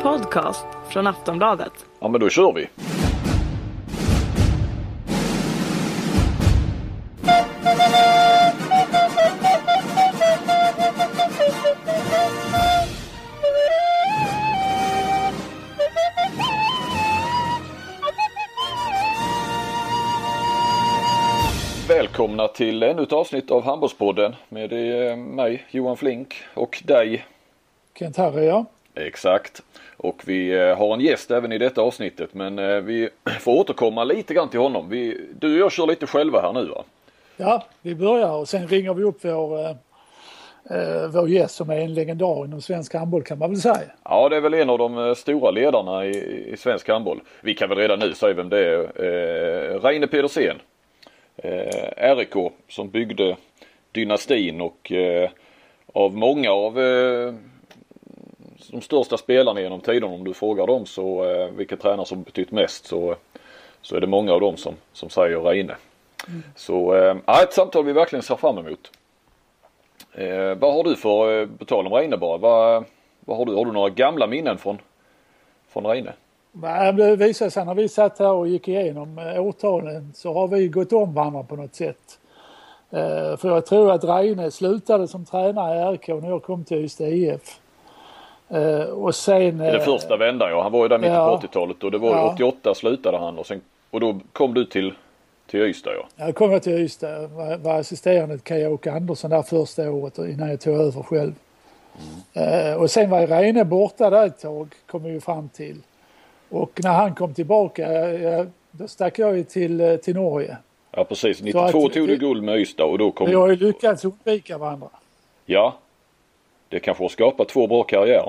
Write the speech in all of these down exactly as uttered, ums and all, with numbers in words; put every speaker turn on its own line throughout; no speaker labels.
podcast från Aftonbladet.
Ja, men då kör vi. Välkomna till ännu ett avsnitt av Handbollspodden med mig, Johan Flink, och dig,
Kent Harry, ja.
Exakt. Och vi har en gäst även i detta avsnittet, men vi får återkomma lite grann till honom. Vi, du och jag kör lite själva här nu, va?
Ja, vi börjar och sen ringer vi upp vår, eh, vår gäst som är en legendar inom svensk handboll, kan man väl säga.
Ja, det är väl en av de stora ledarna i, i svensk handboll. Vi kan väl redan nu säga vem det är. Eh, Reine Pedersen. Eh, R I K som byggde dynastin och eh, av många av eh, de största spelarna genom tiden, om du frågar dem så eh, vilka tränare som betytt mest, så, så är det många av dem som, som säger Reine. Mm. Så eh, ett samtal vi verkligen ser fram emot. Eh, vad har du för eh, betal om Reine bara? Vad, vad har du? Har du några gamla minnen från, från Reine?
Det visade sig när vi satt här och gick igenom årtalen så har vi gått om varandra på något sätt. Eh, för jag tror att Reine slutade som tränare i R K när jag kom till Ystad I F. Uh, och sen,
det första vändan, ja. Han var ju där mitt
ja,
på åttiotalet och det var ja. åttioåtta slutade han och, sen, och då kom du till, till Ystad, ja.
Jag kom jag till Ystad, var, var assisterande till Kaj-Åke Andersson där första året innan jag tog över själv. Mm. Uh, och sen var Reine borta där ett tag, kom vi ju fram till. Och när han kom tillbaka, jag, då stack jag ju till, till Norge.
Ja, precis. nittiotvå tog du guld med Ystad och då kom...
Vi har ju lyckats undvika varandra.
Ja. Det kanske har skapat två bra karriärer.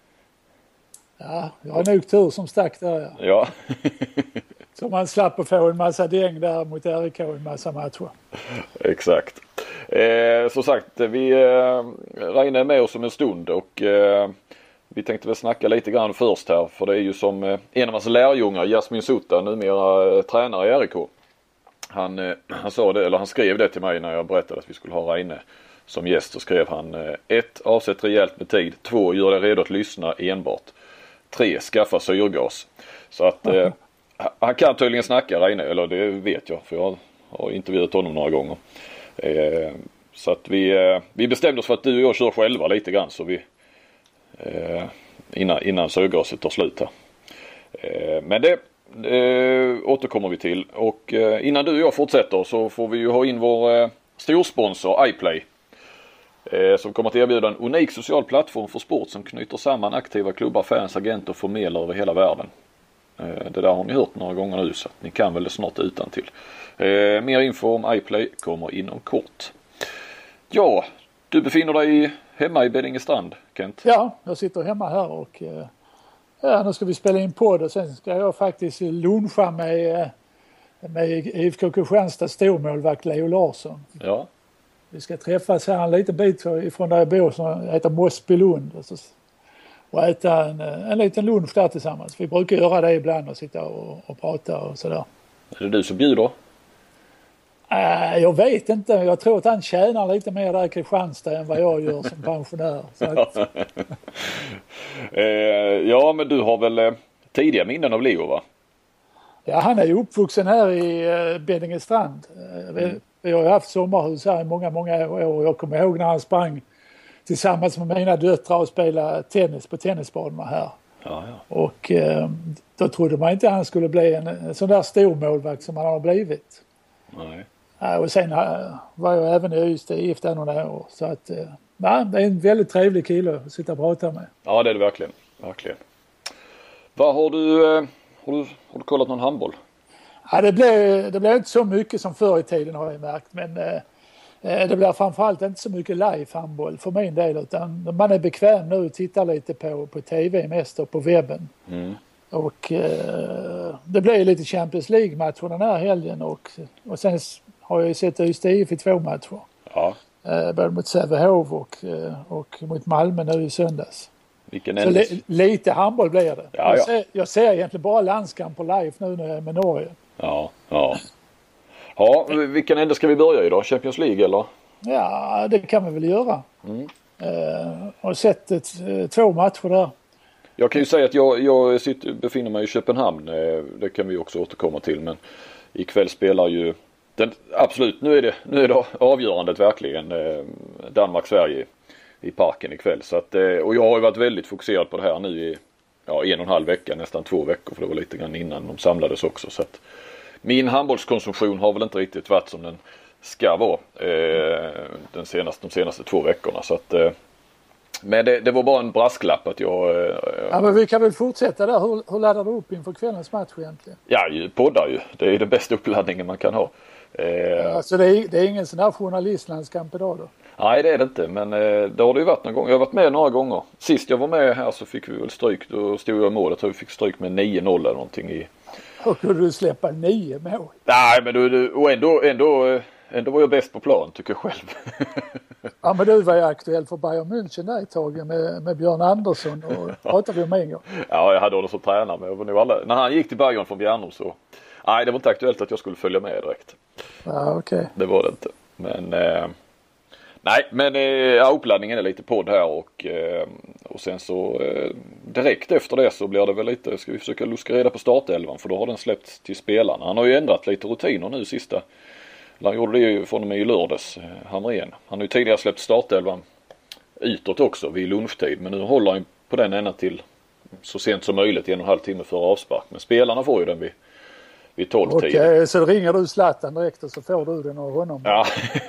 Ja, jag har nog tur som stack där. Ja.
ja.
Så man slapp att få en massa däng där mot R I K i en massa matcher.
Exakt. Eh, som sagt, vi eh, Reine är med oss om en stund och eh, vi tänkte väl snacka lite grann först här. För det är ju som eh, en av hans lärjungar, Jasmin Sutta, numera eh, tränare i R I K. Han, eh, han sa det, eller han skrev det till mig när jag berättade att vi skulle ha Reine som gäst, så skrev han: ett Avsätt rejält med tid. två Gör dig redo att lyssna enbart. tre Skaffa syrgas. Så att eh, han kan tydligen snacka, Reine, eller det vet jag för jag har intervjuat honom några gånger. Eh, så att vi, eh, vi bestämde oss för att du och jag kör själva lite grann så vi eh, innan, innan syrgaset tar slut här. Eh, men det eh, återkommer vi till, och eh, innan du och jag fortsätter så får vi ju ha in vår eh, storsponsor iPlay. Som kommer att erbjuda en unik social plattform för sport som knyter samman aktiva klubbar, fans, agenter och förmedlare över hela världen. Det där har ni hört några gånger nu så att ni kan väl det snart utan till. Mer info om iPlay kommer inom kort. Ja, du befinner dig hemma i Beddingestrand, Kent.
Ja, jag sitter hemma här och ja, nu ska vi spela in podd och sen ska jag faktiskt luncha med, med I F K Kristianstads stormålvakt Leo Larsson.
Ja.
Vi ska träffas här en liten bit ifrån där jag bor som heter Mossbylund och, och äta en, en liten lunch där tillsammans. Vi brukar göra det ibland och sitta och, och prata och sådär.
Är det du som bjuder?
Äh, jag vet inte. Jag tror att han tjänar lite mer där i Kristianstad än vad jag gör som pensionär. Så att...
eh, ja, men du har väl eh, tidiga minnen av Leo, va?
Ja, han är ju uppvuxen här i eh, Beddingestrand. Eh, mm. Vi har ju haft sommarhus här i många, många år. Jag kommer ihåg när han sprang tillsammans med mina döttrar och spelade tennis på tennisbanorna här.
Ja, ja.
Och eh, då trodde man inte att han skulle bli en, en sån där stor målvakt som han har blivit.
Nej.
Ja, och sen uh, var jag även i Ystad I F där några år. Så att, uh, ja, det är en väldigt trevlig kille att sitta och prata med.
Ja, det är det verkligen. verkligen. Vad har du, uh, har du, har du kollat någon handboll?
Ja, det blev, det blev inte så mycket som förr i tiden har jag märkt. Men uh, det blir framförallt inte så mycket live handboll för min del. Utan man är bekväm nu och tittar lite på, på tv mest och på webben. Mm. Och uh, det blev lite Champions League-matcher den här helgen. Och, och sen har jag ju sett Ystad I F i två matcher.
Ja.
Uh, både mot Sävehof och, uh, och mot Malmö nu i söndags.
Vilken
så li- lite handboll blir det.
Ja,
jag,
ja.
ser, jag ser egentligen bara landskamper live nu när jag är med Norge.
Ja, ja. Ja, vilken ände ska vi börja i då? Champions League eller?
Ja, det kan vi väl göra. Mm. Uh, har sett ett, två matcher där.
Jag kan ju säga att jag, jag sitter, befinner mig i Köpenhamn. Det kan vi också återkomma till. Men ikväll spelar ju den, absolut, nu är det, nu är det avgörandet verkligen Danmark-Sverige i parken ikväll. Så att, och jag har ju varit väldigt fokuserad på det här nu i ja, en och en halv vecka, nästan två veckor. För det var lite grann innan de samlades också. Så att min handbollskonsumtion har väl inte riktigt varit som den ska vara eh, den senaste, de senaste två veckorna. Så att, eh, men det, det var bara en brasklapp att jag... Eh,
ja, men vi kan väl fortsätta där. Hur, hur laddar du upp inför kvällens match egentligen?
Ja, ju, poddar ju. Det är den bästa uppladdningen man kan ha. Eh,
alltså det är, det är ingen sån här journalistlandskamp idag då?
Nej, det är det inte. Men eh, det har det ju varit någon gång. Jag har varit med några gånger. Sist jag var med här så fick vi väl stryk. Då stod jag i mål. Jag tror vi fick stryk med nio noll eller någonting i...
Hur kunde du släppa nio mål?
Nej, men du, och ändå, ändå, ändå var jag bäst på plan tycker jag själv.
Ja, men du var ju aktuell för Bayern München där ett tag med, med Björn Andersson och pratade vi om en gång.
Ja, jag hade honom som tränare men jag var nog alla, när han gick till Bayern från Bjärnum så nej, det var inte aktuellt att jag skulle följa med direkt.
Ja, okej. Okay.
Det var det inte. Men eh, nej, men eh, ja, uppladdningen är lite podd här och, eh, och sen så eh, direkt efter det så blir det väl lite, ska vi försöka luska reda på startelvan för då har den släppts till spelarna. Han har ju ändrat lite rutiner nu sista. Han gjorde det ju från och med i lördags, Hamrén. Han har ju tidigare släppt startelvan utåt också vid lunchtid. Men nu håller han på den ända till så sent som möjligt, en och en halv timme före avspark. Men spelarna får ju den vid, vid tolv tio.
Okej, okay, så ringer du Zlatan direkt och så får du den av honom.
Ja,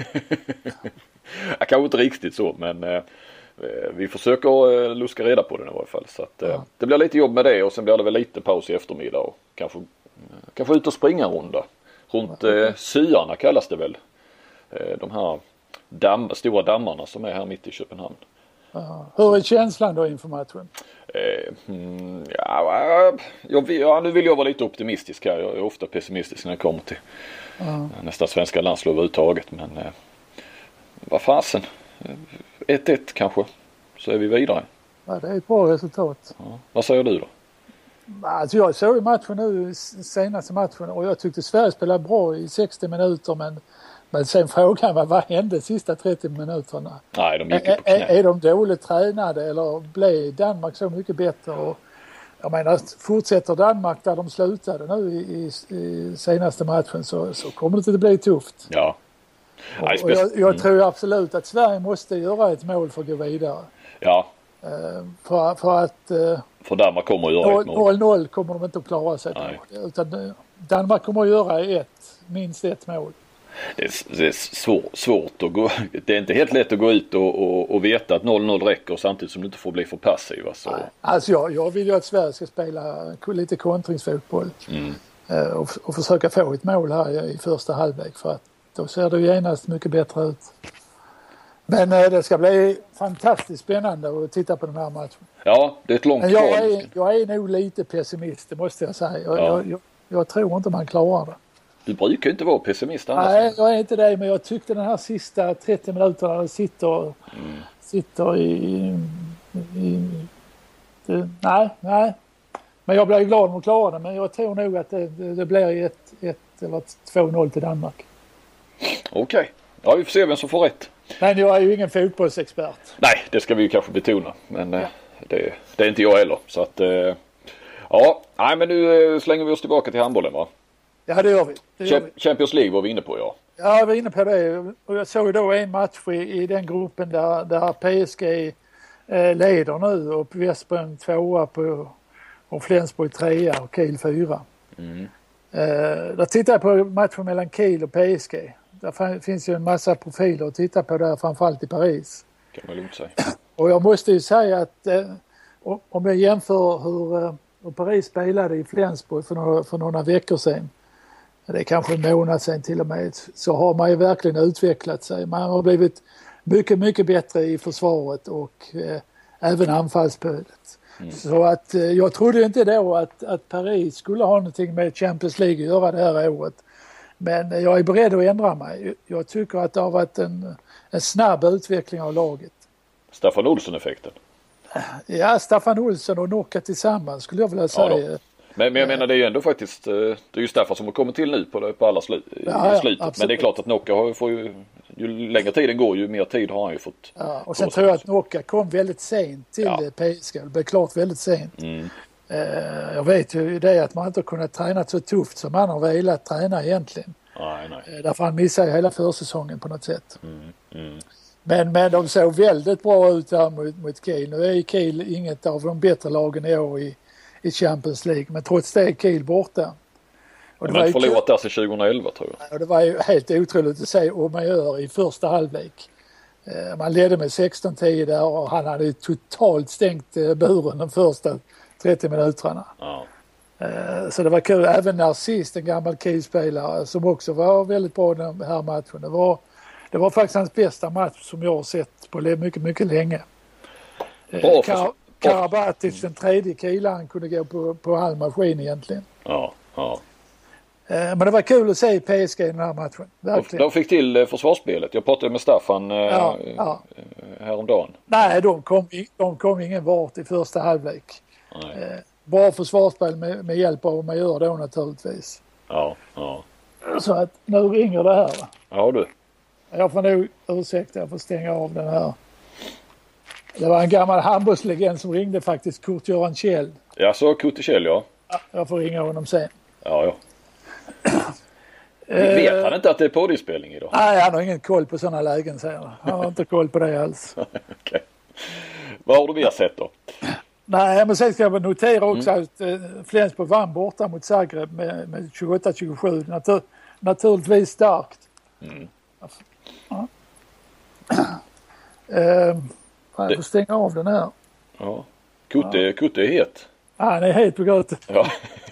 jag kanske inte riktigt så, men eh, vi försöker eh, luska reda på den i varje fall. Så att, eh, ja. Det blir lite jobb med det och sen blir det väl lite paus i eftermiddag och kanske, kanske ut och springa en runda. Runt eh, Syarna kallas det väl. Eh, de här damm, stora dammarna som är här mitt i Köpenhamn.
Ja. Hur är känslan då inför matchen?
Eh, mm, ja, jag, ja, nu vill jag vara lite optimistisk här. Jag är ofta pessimistisk när det kommer till ja. nästan svenska landslag överhuvudtaget. Men eh, vad fasen. ett ett kanske. Så är vi vidare.
Ja, det är ett bra resultat.
Ja. Vad säger du då?
Alltså jag såg ju matchen nu, senaste matchen, och jag tyckte Sverige spelade bra i sextio minuter men, men sen frågan var vad hände de sista trettio minuterna?
Nej, de gick ju på knä.
Är, är de dåligt tränade eller blev Danmark så mycket bättre? Och jag menar, fortsätter Danmark där de slutade nu i, i, i senaste matchen så, så kommer det att bli tufft.
Ja.
Och, och jag, jag tror absolut att Sverige måste göra ett mål för att gå vidare.
Ja.
Uh, för, för att... Uh,
för Danmark kommer att göra ett mål.
noll noll kommer de inte att klara sig på. Utan Danmark kommer att göra ett, minst ett mål.
Det är, det är svår, svårt att gå. Det är inte helt lätt att gå ut och, och, och veta att noll noll räcker samtidigt som du inte får bli för passiv. Så.
Nej, alltså jag, jag vill ju att Sverige ska spela lite kontringsfotboll. Mm. Uh, och, och försöka få ett mål här i, i första halvlek. För att då ser det genast mycket bättre ut. Men uh, det ska bli fantastiskt spännande att titta på den här matchen.
Ja, det är ett långt
Men jag är, jag är nog lite pessimist, det måste jag säga. Jag,
ja.
jag, jag, jag tror inte man klarar det.
Du brukar inte vara pessimist annars.
Nej, jag är inte det, men jag tyckte den här sista trettio minuterna sitter, mm. sitter i, i det, nej, nej. Men jag blir glad om att klara det, men jag tror nog att det, det, det blir ett, ett eller två noll till Danmark.
Okej, okay. Ja, vi får se vem som får rätt.
Men jag är ju ingen fotbollsexpert.
Nej, det ska vi ju kanske betona. Men ja. det, det är inte jag heller. Så att, ja, nej men nu slänger vi oss tillbaka till handbollen va?
Ja, det gör vi. Det gör vi.
Champions League var vi inne på, ja.
Ja, jag var inne på det. Och jag såg då en match i, i den gruppen där, där P S G eh, leder nu och Westbrem tvåa på och Flensburg trea och Kiel fyra. Mm. Eh, där tittar jag på matchen mellan Kiel och P S G. Där finns ju en massa profiler att titta på där, framförallt i Paris.
Kan man lugnt säga.
Och jag måste ju säga att eh, om jag jämför hur, eh, hur Paris spelade i Flensburg för några, för några veckor sedan, det är kanske en månad sedan till och med, så har man ju verkligen utvecklat sig. Man har blivit mycket, mycket bättre i försvaret och eh, även anfallsspelet. Mm. Så att eh, jag trodde inte då att, att Paris skulle ha någonting med Champions League att göra det här året. Men jag är beredd att ändra mig. Jag tycker att det har varit en, en snabb utveckling av laget.
Staffan Olsson-effekten?
Ja, Staffan Olsson och Nocka tillsammans skulle jag vilja säga. Ja
men, men jag menar det är ju ändå faktiskt, det är ju Staffan som har kommit till nu på, på alla slu,
ja,
i slutet. Ja, men det är klart att Nocka får ju ju längre tiden går ju mer tid har han ju fått.
Ja, och sen tror jag att Nocca kom väldigt sent till ja. P S G. Det blev klart väldigt sent.
Mm.
Uh, jag vet ju det att man inte har kunnat träna så tufft som man har velat träna egentligen.
Nej, nej.
Uh, därför han missade hela försäsongen på något sätt.
Mm. Mm.
Men, men de såg väldigt bra ut där mot, mot Kiel. Nu är Kiel inget av de bättre lagen i år i, i Champions League. Men trots det är Kiel borta.
Och de har inte förlorat där sedan tjugoelva tror jag.
Och det var ju helt otroligt att se om man gör i första halvlek. Man ledde med sexton tio där och han hade totalt stängt buren de första trettio minuterna.
Ja.
Så det var kul. Även Narcisse, en gammal Kiel-spelare som också var väldigt bra den här matchen. Det var, det var faktiskt hans bästa match som jag har sett på mycket, mycket länge.
Bra för...
Kar- Karabatic, den tredje Kielaren, kunde gå på, på all maskin egentligen.
Ja, ja.
Men det var kul att se P S G i den här matchen. Verkligen.
De fick till försvarsspelet. Jag pratade med Staffan
ja, ja.
häromdagen.
Nej, de kom, de kom ingen vart i första halvlek.
Nej.
Bra försvarsspel med, med hjälp av vad man gör då naturligtvis.
Ja, ja.
Så att nu ringer det här.
Ja du.
Jag får nog ursäkta, jag får stänga av den här. Det var en gammal handbollslegend som ringde faktiskt, Kurt-Göran Kjell.
Ja, så Kurt Kjell, ja.
Ja. Jag får ringa honom sen.
Ja, ja. Vet han inte att det är poddinspelning idag?
Nej, han har ingen koll på sådana lägen, säger han. Han har inte koll på det alls.
Okay. Vad har du mer sett då?
Nej, men sen ska jag notera också mm. att eh, Flensburg vann borta mot Zagreb med, med tjugoåtta tjugosju. Natur, naturligtvis starkt.
Mm.
Ja. eh, jag får stänga av den här.
Ja. Kutte, ja. Kutte är het.
Ja, han är het på gröten.
Ja.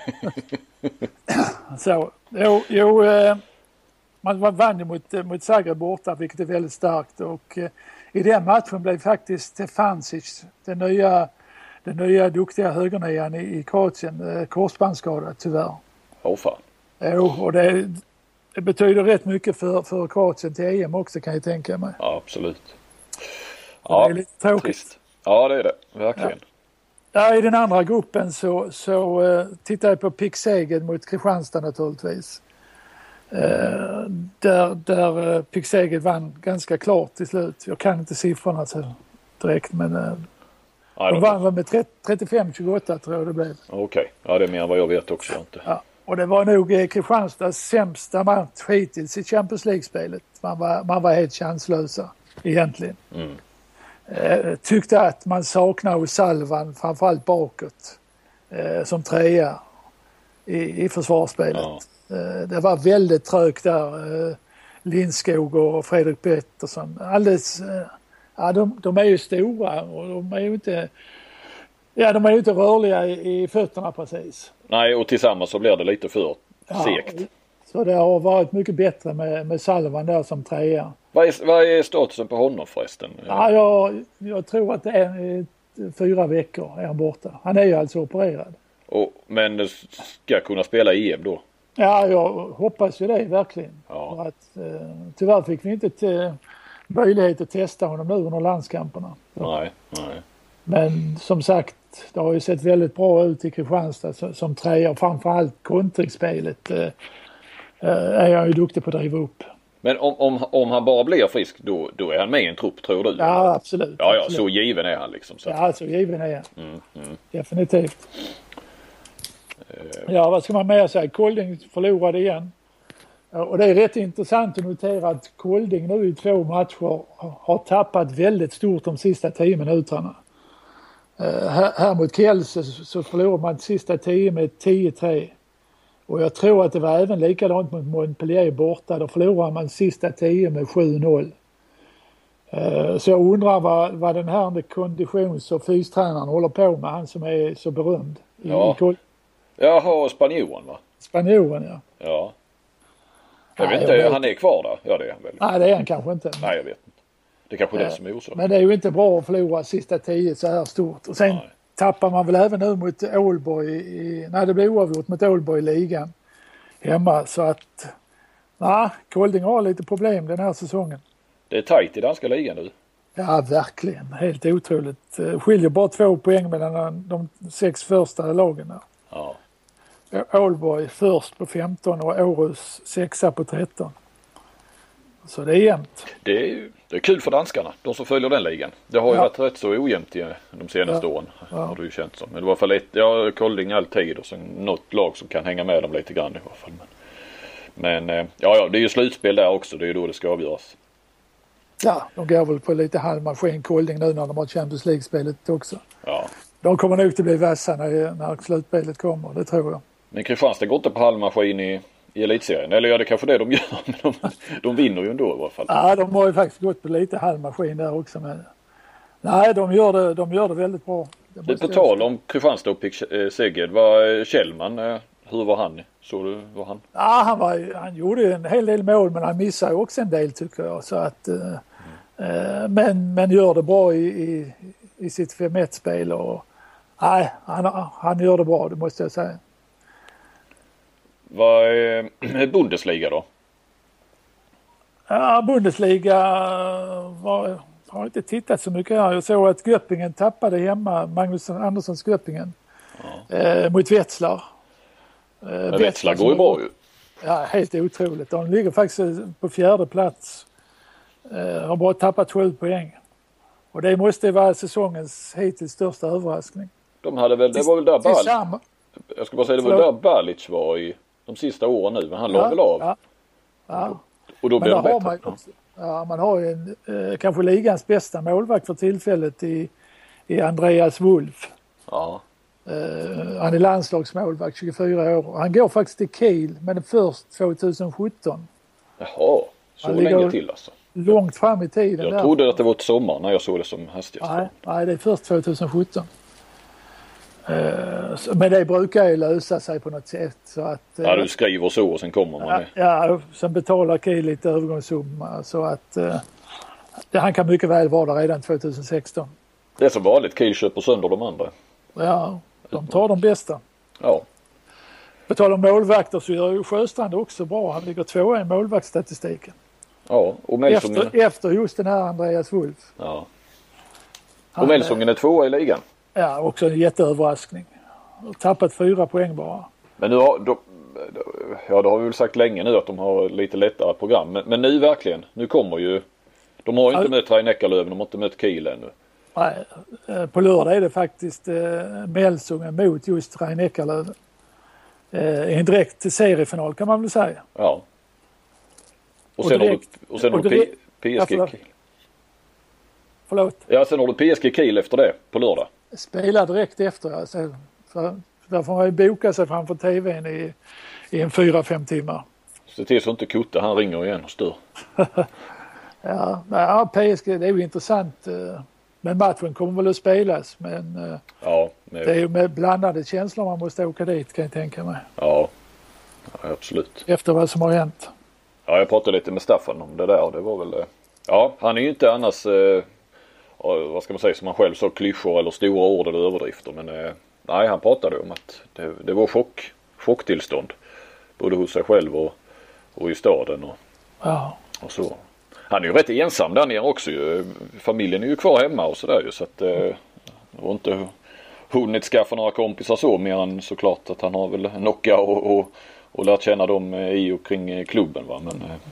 Så, jo, jo eh, man vann mot, mot Zagreb borta, vilket är väldigt starkt. Och eh, i den matchen blev faktiskt Stefancic, den nya, den nya duktiga högernian i, i Kroatien, eh, korsbandsskadad tyvärr.
Åh fan.
Jo, och det, det betyder rätt mycket för, för Kroatien till E M också, kan jag tänka mig.
Ja, absolut. Ja,
det är lite tråkigt.
Trist. Ja, det är det. Verkligen.
Ja. Ja, i den andra gruppen så, så uh, tittar jag på Pixegen mot Kristianstad naturligtvis. Uh, där där uh, Pixegen vann ganska klart till slut. Jag kan inte siffrorna så direkt, men uh, ja, de vann med trettiofem tjugoåtta tror jag det blev.
Okej, okay. Ja det är mer än vad jag vet också. Inte.
Ja, och det var nog uh, Kristianstads sämsta match hittills i Champions League-spelet. Man var, man var helt chanslösa egentligen. Mm. Eh, tyckte att man saknar Salvan framförallt bakåt eh, som trea i, i försvarsspelet. Ja. Eh, det var väldigt trögt där. Eh, Lindskog och Fredrik Pettersson. Alldeles, eh, ja, de, de är ju stora och de är ju inte, ja, de är ju inte rörliga i, i fötterna precis.
Nej, och tillsammans så blir det lite för segt.
Ja, så det har varit mycket bättre med, med Salvan där som trea.
Vad är, vad är statusen på honom förresten?
Ja, jag, jag tror att det är fyra veckor är han borta. Han är ju alltså opererad.
Och, men ska kunna spela i E M då?
Ja, jag hoppas ju det verkligen.
Ja.
För att, eh, tyvärr fick vi inte till möjlighet att testa honom nu under landskamperna.
Nej, nej.
Men som sagt, det har ju sett väldigt bra ut i Kristianstad som, som trea och framförallt kontringsspelet eh, är jag ju duktig på att driva upp.
Men om, om, om han bara blir frisk då, då är han med i en trupp, tror du?
Ja, absolut.
Ja, ja,
absolut.
så given är han liksom. Så.
Ja, så given är han.
Mm, mm.
Definitivt. Uh. Ja, vad ska man mer säga? Kolding förlorade igen. Och det är rätt intressant att notera att Kolding nu i två matcher har tappat väldigt stort de sista tio minuterna. Uh, här, här mot Kiel så, så förlorade man de sista tio med tio tre. Och jag tror att det var även likadant mot Montpellier borta. Då förlorade man sista tio med sju noll. Uh, så jag undrar vad, vad den här konditions- och fystränaren håller på med. Han som är så berömd.
Ja.
I, i
Jaha, spanjoren va?
Spanjoren, ja.
Ja. Jag
Nej,
vet inte,
jag vet.
han är kvar där. Ja, det är han väl.
Nej, det är han kanske inte.
Nej, jag vet inte. Det är kanske uh, det som är orsaken.
Men det är ju inte bra att förlora sista tio så här stort. Och sen Nej. tappar man väl även nu mot Ålborg i, nej det blir oavgjort mot Ålborg i ligan hemma, så att nej, Kolding har lite problem den här säsongen.
Det är tajt i danska ligan nu.
Ja, verkligen. Helt otroligt. Skiljer bara två poäng mellan de sex första lagen där.
Ja.
Ålborg först på femton och Århus sexa på tretton. Så det är jämnt.
Det är ju det är kul för danskarna, de som följer den ligan. Det har ju
Ja.
varit rätt så ojämnt i de senaste
Ja.
åren.
Ja.
Har det ju känts som. Men det var för lite, ja, Kolding alltid och sen något lag som kan hänga med dem lite grann i alla fall. Men, men ja, ja, det är ju slutspel där också, det är ju då det ska avgöras.
Ja, de går väl på lite halvmaskin Kolding nu när de har Champions League-spelet också.
Ja.
De kommer nog att bli vassa när, när slutspelet kommer, det tror jag.
Men Kristianstad går inte på halvmaskin i, i elitserien. Eller ja, det är kanske det de gör, men de, de vinner ju ändå i alla fall.
Ja, de har ju faktiskt gått på lite halvmaskin där också. Men nej, de gör det, de gör det väldigt bra. Det
Det
måste
på
jag
tal
säga.
om Kristianstad och Pick eh, Seged, var Kjellman, eh, hur var han? Såg du, var han?
Ja, han, var, han gjorde ju en hel del mål, men han missade också en del tycker jag. Så att, eh, eh, men, men gör det bra i, i, i sitt fem ett-spel. Och, nej, han, han gör det bra, det måste jag säga.
Var eh, Bundesliga då?
Ja, Bundesliga var, har inte tittat så mycket här. Jag såg att Göppingen tappade hemma, Magnus Anderssons Göppingen,
Ja.
eh, mot Wetzlar. Eh,
Men Wetzlar går ju bra ju.
Ja, helt otroligt. De ligger faktiskt på fjärde plats. Eh, har bara tappat sju poäng. Och det måste vara säsongens hittills största överraskning.
De hade väl, det var väl där Bal,
Tillsammans.
jag skulle bara säga det var där Balic var i de sista åren nu, men han la väl av.
Ja, ja.
Och då
Men
blev
där
det
har
bättre.
man, ju också, ja, man har ju en, eh, kanske ligans bästa målvakt för tillfället i, i Andreas Wolf.
Ja.
Uh, han är landslagsmålvakt, tjugofyra år. Han går faktiskt till Kiel, men först tjugosjutton.
Jaha, så
Han
länge
ligger-
till alltså.
Långt fram i tiden.
Jag
där.
trodde att det var ett sommar när jag såg det som hastigast.
Nej, nej, det är först tjugosjutton. Uh, så- men det brukar ju lösa sig på något sätt. Så att, uh,
Ja, du skriver så och sen kommer man.
ja, ja, sen betalar Kiel lite övergångssumma. Så att uh, det, han kan mycket väl vara där redan tjugosexton.
Det är så vanligt, Kiel köper sönder de andra.
Ja, de tar de bästa.
Ja,
På tal om målvakter så gör ju Sjöstrand också bra. Han ligger tvåa i målvaktsstatistiken.
ja. Och Melsungen,
Efter, efter just den här Andreas Wolf.
ja.
Han,
Och Melsungen är tvåa i ligan.
Ja, också en jätteöverraskning. Har tappat fyra poäng bara.
Men nu har de, ja, det har vi väl sagt länge nu att de har lite lättare program. Men, men nu verkligen, nu kommer ju, de har ju inte
Ja.
mött Rhein-Neckarlöven, de har inte mött Kiel ännu.
Nej, eh, på lördag är det faktiskt eh, Melsungen mot just Rhein-Neckarlöven. Eh, I en direkt seriefinal kan man väl säga.
Ja. Och
Och
sen
direkt-
har du, och sen
och
har du P-
direkt-
P S G
Ja, förlåt.
Kiel.
Förlåt.
Ja, sen har du P S G Kiel efter det på lördag.
Spela direkt efter. Alltså, för, där får man ju boka sig framför tvn i, i en fyra, fem timmar.
Se till så inte Kutte, han ringer igen och stör.
Ja, ja, P S G, det är ju intressant. eh, Men matchen kommer väl att spelas. Men eh,
Ja, med,
det är ju med blandade känslor man måste åka dit kan jag tänka mig.
ja, ja, absolut.
Efter vad som har hänt.
Ja, jag pratade lite med Staffan om det där och det var väl, eh, ja, han är ju inte annars, eh, vad ska man säga, som han själv sa, klyschor eller stora ord eller överdrifter. Men eh, nej, han pratade om att det, det var chock, chocktillstånd. Både hos sig själv och, och i staden och,
Ja,
och så. Han är ju rätt ensam där nere också ju. Familjen är ju kvar hemma och sådär ju, så att eh, det var inte hunnit skaffa några kompisar så, mer än såklart att han har väl Nocka och, och, och lärt känna dem eh, i och kring eh, klubben va. Men eh,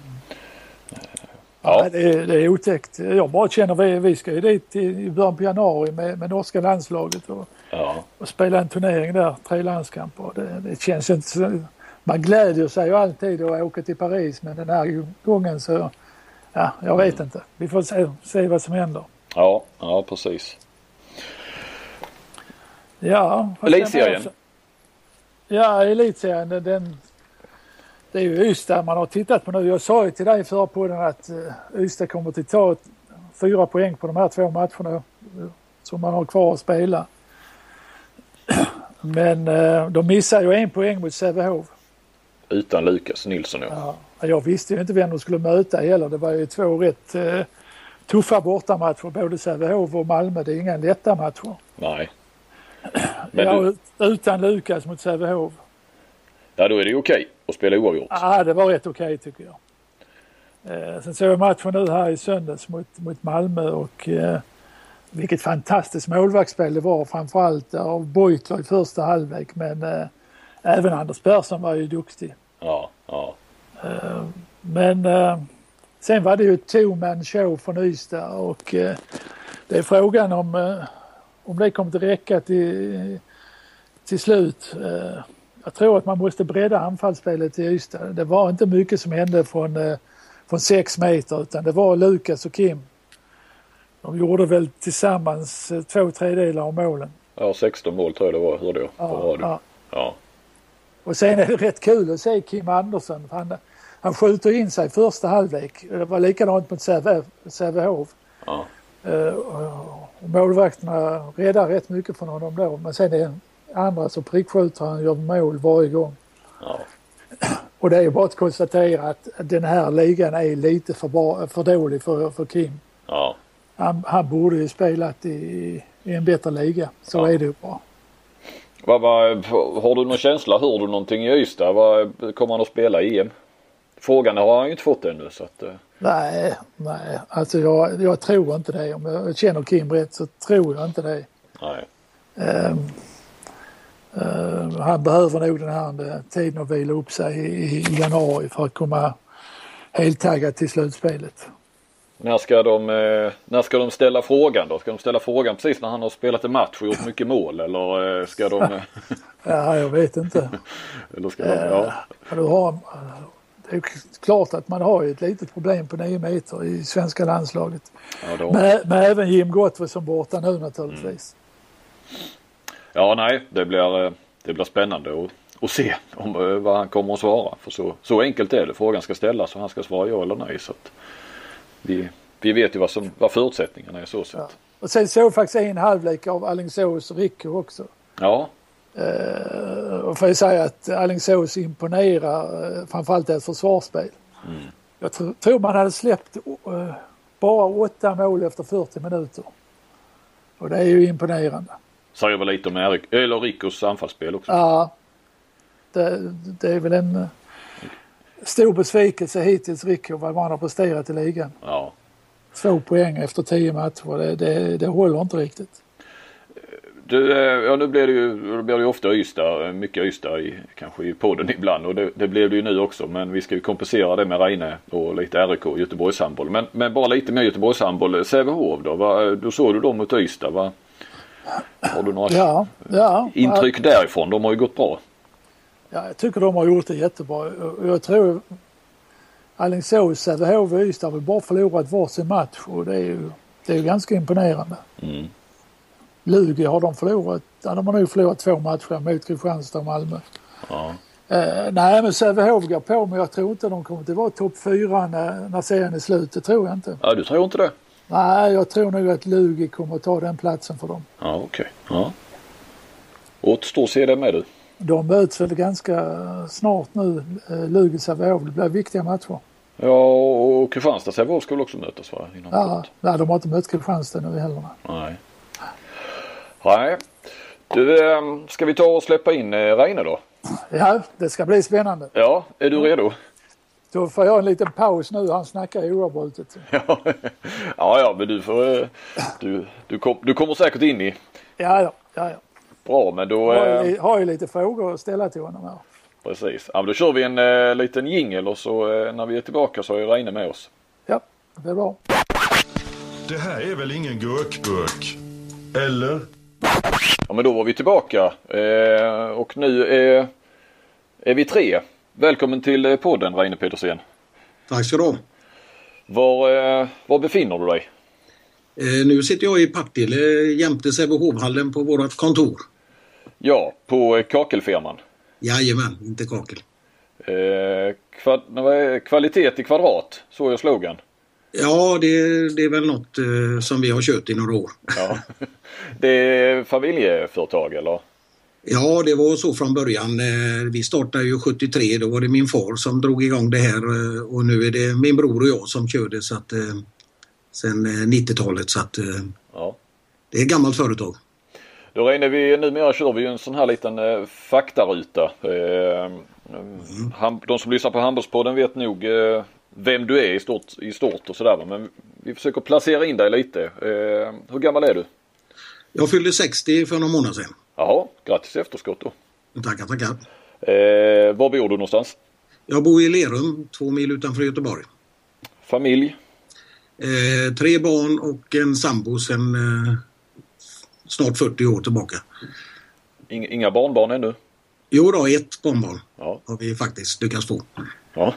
ja.
ja,
det, är, det är otäckt. Jag bara känner vi, vi ska ju dit i, i början på januari med, med norska landslaget och,
ja,
och spela en turnering där, tre landskamper. Det, det känns inte så, man glädjer sig ju alltid att åka till Paris, men den här gången så, ja, jag vet inte. Vi får se, se vad som händer.
ja, ja precis.
Ja, vad ska
Elitserien.
man- Ja, elitserien, den, den, det är ju Ystad man har tittat på nu. Jag sa ju till dig förra podden att uh, Ystad kommer att ta ett, fyra poäng på de här två matcherna uh, som man har kvar att spela. Men uh, de missar ju en poäng mot Sävehof.
Utan Lukas Nilsson ja.
Ja, jag visste ju inte vem de skulle möta heller. Det var ju två rätt uh, tuffa bortamatcher, både Sävehof och Malmö. Det är inga lätta matcher.
Nej. Men
Ja,
du,
utan Lukas mot Sävehof.
ja, då är det ju okej att spela oavgjort.
Ja, det var rätt okej tycker jag. Eh, sen såg jag matchen nu här i söndags mot, mot Malmö och eh, vilket fantastiskt målvaktsspel det var, framförallt av Beutler i första halvlek, men eh, även Anders Persson var ju duktig.
Ja, ja.
Eh, men eh, sen var det ju ett two-man show från Ystad och eh, det är frågan om, eh, om det kommer att räcka till, till slut. Eh, jag tror att man måste bredda anfallsspelet i Ystad. Det var inte mycket som hände från, eh, från sex meter utan det var Lukas och Kim. De gjorde väl tillsammans eh, två tredjedelar av målen.
Ja, sexton mål tror jag det var, hörde jag på
Ja,
radio.
ja.
Ja.
Och sen är det rätt kul att se Kim Andersson. Han, han skjuter in sig i första halvlek. Det var likadant mot Sävehof.
Ja.
Uh, och målvakterna räddar rätt mycket från honom då. Men sen är det andra så prickskjuter han och gör mål varje gång.
Ja.
Och det är ju bara att konstatera att den här ligan är lite för, bra, för dålig för, för Kim.
Ja.
Han, han borde ju spelat i, i en bättre liga. Så
Ja.
är det ju bra.
Vad, vad, har du någon känsla? Hör du någonting i Ystad? Vad, kommer han att spela i E M? Frågan har han ju inte fått ännu. Så att, uh...
Nej, nej. Alltså jag, jag tror inte det. Om jag känner Kim rätt så tror jag inte det.
Nej.
Um, uh, han behöver nog den här tiden att vila upp sig i, i januari för att komma helt taggad till slutspelet.
När ska, de, eh, när ska de ställa frågan då? Ska de ställa frågan precis när han har spelat en match och gjort mycket mål? Eller eh, ska de... Eh...
Ja, jag vet inte.
eller ska de, ja.
Uh, du har, det är klart att man har ett litet problem på nio meter i svenska landslaget.
Ja, då.
Men, men även Jim Gottfried som borta nu naturligtvis.
Mm. Ja, nej. Det blir, det blir spännande att, att se om, vad han kommer att svara. För så, så enkelt är det. Frågan ska ställas och han ska svara ja eller nej. Så att vi, vi vet ju vad, som, vad förutsättningarna är så sett.
Ja. Och sen såg faktiskt en halvlek av Alingsås och Rico också.
Ja.
Uh, och får jag säga att Alingsås imponerar uh, framförallt ett försvarsspel. Mm. Jag tr- tror man hade släppt uh, bara åtta mål efter fyrtio minuter. Och det är ju imponerande.
Säger väl lite om Erik, eller Ricos anfallsspel också.
Ja, det, det är väl en uh, stor besvikelse hittills Rico vad man har presterat i ligan.
Ja.
Två poäng efter tio matcher, det, det, det håller inte riktigt.
Du, ja, nu blir det ju, det blir ju ofta Ystad, mycket Ystad i, kanske i podden ibland och det, det blev det ju nu också, men vi ska ju kompensera det med Reine och lite R I K, Göteborgs handboll. Men, men bara lite mer Göteborgs handboll. Sävehof då, va, då såg du dem mot Ystad, va? Har du några
ja, ja,
intryck ja. därifrån? De har ju gått bra.
Ja, jag tycker de har gjort det jättebra. Jag tror Alingsås, Sävehof och Ystad har väl bara förlorat varsin match och det är ju, det är ju ganska imponerande.
Mm.
Lugi har de förlorat, ja, de har nog förlorat två matcher mot Kristianstad och Malmö.
Ja.
Eh, nej men Sävehof går på, men jag tror inte de kommer att vara topp fyra när, när serien är slut, det tror jag inte.
Ja, du tror inte det?
Nej, jag tror nog att Lugi kommer att ta den platsen för dem.
Ja, okej. Okay. Ja. Återstår se det med du.
De möts väl ganska snart nu, eh, Lugi Sävehof, det blir viktiga matcher.
Ja, och Kristianstad Sävehof ska väl också mötas, va? Inom
ja, nej, de har inte mött Kristianstad nu heller.
Nej. Nej. Du, ska vi ta och släppa in Reine då?
Ja, det ska bli spännande.
Ja, är du redo?
Då får jag en liten paus nu, han snackar oavbrutet.
Ja, ja, ja, men du får, du, du, kom, du kommer säkert in i.
Ja, ja, ja. ja.
Bra, men då...
Jag har, har ju lite frågor att ställa till honom här.
Precis. Ja, men då kör vi en uh, liten jingle och så uh, när vi är tillbaka så är Reine med oss.
Ja, det är bra.
Det här är väl ingen gurkburk? Eller?
Ja, men då var vi tillbaka eh, och nu är, är vi tre. Välkommen till podden, Reine Petersen.
Tack ska du ha.
Var, eh, var befinner du dig?
Eh, nu sitter jag i Partille jämte Sävehof-hallen på vårt kontor.
Ja, på kakelfirman.
Jajamän, inte kakel.
Eh, kvad, kvalitet i kvadrat, så är slogan.
Ja, det, det är väl något eh, som vi har kört i några år.
Ja. Det är familjeföretag eller?
Ja, det var så från början. Eh, vi startade ju sjuttiotre, då var det min far som drog igång det här eh, och nu är det min bror och jag som körde så att, eh, sen eh, nittiotalet så att eh,
ja.
Det är ett gammalt företag.
Då Reine, vi, numera kör vi ju en sån här liten eh, faktaruta. Eh, mm. ham, de som lyssnar på Handbollspodden vet nog eh, vem du är i stort, i stort och sådär. Men vi försöker placera in dig lite. Eh, hur gammal är du?
Jag fyllde sextio för några månader sedan.
Jaha, grattis efterskott då.
Tackar, tackar.
Eh, var bor du någonstans?
Jag bor i Lerum, två mil utanför Göteborg.
Familj?
Eh, tre barn och en sambo sedan eh, snart fyrtio år tillbaka.
Inga, inga barnbarn ännu?
Jo då, ett barnbarn
ja.
har vi faktiskt lyckats få.
Ja.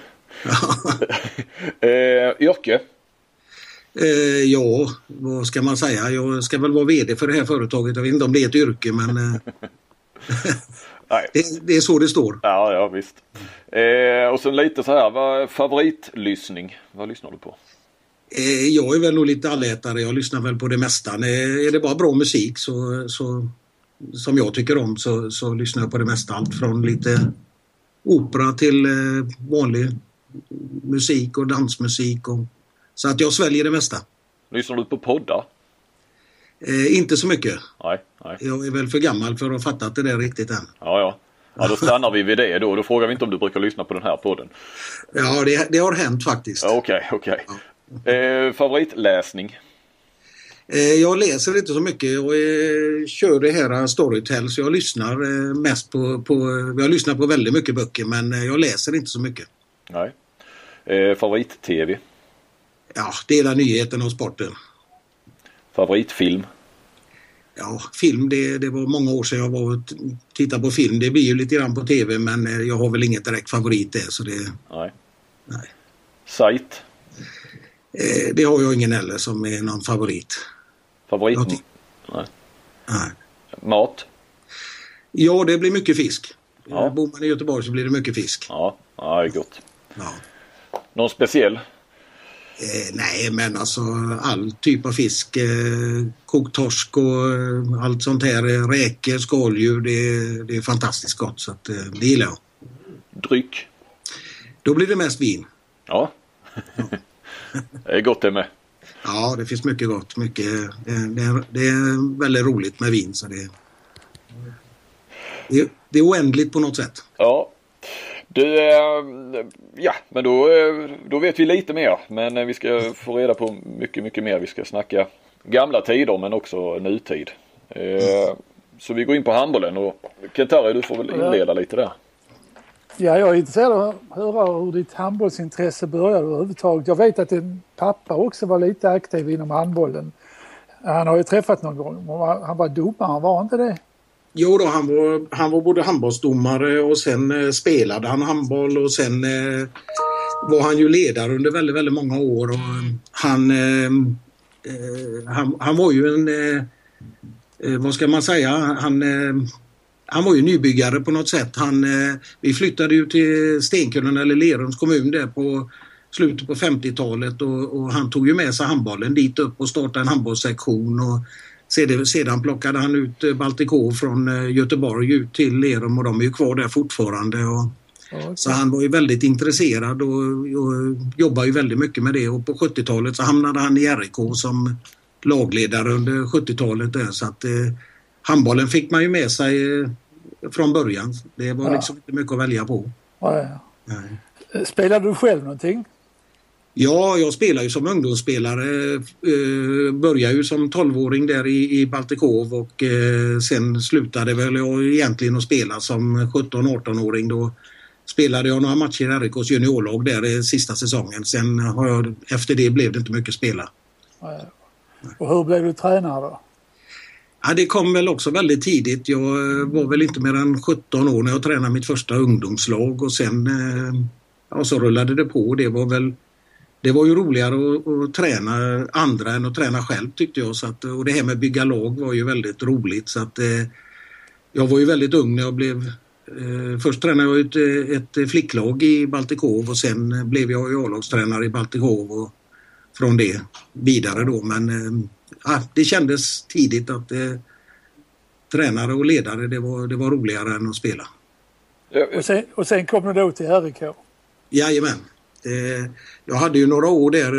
eh, yrke?
Eh, ja, vad ska man säga? Jag ska väl vara vd för det här företaget. Jag vet inte om det är ett yrke, men eh,
Nej.
det, det är så det står.
Ja, ja visst. Eh, och sen lite så här, vad favoritlyssning? Vad lyssnar du på?
Eh, jag är väl nog lite allätare. Jag lyssnar väl på det mesta. Eh, är det bara bra musik så, så, som jag tycker om så, så lyssnar jag på det mesta. Allt från lite opera till eh, vanlig musik och dansmusik. Och, så att jag sväljer det mesta.
Lyssnar du på poddar?
Eh, inte så mycket.
Nej, nej.
Jag är väl för gammal för att fatta att det där riktigt än.
Ja, ja. Ja, då stannar vi vid det då. Då frågar vi inte om du brukar lyssna på den här podden.
Ja, det, det har hänt faktiskt.
Okej, ja, okej. Okay, okay. eh, favoritläsning?
Eh, jag läser inte så mycket. Jag eh, kör det här Storytel så jag lyssnar eh, mest på, på... Jag lyssnar på väldigt mycket böcker men eh, jag läser inte så mycket.
Nej. Eh, favorit-tv?
Ja, det är nyheten och sporten.
Favoritfilm?
Ja, film, det, det var många år sedan jag var och tittade på film. Det blir ju lite grann på tv men eh, jag har väl inget direkt favorit där så det...
Nej.
Nej.
Sajt?
Eh, det har jag ingen heller som är någon favorit.
Favorit?
Jag ty-
Nej.
Nej.
Mat?
Ja, det blir mycket fisk.
Ja.
Bor man i Göteborg så blir det mycket fisk.
Ja, ja det är gott.
Ja.
Någon speciell?
Eh, nej, men alltså all typ av fisk. Eh, kokt torsk och eh, allt sånt här. Eh, räkor, skaldjur. Det, det är fantastiskt gott så att, eh, det gillar jag.
Dryck?
Då blir det mest vin.
Ja. Det är gott det med.
Ja, det finns mycket gott. Mycket, det, det, är, det är väldigt roligt med vin. Så det, det, det är oändligt på något sätt.
Ja. Du, eh, ja, men då, då vet vi lite mer. Men vi ska få reda på mycket, mycket mer. Vi ska snacka gamla tider men också nutid. Eh, så vi går in på handbollen och Kent-Harry, du får väl inleda lite där.
Ja, jag är intresserad av att höra hur ditt handbollsintresse började överhuvudtaget. Jag vet att din pappa också var lite aktiv inom handbollen. Han har ju träffat någon gång. Han var domare, var inte det?
Jo då, han var, han var både handbollsdomare och sen eh, spelade han handboll och sen eh, var han ju ledare under väldigt, väldigt många år. Och han, eh, eh, han, han var ju en, eh, vad ska man säga, han, eh, han var ju nybyggare på något sätt. Han, eh, vi flyttade ju till Stenkullen eller Lerums kommun där på slutet på femtiotalet och, och han tog ju med sig handbollen dit upp och startade en handbollssektion och sedan plockade han ut Baltikov från Göteborg ut till Lerum och de är ju kvar där fortfarande. Och okay. Så han var ju väldigt intresserad och, och jobbade ju väldigt mycket med det. Och på sjuttiotalet så hamnade han i R I K som lagledare under sjuttiotalet där. Så att eh, handbollen fick man ju med sig eh, från början. Det var ja. liksom inte mycket att välja på.
Ja, ja. Spelade du själv någonting? Ja,
jag spelar ju som ungdomsspelare. Eh, började ju som tolvåring där i, i Baltikov och eh, sen slutade väl jag egentligen att spela som sjutton-arton-åring. Då spelade jag några matcher i R I K:s juniorlag där i sista säsongen. Sen har jag, efter det blev det inte mycket spela.
Ja. Och hur blev du tränare då?
Ja, det kom väl också väldigt tidigt. Jag var väl inte mer än sjutton år när jag tränade mitt första ungdomslag och sen eh, ja, så rullade det på. Det var väl Det var ju roligare att, att träna andra än att träna själv tyckte jag. Så att, och det här med bygga lag var ju väldigt roligt. Så att, eh, jag var ju väldigt ung när jag blev... Eh, först tränade jag ett, ett flicklag i Baltikov och sen blev jag A-lagstränare i Baltikov och från det vidare då. Men eh, det kändes tidigt att eh, tränare och ledare det var, det var roligare än att spela.
Och sen, och sen kom du då till R I K?
Jajamän. Jag hade ju några år där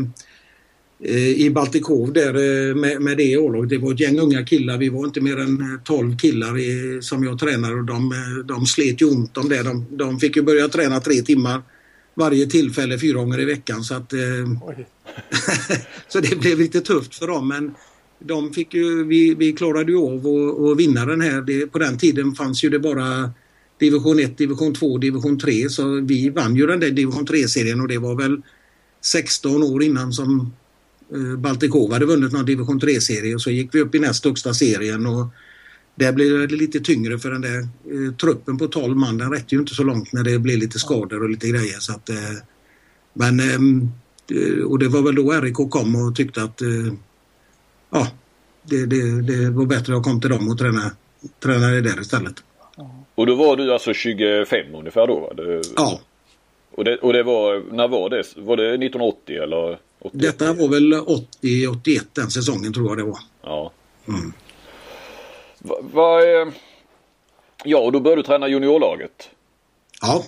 i Baltikov där med, med det årlaget. Det var ett gäng unga killar. Vi var inte mer än tolv killar i, som jag tränade och de, de slet ju ont om det. De, de fick ju börja träna tre timmar varje tillfälle fyra gånger i veckan. Så, att, så det blev lite tufft för dem. Men de fick ju, vi, vi klarade ju av att, att vinna den här. Det, på den tiden fanns ju det bara division ett, division två, division tre så vi vann ju den där division tre-serien och det var väl sexton år innan som eh, Baltikov hade vunnit någon division tre-serie, och så gick vi upp i näst högsta serien, och där blev det lite tyngre för den där eh, truppen på tolv man, den räckte ju inte så långt när det blev lite skador och lite grejer, så att eh, men eh, och det var väl då R I K kom och tyckte att eh, ja, det, det, det var bättre att komma till dem och träna, träna det där istället.
Och då var du alltså tjugofem ungefär då, va? Det,
ja.
Och det, och det var, när var det? Var det nittonhundraåttio eller? åttioett?
Detta var väl åttio åttioett den säsongen, tror jag det var.
Ja.
Mm.
Va, va, ja, och då började du träna juniorlaget.
Ja.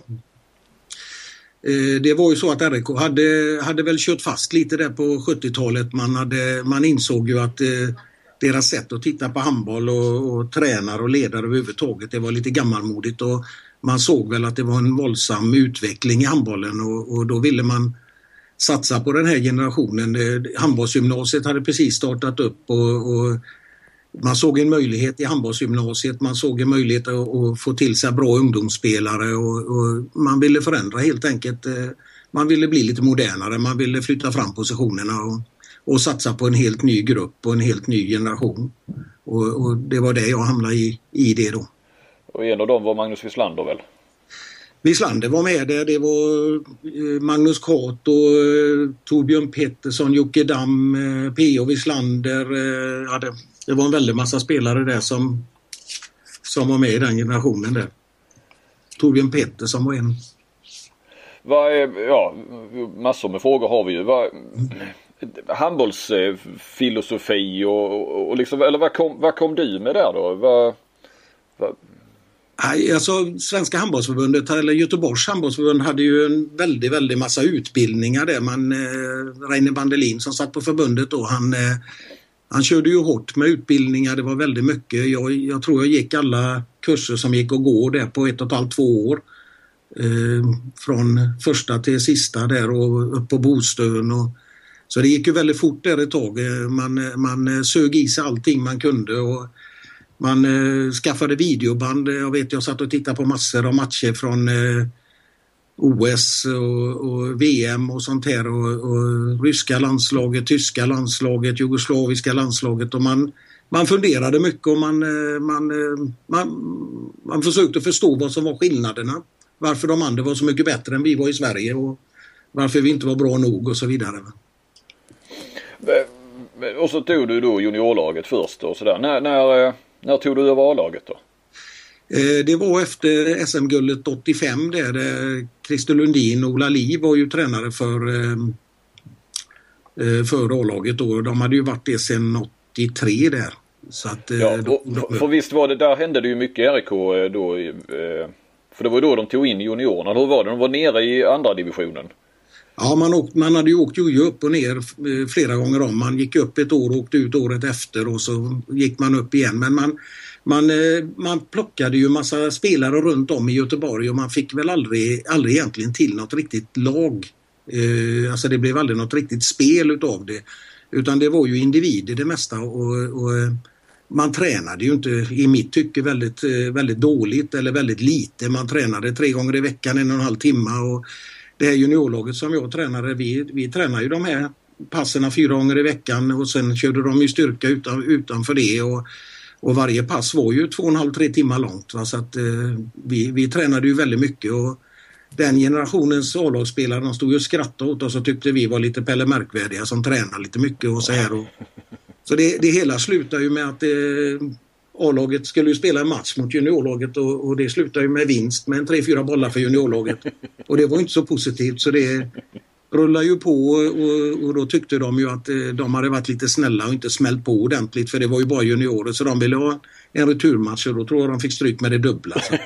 Det var ju så att R I K hade, hade väl kört fast lite där på sjuttiotalet. Man, hade, man insåg ju att eh, deras sätt att titta på handboll och, och tränare och ledare överhuvudtaget, det var lite gammalmodigt, och man såg väl att det var en våldsam utveckling i handbollen, och, och då ville man satsa på den här generationen. Handbollsgymnasiet hade precis startat upp, och, och man såg en möjlighet i handbollsgymnasiet, man såg en möjlighet att, att få till sig bra ungdomsspelare, och, och man ville förändra helt enkelt. Man ville bli lite modernare, man ville flytta fram positionerna och, och satsa på en helt ny grupp och en helt ny generation. Och, och det var det jag hamnade i, i det då.
Och en av dem var Magnus Wislander väl?
Wislander var med där, det var Magnus Kart och Torbjörn Pettersson, Jocke Damm, P O Wislander, ja, det, det var en väldigt massa spelare där som, som var med i den generationen där. Torbjörn Pettersson var en.
Vad är, ja, massor med frågor har vi ju. Vad, handbollsfilosofi och, och, och liksom, eller vad kom, vad kom du med där då? Vad, vad...
Alltså, Svenska handbollsförbundet, eller Göteborgs handbollsförbund, hade ju en väldigt, väldigt massa utbildningar där. Man, eh, Reine Bandelin som satt på förbundet då, han, eh, han körde ju hårt med utbildningar, det var väldigt mycket. Jag, jag tror jag gick alla kurser som gick att gå där på ett och ett halvt, två år. Eh, från första till sista där och upp på Bostön. Och, så det gick ju väldigt fort där ett tag. Man, man sög i sig allting man kunde, och man eh, skaffade videoband. Jag vet, jag satt och tittade på massor av matcher från eh, O S och, och V M och sånt här, och, och ryska landslaget, tyska landslaget, jugoslaviska landslaget, och man, man funderade mycket, och man, man, man, man försökte förstå vad som var skillnaderna, varför de andra var så mycket bättre än vi var i Sverige, och varför vi inte var bra nog och så vidare.
Och så tog du då juniorlaget först och sådär. När, när, när tog du över A-laget då?
Det var efter S M-guldet åttiofem där, där Christer Lundin och Ola Li var ju tränare för, för A-laget då. De hade ju varit det sedan åttiotre där. Så att,
ja,
då,
för, för visst var det, där hände det ju mycket i R I K då, för det var ju då de tog in juniorerna. Hur var det? De var nere i andra divisionen.
Ja, man, åkt, man hade ju åkt ju upp och ner flera gånger om. Man gick upp ett år och åkte ut året efter, och så gick man upp igen. Men man, man, man plockade ju massa spelare runt om i Göteborg, och man fick väl aldrig, aldrig egentligen till något riktigt lag. Eh, alltså det blev aldrig något riktigt spel utav det. Utan det var ju individer det mesta, och, och man tränade ju inte i mitt tycke väldigt, väldigt dåligt eller väldigt lite. Man tränade tre gånger i veckan, en och en halv timme, och det här juniorlaget som jag tränade, vi, vi tränar ju de här passerna fyra gånger i veckan, och sen körde de ju styrka utan, utanför det, och, och varje pass var ju två och en halv, tre timmar långt. Va? Så att eh, vi, vi tränade ju väldigt mycket, och den generationens A-lagsspelare, de stod ju och skrattade åt oss och tyckte vi var lite pelle märkvärdiga som tränar lite mycket och så här. Och, så det, det hela slutar ju med att eh, A-laget skulle ju spela en match mot juniorlaget, och, och det slutar ju med vinst med en tre, fyra bollar för juniorlaget. Och det var inte så positivt, så det rullar ju på, och, och då tyckte de ju att de hade varit lite snälla och inte smällt på ordentligt, för det var ju bara juniorer, så de ville ha en returmatch, och då tror jag de fick stryk med det dubbla. Så.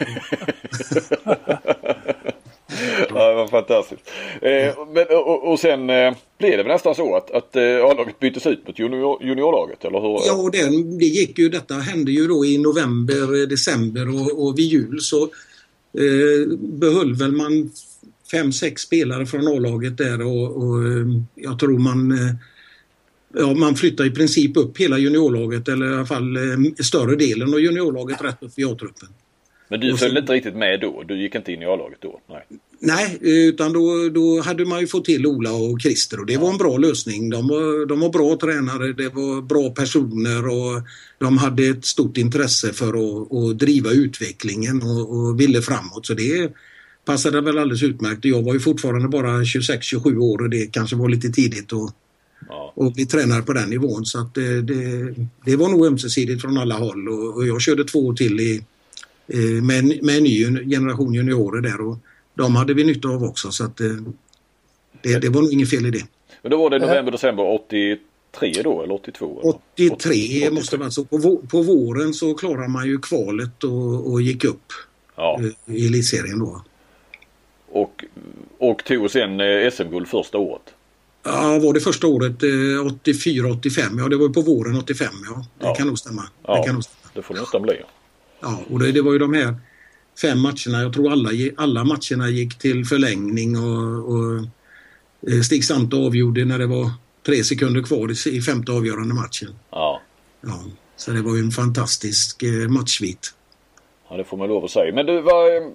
Ja, det var fantastiskt. Eh, men, och, och sen eh, blev det nästan så att, att eh, A-laget byttes ut mot junior, juniorlaget, eller hur?
Ja, det, det gick ju, detta hände ju då i november, december, och, och vid jul så eh, behöll väl man fem, sex spelare från A-laget där, och, och jag tror man eh, ja, man flyttar i princip upp hela juniorlaget, eller i alla fall eh, större delen av juniorlaget rätt upp i A-truppen.
Men du
och
följde
så,
inte riktigt med då? Du gick inte in i A-laget då? Nej,
nej utan då, då hade man ju fått till Ola och Christer och det ja. var en bra lösning. De var, de var bra tränare, det var bra personer och de hade ett stort intresse för att, att driva utvecklingen och, och ville framåt. Så det passade väl alldeles utmärkt. Jag var ju fortfarande bara tjugosex tjugosju år och det kanske var lite tidigt att ja. och bli tränare på den nivån. Så att det, det, det var nog ömsesidigt från alla håll och, och jag körde två år till i, med, med en ny generation juniorer där och de hade vi nytta av också. Så att det, det var nog inget fel i det.
Men då var det november, december åttiotre då eller åttiotvå? Eller?
åttiotre åttiotre måste vara så. På, på våren så klarar man ju kvalet och, och gick upp ja. i elitserien då.
Och, och tog sen S M-guld första året?
Ja, var det första året eh, åttiofyra åttiofem? Ja, det var ju på våren åttiofem, ja. Det ja. kan nog stämma.
Ja,
det, kan nog stämma.
Det får det nästan bli.
Ja, och det, det var ju de här fem matcherna. Jag tror alla, alla matcherna gick till förlängning och, och Stig Sante avgjorde när det var tre sekunder kvar i femte avgörande matchen.
Ja.
Ja, så det var ju en fantastisk eh, matchvit.
Ja, det får man lov att säga. Men du var...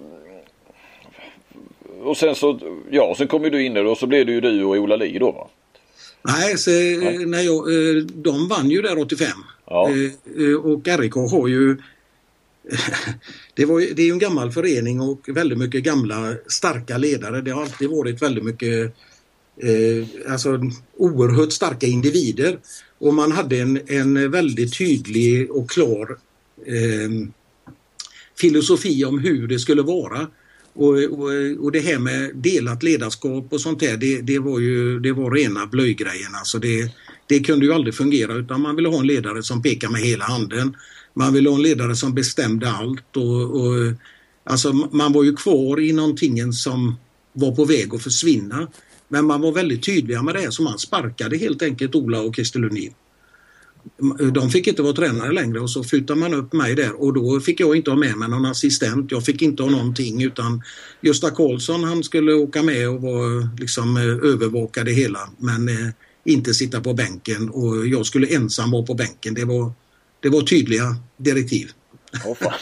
Och sen så, ja, sen kom ju du in där och så blev det ju du och Ola Lie då va?
Nej, så, Nej. När jag, de vann ju där åttiofem.
Ja.
Och R I K har ju, det, var, det är ju en gammal förening och väldigt mycket gamla starka ledare. Det har alltid varit väldigt mycket, eh, alltså oerhört starka individer. Och man hade en, en väldigt tydlig och klar eh, filosofi om hur det skulle vara. Och, och, och det här med delat ledarskap och sånt där, det, det var ju det var rena blöjgrejen. Alltså det, det kunde ju aldrig fungera utan man ville ha en ledare som pekar med hela handen. Man ville ha en ledare som bestämde allt och, och alltså man var ju kvar i någonting som var på väg att försvinna. Men man var väldigt tydliga med det så man sparkade helt enkelt Ola och Christer Lundin. De fick inte vara tränare längre och så flyttade man upp mig där och då fick jag inte ha med mig någon assistent. Jag fick inte ha någonting utan Gösta Karlsson han skulle åka med och var, liksom, övervaka det hela men eh, inte sitta på bänken och jag skulle ensam vara på bänken. Det var, det var tydliga direktiv.
Oh, fan.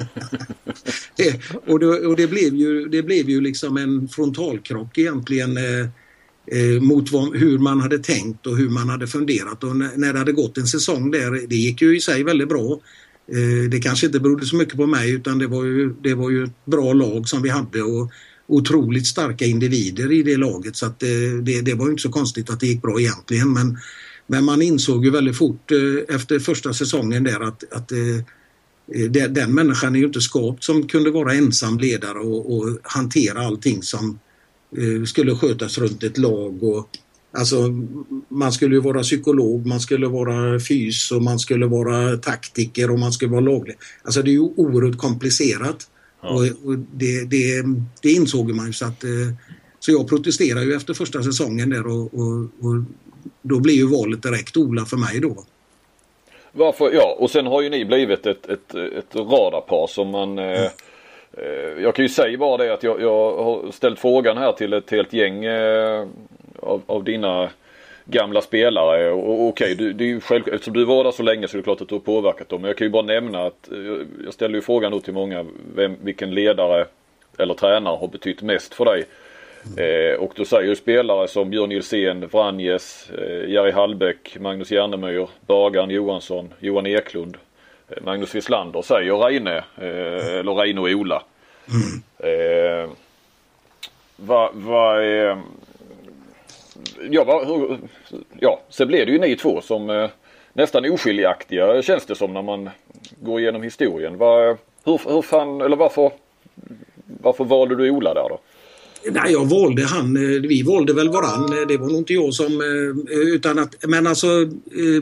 det, och det, och det, blev ju, det blev ju liksom en frontalkrock egentligen eh, Eh, mot vad, hur man hade tänkt och hur man hade funderat och när, när det hade gått en säsong där, det gick ju i sig väldigt bra. Eh, det kanske inte berodde så mycket på mig utan det var ju, det var ju ett bra lag som vi hade och otroligt starka individer i det laget så att eh, det, det var ju inte så konstigt att det gick bra egentligen men, men man insåg ju väldigt fort eh, efter första säsongen där att, att eh, det, den människan är ju inte skapt som kunde vara ensam ledare och, och hantera allting som skulle skötas runt ett lag och alltså man skulle ju vara psykolog, man skulle vara fys och man skulle vara taktiker och man skulle vara laglig. Alltså det är ju oerhört komplicerat ja. och, och det, det, det insåg man ju så att så jag protesterade ju efter första säsongen där och, och, och då blev ju valet direkt Ola för mig då.
Varför? Ja, och sen har ju ni blivit ett, ett, ett radarpar som man mm. Jag kan ju säga bara det att jag, jag har ställt frågan här till ett helt gäng eh, av, av dina gamla spelare och okej, okay, det är ju själv, eftersom du var där så länge så är det klart att du har påverkat dem. Men jag kan ju bara nämna att jag, jag ställer ju frågan då till många vem, vilken ledare eller tränare har betytt mest för dig. Eh, och då säger ju spelare som Björn Nilsén, Vranjes, eh, Jerry Hallbäck, Magnus Järnemyr, Bagan Johansson, Johan Eklund, Magnus Wislander säger Reine eh, eller Reine och Ola. Mm. Eh, vad va, eh, ja, va, hur, ja, så blev det ju ni två som eh, nästan oskiljaktiga känns det som när man går igenom historien. Va, hur, hur fan, eller varför varför valde du Ola där då?
Nej, jag valde han, vi valde väl varann, det var nog inte jag som utan att, men alltså eh,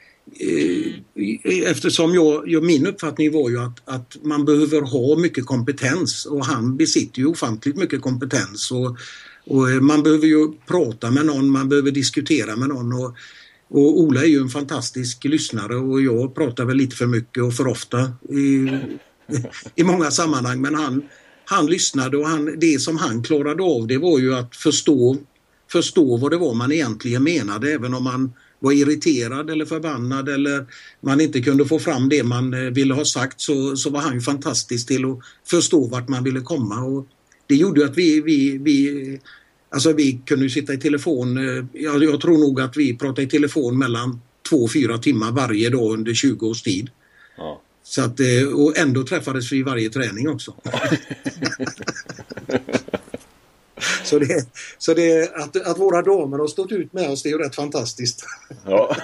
eftersom jag, jag, min uppfattning var ju att, att man behöver ha mycket kompetens och han besitter ju ofantligt mycket kompetens och, och man behöver ju prata med någon, man behöver diskutera med någon och, och Ola är ju en fantastisk lyssnare och jag pratar väl lite för mycket och för ofta i, i många sammanhang men han, han lyssnade och han, det som han klarade av det var ju att förstå förstå vad det var man egentligen menade även om man var irriterad eller förbannad eller man inte kunde få fram det man ville ha sagt, så, så var han ju fantastisk till att förstå vart man ville komma. Och det gjorde att vi, vi, vi, alltså vi kunde sitta i telefon, jag, jag tror nog att vi pratade i telefon mellan två och fyra timmar varje dag under tjugo års tid.
Ja.
Så att, och ändå träffades vi i varje träning också. Så, det, så det, att, att våra damer har stått ut med oss, det är ju rätt fantastiskt.
Ja.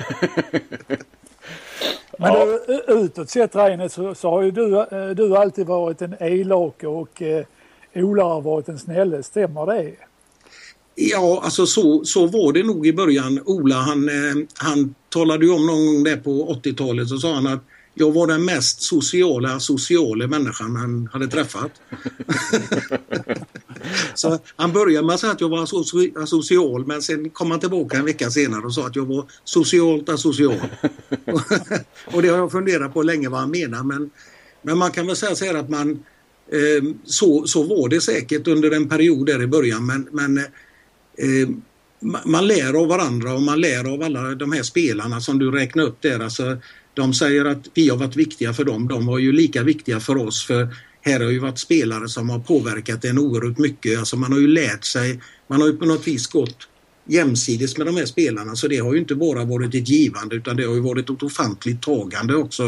Men du, utåt sett, Reine, så, så har ju du, du alltid varit en elak och eh, Ola har varit en snälle. Stämmer det?
Ja, alltså så, så var det nog i början. Ola, han, han talade ju om någon gång där på åttiotalet, så sa han att jag var den mest sociala, sociala människan han hade träffat. Så han började med att säga att jag var aso- asocial, men sen kom han tillbaka en vecka senare och sa att jag var socialt asocial. Och det har jag funderat på länge vad han menar, men, men man kan väl säga så här att man eh, så, så var det säkert under en period där i början, men, men eh, man lär av varandra och man lär av alla de här spelarna som du räknar upp där. Alltså, de säger att vi har varit viktiga för dem. De var ju lika viktiga för oss, för här har ju varit spelare som har påverkat en oerhört mycket. Alltså man har ju lärt sig, man har ju på något vis gått jämsides med de här spelarna, så det har ju inte bara varit ett givande utan det har ju varit ett ofantligt tagande också,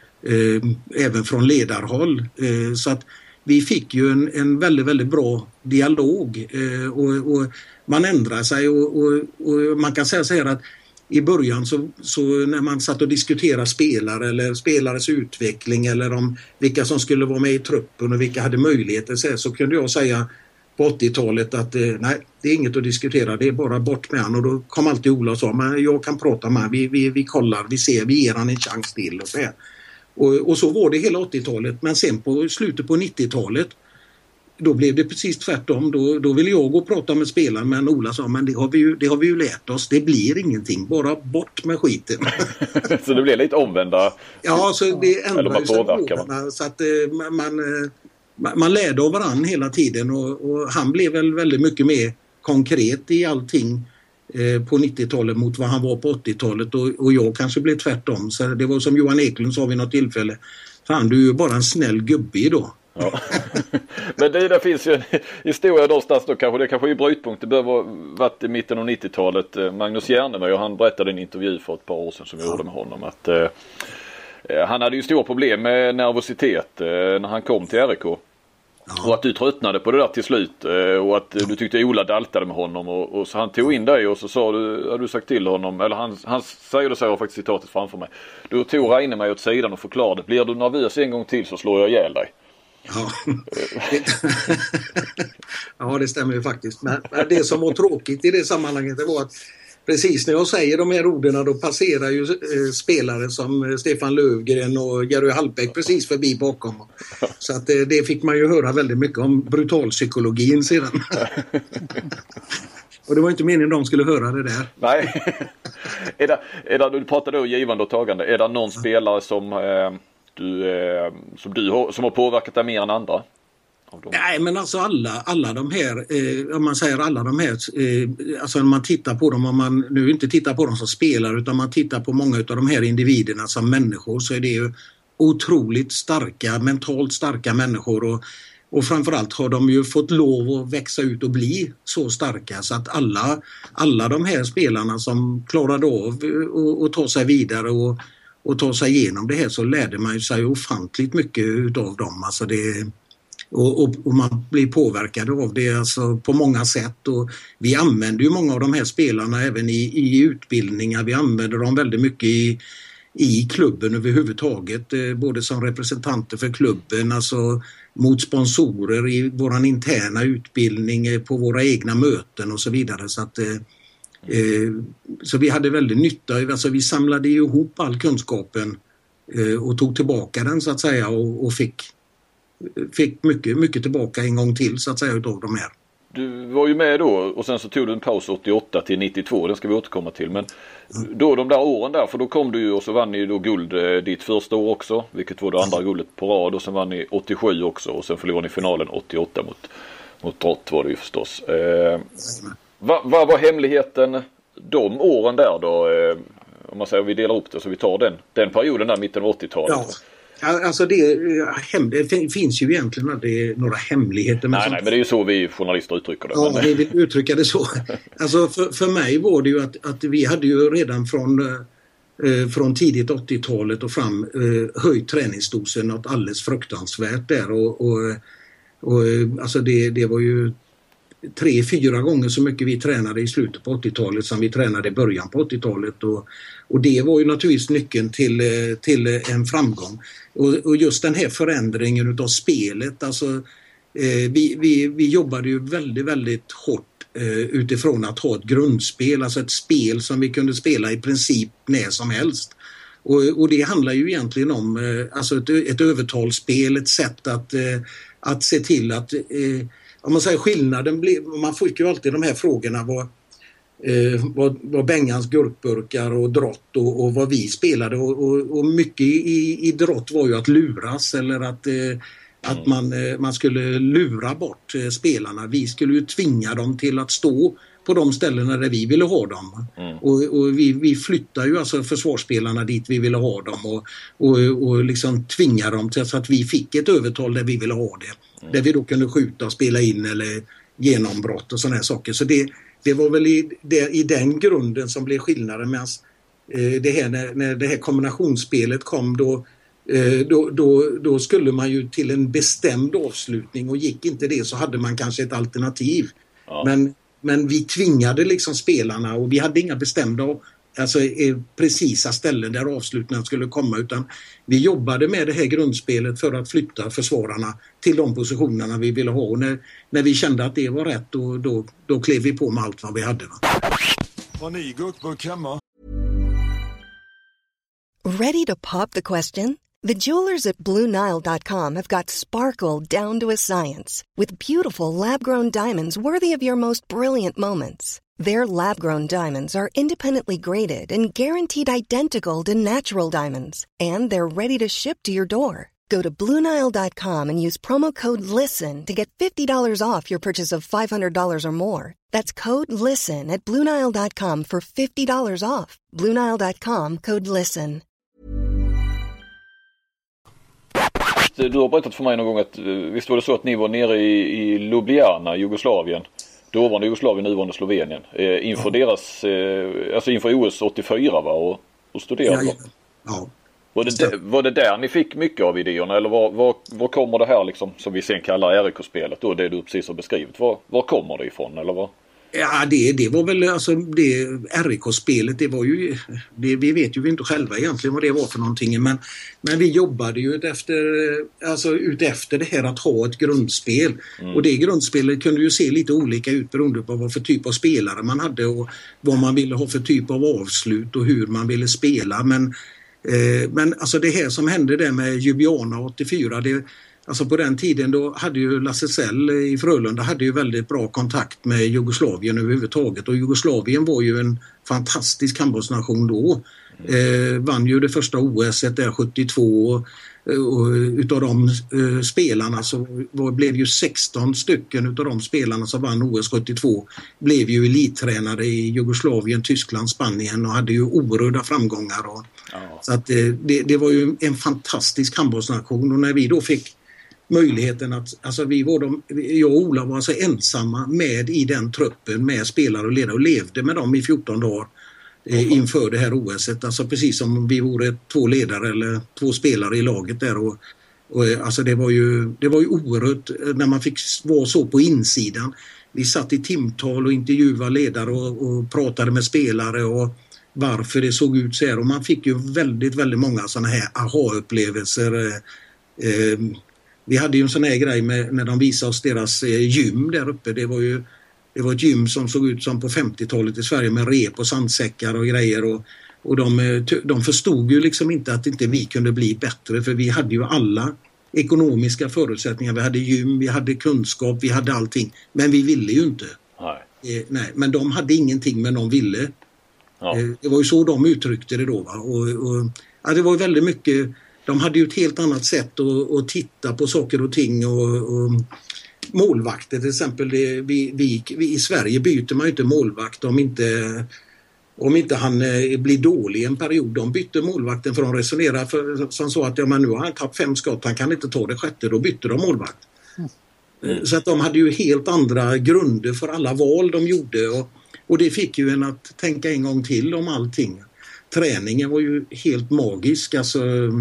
eh, även från ledarhåll. Eh, så att vi fick ju en, en väldigt, väldigt bra dialog eh, och, och man ändrar sig och, och, och man kan säga så här att i början så, så när man satt och diskuterade spelare eller spelares utveckling eller om vilka som skulle vara med i truppen och vilka hade möjligheter, så, så kunde jag säga på åttiotalet att eh, nej, det är inget att diskutera, det är bara bort med han. Och då kom alltid Ola och sa, men jag kan prata med han, vi, vi, vi kollar, vi ser, vi ger han en chans till och så här. Och, och så var det hela åttiotalet, men sen på slutet på nittiotalet då blev det precis tvärtom. Då, då ville jag gå och prata med spelaren, men Ola sa, men det har, vi ju, det har vi ju lärt oss. Det blir ingenting, bara bort med skiten.
Så det blir lite omvända.
Ja, så det ändrar ju sig
påverkar,
så att man, man, man lärde av varandra hela tiden och, och han blev väl väldigt mycket mer konkret i allting eh, på nittiotalet mot vad han var på åttiotalet och, och jag kanske blev tvärtom. Så det var som Johan Eklund sa vid något tillfälle, fan, du är ju bara en snäll gubbe idag.
Ja. Men det där finns ju en historia någonstans då, kanske det kanske är brytpunkt. Det bör vara varit i mitten av nittiotalet. Magnus Järnemöj, och han berättade i en intervju för ett par år sedan som jag gjorde med honom att eh, han hade ju stora problem med nervositet eh, när han kom till R I K. Ja. Och att du tröttnade på det där till slut eh, och att du tyckte Ola daltade med honom och, och så han tog in dig och så sa du, hade du sagt till honom, eller han, han säger det så, jag faktiskt citatet framför mig. Du tog Reine mig åt sidan och förklarade, blir du nervös en gång till så slår jag ihjäl dig.
Ja. Ja, det stämmer ju faktiskt. Men det som var tråkigt i det sammanhanget det var att precis när jag säger de här orden då passerar ju eh, spelare som Stefan Löfgren och Jerry Hallbäck precis förbi bakom. Så att eh, det fick man ju höra väldigt mycket om brutalpsykologin sedan. Och det var inte meningen de skulle höra det där.
Nej. är det, är det, du pratade om givande och tagande. Är det någon ja. spelare som... Eh, Du, eh, som du har, som har påverkat dig mer än andra?
Nej, men alltså alla, alla de här, eh, om man säger alla de här, eh, alltså när man tittar på dem, om man nu inte tittar på dem som spelare utan man tittar på många av de här individerna som människor, så är det ju otroligt starka, mentalt starka människor och, och framförallt har de ju fått lov att växa ut och bli så starka så att alla, alla de här spelarna som klarade av att ta sig vidare och och ta sig igenom det här, så lärde man sig ofantligt mycket utav dem. Alltså det, och, och, och man blir påverkad av det alltså på många sätt. Och vi använder ju många av de här spelarna även i, i utbildningar. Vi använder dem väldigt mycket i, i klubben överhuvudtaget. Eh, både som representanter för klubben, alltså mot sponsorer i våran interna utbildning, eh, på våra egna möten och så vidare. Så att... Eh, Eh, så vi hade väldigt nytta, alltså vi samlade ihop all kunskapen eh, och tog tillbaka den så att säga och, och fick, fick mycket, mycket tillbaka en gång till så att säga utav de här.
Du var ju med då och sen så tog du en paus åttioåtta till nittiotvå, den ska vi återkomma till, men mm. då de där åren där, för då kom du ju och så vann ni då guld eh, ditt första år också, vilket var det andra guldet på rad, och sen vann ni åttiosju också och sen förlorade ni finalen åttioåtta mot, mot Drott var det ju förstås. Eh, Vad, vad var hemligheten de åren där då? om man säger vi delar upp det så vi tar den, den perioden där mitten av åttiotalet.
Ja. Alltså det, det finns ju egentligen aldrig några hemligheter.
Nej, nej, men det är ju så vi journalister uttrycker det.
Ja,
men...
vi vill uttrycka det så. Alltså för, för mig var det ju att, att vi hade ju redan från, eh, från tidigt åttiotalet och fram eh, höjt träningsdosen något alldeles fruktansvärt där. Och, och, och alltså det, det var ju tre, fyra gånger så mycket vi tränade i slutet på åttiotalet som vi tränade i början på åttiotalet. Och, och det var ju naturligtvis nyckeln till, till en framgång. Och, och just den här förändringen utav spelet, alltså eh, vi, vi, vi jobbade ju väldigt, väldigt hårt eh, utifrån att ha ett grundspel, alltså ett spel som vi kunde spela i princip när som helst. Och, och det handlar ju egentligen om eh, alltså ett, ett övertalsspel, ett sätt att, eh, att se till att eh, om man säger skillnaden, man fick ju alltid de här frågorna vad, eh, vad, vad Bengans gurkburkar och drott och, och vad vi spelade och, och, och mycket i, i drott var ju att luras eller att, eh, att man, eh, man skulle lura bort eh, spelarna. Vi skulle ju tvinga dem till att stå på de ställena där vi ville ha dem. Mm. Och, och vi, vi flyttar ju alltså försvarsspelarna dit vi ville ha dem och, och, och liksom tvingar dem till så att vi fick ett övertal där vi ville ha det. Mm. Där vi då kunde skjuta och spela in eller genombrott och sådana här saker. Så det, det var väl i, det, i den grunden som blev skillnaden medan eh, det här, när, när det här kombinationsspelet kom då, eh, då, då, då skulle man ju till en bestämd avslutning och gick inte det så hade man kanske ett alternativ. Ja. Men Men vi tvingade liksom spelarna och vi hade inga bestämda alltså, precisa ställen där avslutningen skulle komma utan vi jobbade med det här grundspelet för att flytta försvararna till de positionerna vi ville ha. Och när, när vi kände att det var rätt då, då, då klev vi på med allt vad vi hade.
Har ni gurkburk hemma?
Ready to pop the question? The jewelers at Blue Nile dot com have got sparkle down to a science with beautiful lab-grown diamonds worthy of your most brilliant moments. Their lab-grown diamonds are independently graded and guaranteed identical to natural diamonds, and they're ready to ship to your door. Go to Blue Nile dot com and use promo code LISTEN to get fifty dollars off your purchase of five hundred dollars or more. That's code LISTEN at Blue Nile dot com for fifty dollars off. Blue Nile dot com, code LISTEN.
Du har berättat för mig någon gång att visst var det så att ni var nere i, i Ljubljana, Jugoslavien, dåvarande Jugoslavien, nuvarande Slovenien, eh, inför ja. deras, eh, alltså inför O S åttiofyra va, och, och studerade.
Ja, ja. Ja.
Var, det där, var det där ni fick mycket av idéerna eller var, var, var kommer det här liksom, som vi sen kallar R I K-spelet då, det du precis har beskrivit, var, var kommer det ifrån eller vad?
Ja, det, det var väl alltså det R I K-spelet, det var ju det, vi vet ju inte själva egentligen vad det var för någonting, men, men vi jobbade ju efter, alltså ut efter det här att ha ett grundspel mm. och det grundspelet kunde ju se lite olika ut beroende på vad för typ av spelare man hade och vad man ville ha för typ av avslut och hur man ville spela, men, eh, men alltså det här som hände där med Ljubljana åttiofyra, det alltså på den tiden då hade ju Lasse Sell i Frölunda hade ju väldigt bra kontakt med Jugoslavien överhuvudtaget och Jugoslavien var ju en fantastisk handbollsnation då. Eh, vann ju det första O S-et där sjuttiotvå och, och utav de eh, spelarna så var, blev ju sexton stycken utav de spelarna som vann O S sjuttiotvå blev ju elittränare i Jugoslavien, Tyskland, Spanien och hade ju oerhörda framgångar. Och, ja. Så att eh, det, det var ju en fantastisk handbollsnation och när vi då fick möjligheten att, alltså vi var de, jag och Ola var alltså ensamma med i den truppen med spelare och ledare och levde med dem i fjorton dagar eh, inför det här O S-et. Alltså precis som vi vore två ledare eller två spelare i laget där och, och alltså det var ju, det var ju oerhört när man fick vara så på insidan. Vi satt i timtal och intervjuade ledare och, och pratade med spelare och varför det såg ut så här och man fick ju väldigt, väldigt många sådana här aha-upplevelser. Eh, eh, Vi hade ju en sån här grej med, när de visade oss deras eh, gym där uppe. Det var ju det var ett gym som såg ut som på femtiotalet i Sverige med rep och sandsäckar och grejer. Och, och de, de förstod ju liksom inte att inte vi kunde bli bättre för vi hade ju alla ekonomiska förutsättningar. Vi hade gym, vi hade kunskap, vi hade allting. Men vi ville ju inte. Nej. Eh, nej, men de hade ingenting men de ville. Ja. Eh, det var ju så de uttryckte det då. Va? Och, och, ja, det var ju väldigt mycket... De hade ju ett helt annat sätt att, att titta på saker och ting och, och målvakter till exempel. Det, vi, vi, vi, I Sverige byter man ju inte målvakt om inte om inte han eh, blir dålig i en period. De bytte målvakten för att resonera för, som så att ja, men nu har han tagit fem skott, han kan inte ta det sjätte, då bytte de målvakt. Mm. Så att de hade ju helt andra grunder för alla val de gjorde och, och det fick ju en att tänka en gång till om allting. Träningen var ju helt magisk, alltså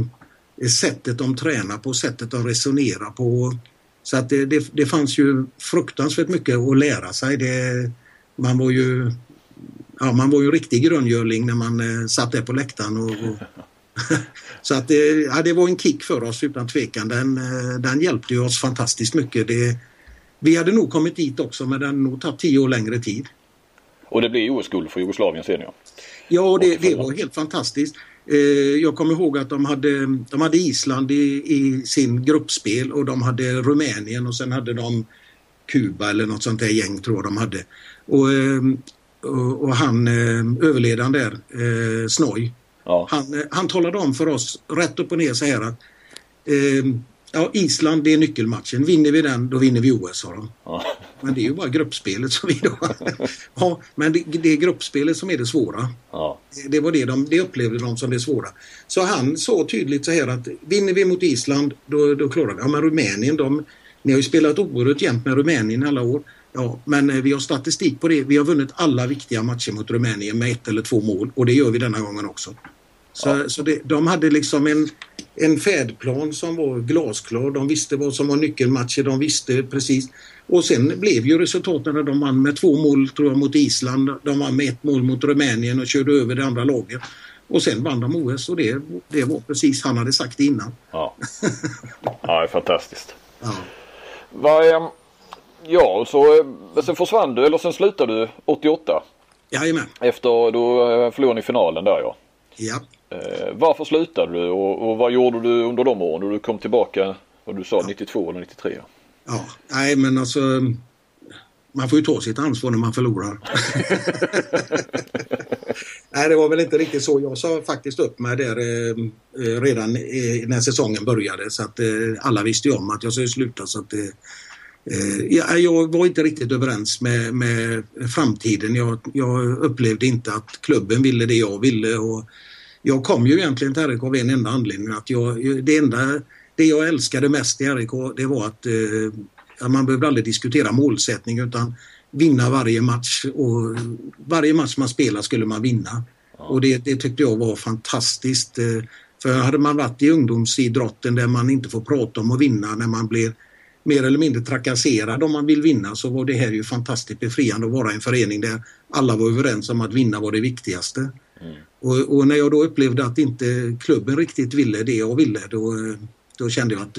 sättet de tränar på, sättet de resonerar på. Så att det, det, det fanns ju fruktansvärt mycket att lära sig. Det, man var ju ja, man var ju en riktig gröngörling när man eh, satt där på läktaren. Och, och så att det, ja, det var en kick för oss utan tvekan. Den, den hjälpte ju oss fantastiskt mycket. Det, vi hade nog kommit dit också, men den nog tagit tio år längre tid.
Och det blev O S-guld för Jugoslavien sen, ja.
Ja, det, det var helt fantastiskt. Eh, jag kommer ihåg att de hade, de hade Island i, i sin gruppspel och de hade Rumänien och sen hade de Kuba eller något sånt där gäng tror jag de hade. Och, eh, och, och han, eh, överledaren där, eh, Snoj, ja. han, eh, han talade om för oss rätt upp och ner så här att eh, ja, Island det är nyckelmatchen. Vinner vi den, då vinner vi O S, sa de. Ja. Men det är ju bara gruppspelet som vi då... ja, men det, det är gruppspelet som är det svåra. Ja. Det var det de det upplevde de som det svåra. Så han sa tydligt så här att vinner vi mot Island, då, då klarar vi. Ja, men Rumänien, de, ni har ju spelat oerhört jämt med Rumänien alla år. Ja, men vi har statistik på det. Vi har vunnit alla viktiga matcher mot Rumänien med ett eller två mål. Och det gör vi denna gången också. Så, ja. så det, de hade liksom en, en färdplan som var glasklar. De visste vad som var nyckelmatcher. De visste precis. Och sen blev ju resultaten när de vann med två mål tror jag mot Island. De vann med ett mål mot Rumänien och körde över det andra laget. Och sen vann de O S och det, det var precis han hade sagt innan.
Ja, ja det är fantastiskt.
Ja.
Vad är... Ja, så sen försvann du eller sen slutade du åttioåtta.
Jajamän.
Efter då förlorade ni finalen där, ja.
Ja.
Eh, varför slutade du och, och vad gjorde du under de åren då du kom tillbaka, vad du sa, ja. nittiotvå eller nittiotre? Ja.
ja, nej men alltså man får ju ta sitt ansvar när man förlorar. Nej, det var väl inte riktigt så. Jag sa faktiskt upp mig där eh, redan eh, när säsongen började så att eh, alla visste ju om att jag skulle sluta så att eh, Jag, jag var inte riktigt överens med, med framtiden. Jag, jag upplevde inte att klubben ville det jag ville. Och jag kom ju egentligen till R I K av en enda anledning. Att jag, det, enda, det jag älskade mest i R I K det var att eh, man behövde aldrig diskutera målsättning utan vinna varje match. Och varje match man spelar skulle man vinna. Ja. Och det, det tyckte jag var fantastiskt. För hade man varit i ungdomsidrotten där man inte får prata om att vinna när man blir mer eller mindre trakasserad om man vill vinna så var det här ju fantastiskt befriande att vara en förening där alla var överens om att vinna var det viktigaste. Mm. Och, och när jag då upplevde att inte klubben riktigt ville det jag ville då, då kände jag att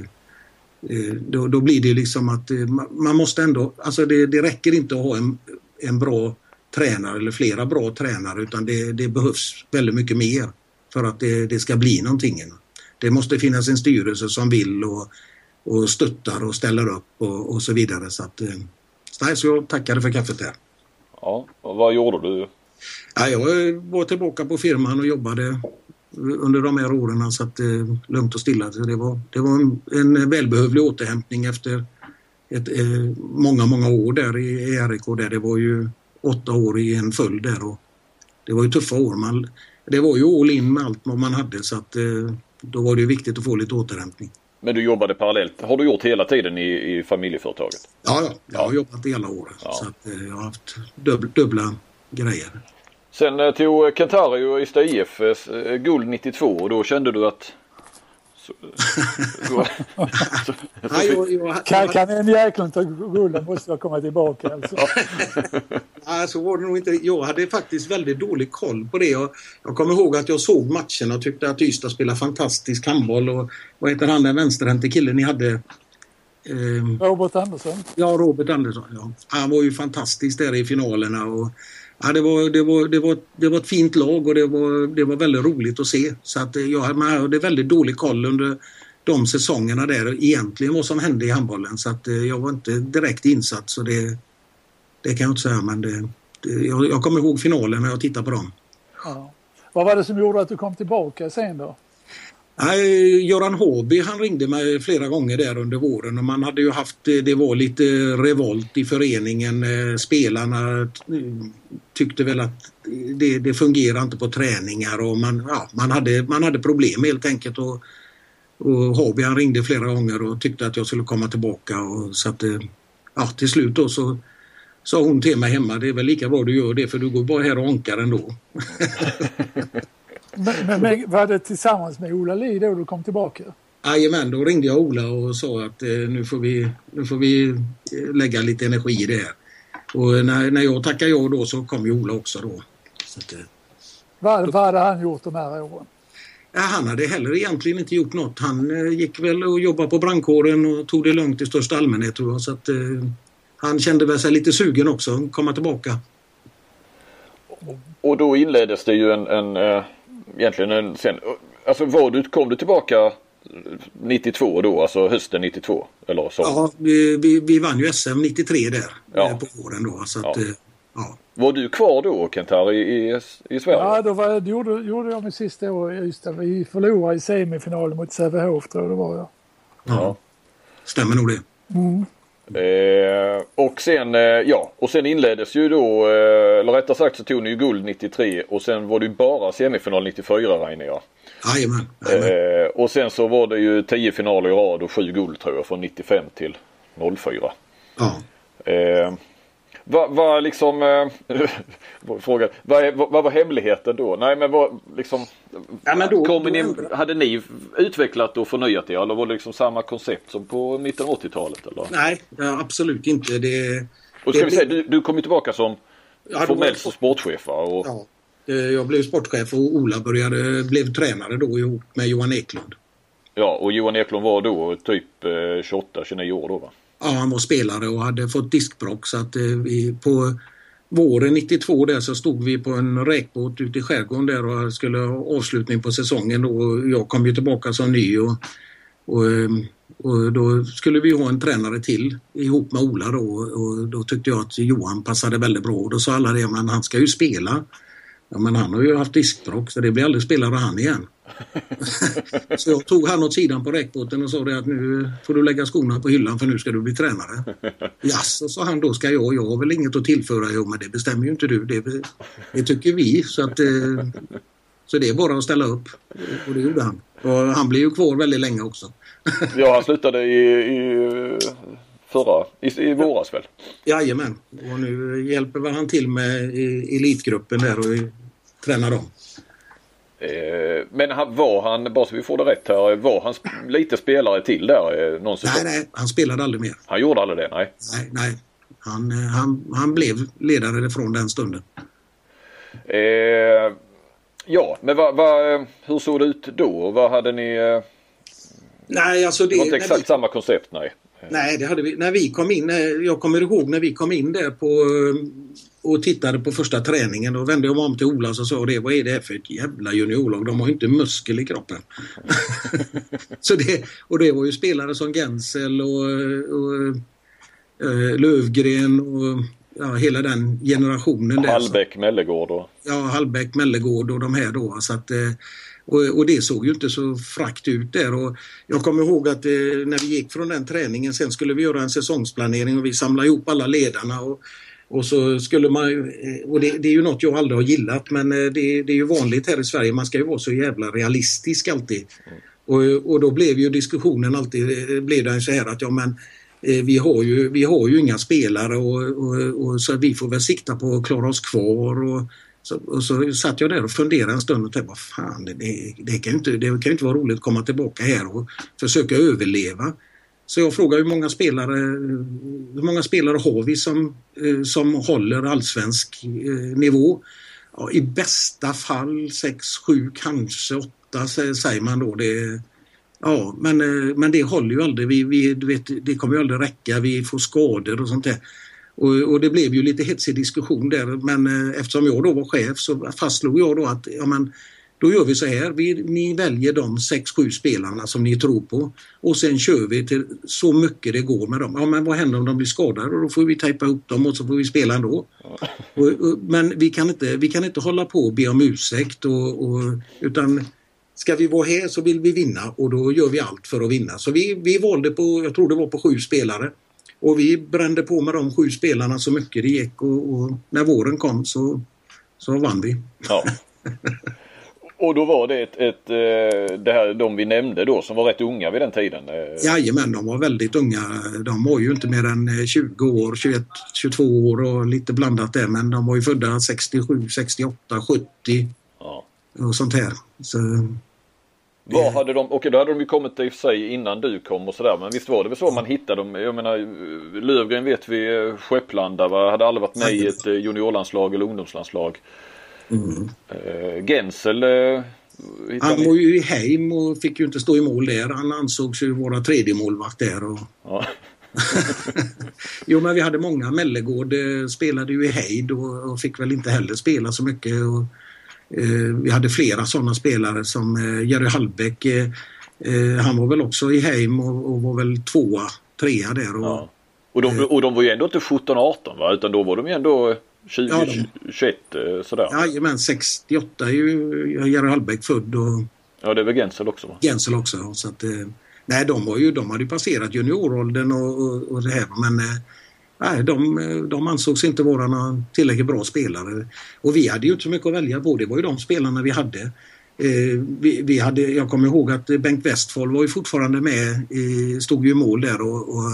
eh, då, då blir det liksom att eh, man måste ändå, alltså det, det räcker inte att ha en, en bra tränare eller flera bra tränare utan det, det behövs väldigt mycket mer för att det, det ska bli någonting. Det måste finnas en styrelse som vill och och stöttar och ställer upp och, och så vidare. Så, att, eh, så jag tackade för kaffet där.
Ja, och vad gjorde du?
Ja, jag var tillbaka på firman och jobbade under de här åren så att, eh, lugnt och stilla. Så det var, det var en, en välbehövlig återhämtning efter ett, eh, många, många år där i, i R I K. Där det var ju åtta år i en följd där. Och det var ju tuffa år. Man, det var ju all in med allt vad man hade så att, eh, då var det ju viktigt att få lite återhämtning.
Men du jobbade parallellt. Har du gjort hela tiden i, i familjeföretaget?
Ja, ja. Jag har ja. jobbat hela året. Ja. Så att, eh, jag har haft dubbla, dubbla grejer.
Sen eh, tog Kentari och Ystad I F eh, guld nittiotvå och då kände du att... Så, så,
så, Nej, jag, jag, kan, kan en jäkla ta gulden måste jag komma tillbaka alltså.
Nej, så var det nog inte. Jag hade faktiskt väldigt dålig koll på det. Jag, jag kommer ihåg att jag såg matchen och tyckte att Ystad spelade fantastisk handboll och vad heter han den vänsterhänte killen ni hade?
Eh, Robert Andersson.
Ja, Robert Andersson. Ja. Han var ju fantastisk där i finalerna och ja, det, var, det, var, det, var, det var ett fint lag och det var, det var väldigt roligt att se. Så att jag hade väldigt dålig koll under de säsongerna där egentligen vad som hände i handbollen. Så att jag var inte direkt insatt så det, det kan jag inte säga. Men det, det, jag, jag kommer ihåg finalen när jag tittade på dem.
Ja. Vad var det som gjorde att du kom tillbaka sen då?
Nej, Göran Håby, han ringde mig flera gånger där under våren och man hade ju haft, det var lite revolt i föreningen. Spelarna tyckte väl att det, det fungerar inte på träningar och man, ja, man, hade, man hade problem helt enkelt. Och, och Håby, han ringde flera gånger och tyckte att jag skulle komma tillbaka och så att, ja, till slut då så sa hon till mig hemma, det är väl lika bra du gör det för du går bara här och onkar ändå.
men, men, men var det tillsammans med Ola Lie då du kom tillbaka?
Jajamän, då ringde jag Ola och sa att eh, nu, får vi, nu får vi lägga lite energi i det här. Och när, när jag tackade ja då så kom ju Ola också då. Så att, eh,
vad, vad hade han gjort de här åren?
Ja, han hade heller egentligen inte gjort något. Han eh, gick väl och jobbade på brandkåren och tog det lugnt i största allmänhet tror jag. Så att, eh, han kände väl sig lite sugen också att komma tillbaka.
Och då inleddes det ju en, en äh, egentligen en sen, alltså var du, kom du tillbaka nittiotvå då, alltså hösten nittiotvå eller så?
Ja, vi, vi, vi vann ju S M nittiotre där
ja.
på våren då. Så att,
ja.
Eh, ja.
Var du kvar då Kent-Här i, i, i Sverige?
Ja, då var, det gjorde, gjorde jag med sista år just det. Vi förlorade i semifinalen mot Sävehof tror jag det var. Ja.
Ja. Stämmer nog det.
Mm.
Eh, och sen eh, ja och sen inleddes ju då eh, eller rättare sagt så tog ni ju guld nittiotre och sen var det ju bara semifinal nittiofyra Reine, ja.
Jajamän.
Eh, och sen så var det ju tio finaler i rad och sju guld tror jag från nittiofem till noll fyra.
Ja.
Eh, vad var liksom eh, frågan, vad, är, vad, vad var hemligheten då? Nej men vad liksom
ja, men då,
kom
då
ni, hade ni utvecklat och förnyat det eller var det liksom samma koncept som på mitten av åttiotalet eller?
Nej, ja, absolut inte. Det,
och ska
det
vi säga, du, du kom ju tillbaka som
ja,
formellt som sportchef va? Och...
Ja, jag blev sportchef och Ola började, blev tränare då ihop med Johan Eklund.
Ja, och Johan Eklund var då typ eh, tjugoåtta tjugonio år då va? Ja,
han var spelare och hade fått diskbråck så att eh, vi på våren nittiotvå där så stod vi på en räkbåt ute i skärgården där och skulle ha avslutning på säsongen då. Jag kom ju tillbaka som ny och, och, och då skulle vi ha en tränare till ihop med Ola då och då tyckte jag att Johan passade väldigt bra och då sa alla det, men han ska ju spela. Ja, men han har ju haft diskbråck så det blir aldrig spelare han igen. Så jag tog han åt sidan på räckbåten och sa det att nu får du lägga skorna på hyllan för nu ska du bli tränare. Ja, så sa han då ska jag, jag har väl inget att tillföra, jo, men det bestämmer ju inte du, det, det tycker vi. Så, att, så det är bara att ställa upp och det gjorde han. Och han blev ju kvar väldigt länge också.
Ja, han slutade i, i förra, i, i våras väl?
Jajamän, och nu hjälper väl han till med elitgruppen där och tränar dem.
Men han, var han, bara så vi får det rätt här, var han lite spelare till där någon säsong?
Nej, nej, han spelade aldrig mer.
Han gjorde aldrig det, nej?
Nej, nej. Han, han, han blev ledare från den stunden.
Eh, ja, men va, va, hur såg det ut då? Vad hade ni... Eh,
nej, alltså det,
det var inte exakt
vi,
samma koncept, nej.
Nej, det hade vi. När vi kom in, jag kommer ihåg när vi kom in där på och tittade på första träningen och vände jag om till Ola och sa det, vad är det här för ett jävla juniorlag? De har ju inte muskel i kroppen. Så det, och det var ju spelare som Gensel och, och uh, Lövgren och ja, hela den generationen där.
Hallbäck, Mellegård och...
Ja, Hallbäck, Mellegård och de här då. Så att, och, och det såg ju inte så frakt ut där. Och jag kommer ihåg att när vi gick från den träningen sen skulle vi göra en säsongsplanering och vi samlade ihop alla ledarna och Och så skulle man, och det, det är ju något jag aldrig har gillat, men det, det är ju vanligt här i Sverige, man ska ju vara så jävla realistisk alltid. Mm. Och, och då blev ju diskussionen alltid, blev det så här att ja men vi har ju, vi har ju inga spelare och, och, och så vi får väl sikta på att klara oss kvar och så, och så satt jag där och funderade en stund och tänkte, vad fan, det, det, kan ju inte, det kan ju inte vara roligt att komma tillbaka här och försöka överleva. Så jag frågar hur många spelare, hur många spelare har vi som, som håller allsvensk nivå? Ja, i bästa fall sex, sju, kanske åtta säger man då. Det, ja, men, men det håller ju aldrig. Vi, vi, du vet, det kommer ju aldrig räcka. Vi får skador och sånt där. Och, och det blev ju lite hetsig diskussion där. Men eftersom jag då var chef så fastslog jag då att ja, men, då gör vi så här, vi, ni väljer de sex sju spelarna som ni tror på och sen kör vi till så mycket det går med dem. Ja, men vad händer om de blir skadade? Och då får vi tejpa ihop dem och så får vi spela ändå. Ja. Och, och, men vi kan, inte, vi kan inte hålla på och be om ursäkt och, och, utan ska vi vara här så vill vi vinna och då gör vi allt för att vinna. Så vi, vi valde på, jag tror det var på sju spelare. Och vi brände på med de sju spelarna så mycket det gick och, och när våren kom så, så vann vi.
Ja. Och då var det ett, ett, det här, de vi nämnde då som var rätt unga vid den tiden?
Jajamän, de var väldigt unga. De var ju inte mer än tjugo år, tjugoett, tjugotvå år och lite blandat där. Men de var ju födda sextiosju, sextioåtta, sjuttio
ja.
och sånt här. Så,
vad hade de, okej då hade de ju kommit i och för sig innan du kom och sådär. Men visst var det väl så man hittade dem? Jag menar, Lövgren vet vi, Skepplanda va? Hade aldrig varit med i ett juniorlandslag eller ungdomslandslag. Mm. Uh, Gensel uh,
han var ju i Heim och fick ju inte stå i mål där. Han ansågs ju vara tredje målvakt där. Och... Ja. Jo, men vi hade många. Mellegård uh, spelade ju i Heid och, och fick väl inte heller spela så mycket. Och, uh, vi hade flera sådana spelare som uh, Jerry Hallbäck. Uh, uh, han var väl också i Heim och, och var väl tvåa, trea där. Och,
ja. och, de, och de var ju ändå inte sjutton arton va? Utan då var de ju ändå... tjugo, ja, tjugoett sådär.
Ja, men sextioåtta är ju Jerry Hallbäck född och...
Ja, det är väl Gensel också va?
Gensel också, så att... Nej, de var ju, de hade ju passerat junioråldern och, och, och det här, men... Nej, de, de ansågs inte vara några tillräckligt bra spelare. Och vi hade ju inte så mycket att välja på, det var ju de spelarna vi hade. Eh, vi, vi hade jag kommer ihåg att Bengt Westfall var ju fortfarande med, i, stod ju i mål där och... och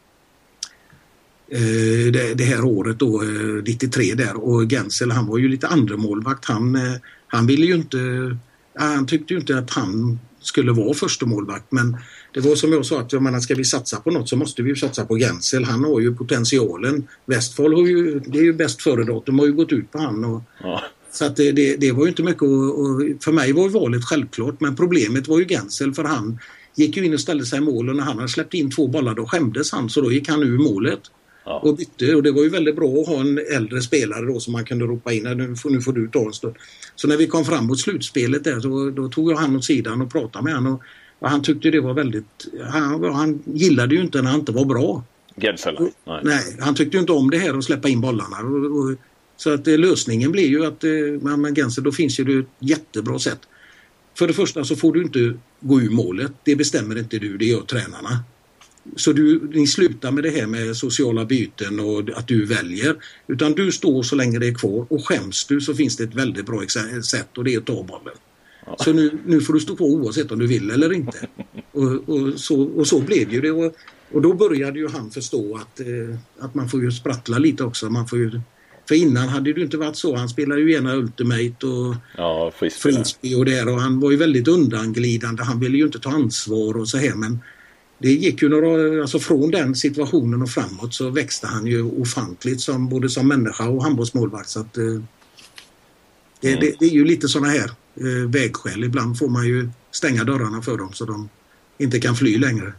Det, det här året då, nittiotre där, och Gensel han var ju lite andra målvakt. Han, han ville ju inte, han tyckte ju inte att han skulle vara första målvakt, men det var som jag sa att jag menar, ska vi satsa på något så måste vi ju satsa på Gensel. Han har ju potentialen. Westfall har ju, det är ju bäst före datum, har ju gått ut på han och, ja. Så att det, det, det var ju inte mycket och, och för mig var ju valet självklart, men problemet var ju Gensel, för han gick ju in och ställde sig i mål och när han hade släppt in två bollar då skämdes han, så då gick han ur målet. Ja. Och bytte, och det var ju väldigt bra att ha en äldre spelare då som man kunde ropa in, nu får, nu får du ta en stund. Så när vi kom fram mot slutspelet där så då tog jag han åt sidan och pratade med han och, och han tyckte det var väldigt, han, han gillade ju inte när han inte var bra.
Gensel, nej.
nej, han tyckte ju inte om det här att släppa in bollarna och, och, så att lösningen blir ju att med Gensel då finns ju det ett jättebra sätt. För det första så får du inte gå ur målet, det bestämmer inte du, det gör tränarna. Så du, ni slutar med det här med sociala byten och att du väljer, utan du står så länge det är kvar, och skäms du så finns det ett väldigt bra sätt och det är att ta bollen. Ja. Så nu, nu får du stå kvar oavsett om du vill eller inte. Och, och, så, och så blev ju det och, och då började ju han förstå att, eh, att man får ju sprattla lite också. Man får ju, för innan hade det inte varit så. Han spelade ju gärna Ultimate och
ja, frisbee.
frisbee och där, och han var ju väldigt undanglidande. Han ville ju inte ta ansvar och så här, men det gick ju några, alltså från den situationen och framåt så växte han ju ofantligt som, både som människa och handbollsmålvakt. Så att, eh, det, mm. det, det är ju lite såna här eh, vägskäl. Ibland får man ju stänga dörrarna för dem så de inte kan fly längre.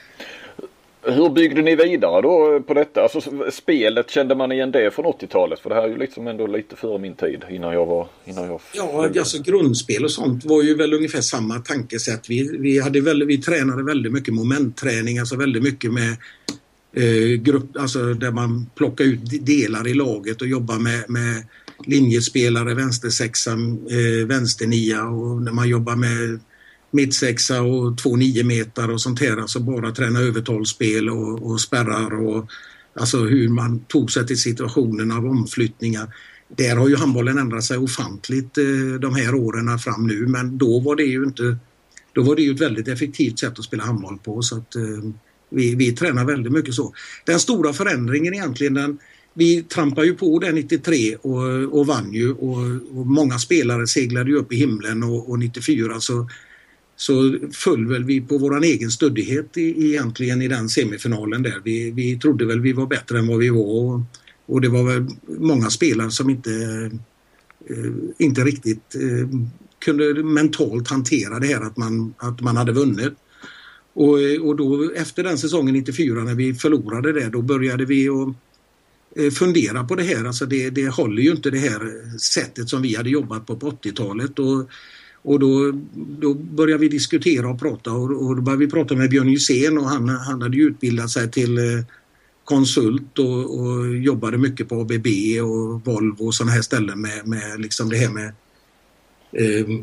Hur byggde ni vidare då på detta? Alltså spelet, kände man igen det från åttiotalet? För det här är ju liksom ändå lite före min tid innan jag var... Innan jag
ja, alltså grundspel och sånt var ju väl ungefär samma tankesätt. Vi, vi, hade väl, vi tränade väldigt mycket momentträning, alltså väldigt mycket med eh, grupp, alltså där man plockar ut delar i laget och jobbar med, med linjespelare, vänstersexa, eh, vänsternia, och när man jobbar med mittsexa och två nio meter och sånt här, alltså bara träna övertalsspel och, och spärrar och alltså hur man tog sig till situationen av omflyttningar. Där har ju handbollen ändrat sig ofantligt eh, de här åren fram nu, men då var det ju inte, då var det ju ett väldigt effektivt sätt att spela handboll på, så att eh, vi, vi tränar väldigt mycket så. Den stora förändringen egentligen, den, vi trampade ju på den nittiotre och, och vann ju och, och många spelare seglade ju upp i himlen och, och nittiofyra så så föll väl vi på våran egen stöddighet i, egentligen i den semifinalen där. Vi, vi trodde väl vi var bättre än vad vi var och, och det var väl många spelare som inte, eh, inte riktigt eh, kunde mentalt hantera det här att man, att man hade vunnit. Och, och då efter den säsongen nittiofyra när vi förlorade det, då började vi att eh, fundera på det här. Alltså det, det håller ju inte det här sättet som vi hade jobbat på på åttiotalet och Och då, då började vi diskutera och prata och, och då började vi prata med Björn Hysén och han, han hade utbildat sig till eh, konsult och, och jobbade mycket på A B B och Volvo och sådana här ställen med, med liksom det här med eh,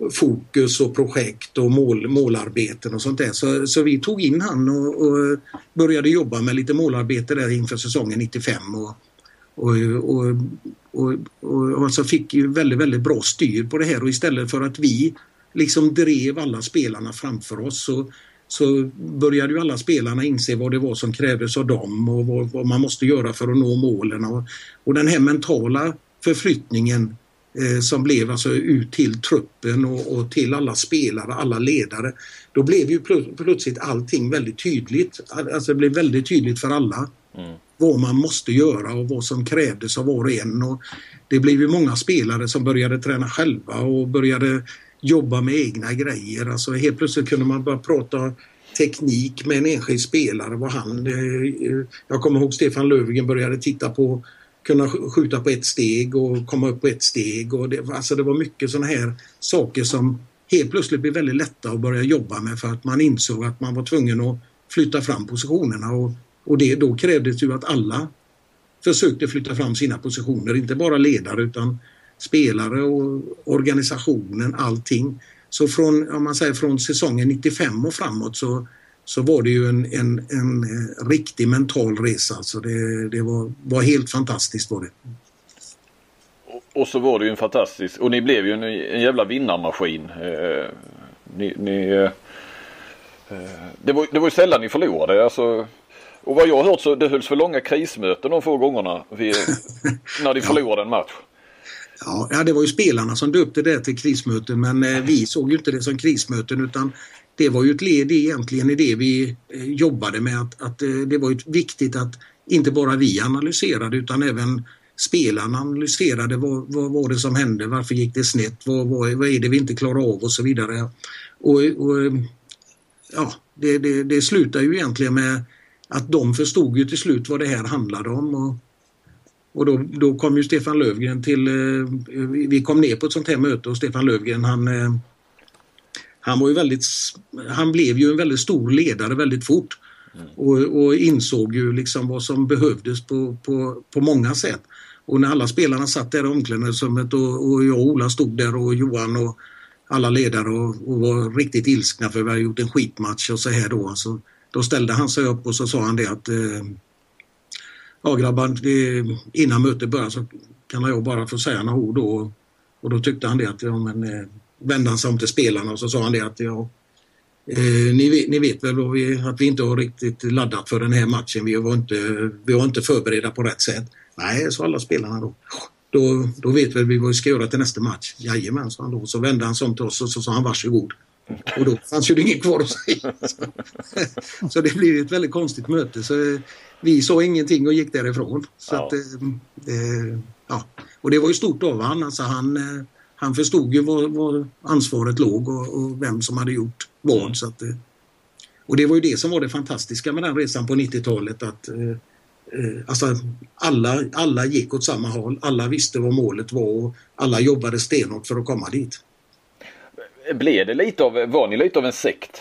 fokus och projekt och mål, målarbeten och sånt där. Så, så vi tog in han och, och började jobba med lite målarbete där inför säsongen nittiofem och, och, och, och, och, och alltså fick ju väldigt, väldigt bra styr på det här, och istället för att vi liksom drev alla spelarna framför oss så, så började ju alla spelarna inse vad det var som krävdes av dem och vad, vad man måste göra för att nå målen, och, och den här mentala förflyttningen eh, som blev alltså ut till truppen och, och till alla spelare, alla ledare, då blev ju pl- plötsligt allting väldigt tydligt, alltså det blev väldigt tydligt för alla mm. vad man måste göra och vad som krävdes av var och en, och det blev ju många spelare som började träna själva och började jobba med egna grejer. Alltså helt plötsligt kunde man bara prata teknik med en enskild spelare. Vad han, eh, jag kommer ihåg Stefan Löfgren började titta på, kunna skjuta på ett steg och komma upp på ett steg. Och det, alltså det var mycket sådana här saker som helt plötsligt blev väldigt lätta att börja jobba med, för att man insåg att man var tvungen att flytta fram positionerna. Och, och det, då krävdes ju att alla försökte flytta fram sina positioner. Inte bara ledare utan spelare och organisationen, allting. Så från, om man säger från säsongen nittiofem och framåt så, så var det ju en, en, en riktig mental resa. Så det, det var, var helt fantastiskt var det.
Och, och så var det ju en fantastisk, och ni blev ju en, en jävla vinnarmaskin. Eh, ni, ni, eh, det, var, det var ju sällan ni förlorade. Alltså, och vad jag har hört så det hölls för långa krismöten de få gångerna vi, när de förlorade en match.
Ja, det var ju spelarna som döpte det till krismöten, men eh, vi såg ju inte det som krismöten, utan det var ju ett led egentligen i det vi eh, jobbade med. Att, att eh, det var ju viktigt att inte bara vi analyserade utan även spelarna analyserade vad, vad var det som hände, varför gick det snett, vad, vad, vad är det vi inte klarar av och så vidare. Och, och ja, det, det, det slutar ju egentligen med att de förstod ju till slut vad det här handlade om, och Och då, då kom ju Stefan Löfgren till, eh, vi kom ner på ett sånt här möte, och Stefan Löfgren han, eh, han var ju väldigt, han blev ju en väldigt stor ledare väldigt fort mm. och, och insåg ju liksom vad som behövdes på, på, på många sätt. Och när alla spelarna satt där i omklädningsrummet och, och jag och Ola stod där och Johan och alla ledare och, och var riktigt ilskna för att vi hade gjort en skitmatch och så här då. Alltså, då ställde han sig upp och så sa han det att eh, ja grabbar, det, innan mötet började så kan jag bara få säga några ord då. Och då tyckte han det att ja, men, eh, vände han sig om till spelarna och så sa han det att ja, eh, ni, vet, ni vet väl vi, att vi inte har riktigt laddat för den här matchen. Vi var inte, vi var inte förberedda på rätt sätt. Nej, så alla spelarna då. Då, då vet väl vi vad vi ska göra till nästa match. Jajamän, sa han då. Så vände han sig om till oss och så sa han varsågod. Och då fanns ju det inget kvar att säga. Så det blev ett väldigt konstigt möte. Så vi sa ingenting och gick därifrån. Så
ja.
Att, eh, ja. Och det var ju stort av han. Alltså han, eh, han förstod ju var, var ansvaret låg och, och vem som hade gjort vad. Mm. Så att, eh, och det var ju det som var det fantastiska med den resan på nittiotalet. Att eh, eh, alltså alla, alla gick åt samma håll. Alla visste vad målet var och alla jobbade stenhårt för att komma dit.
Blev det lite av, var ni lite av en sekt?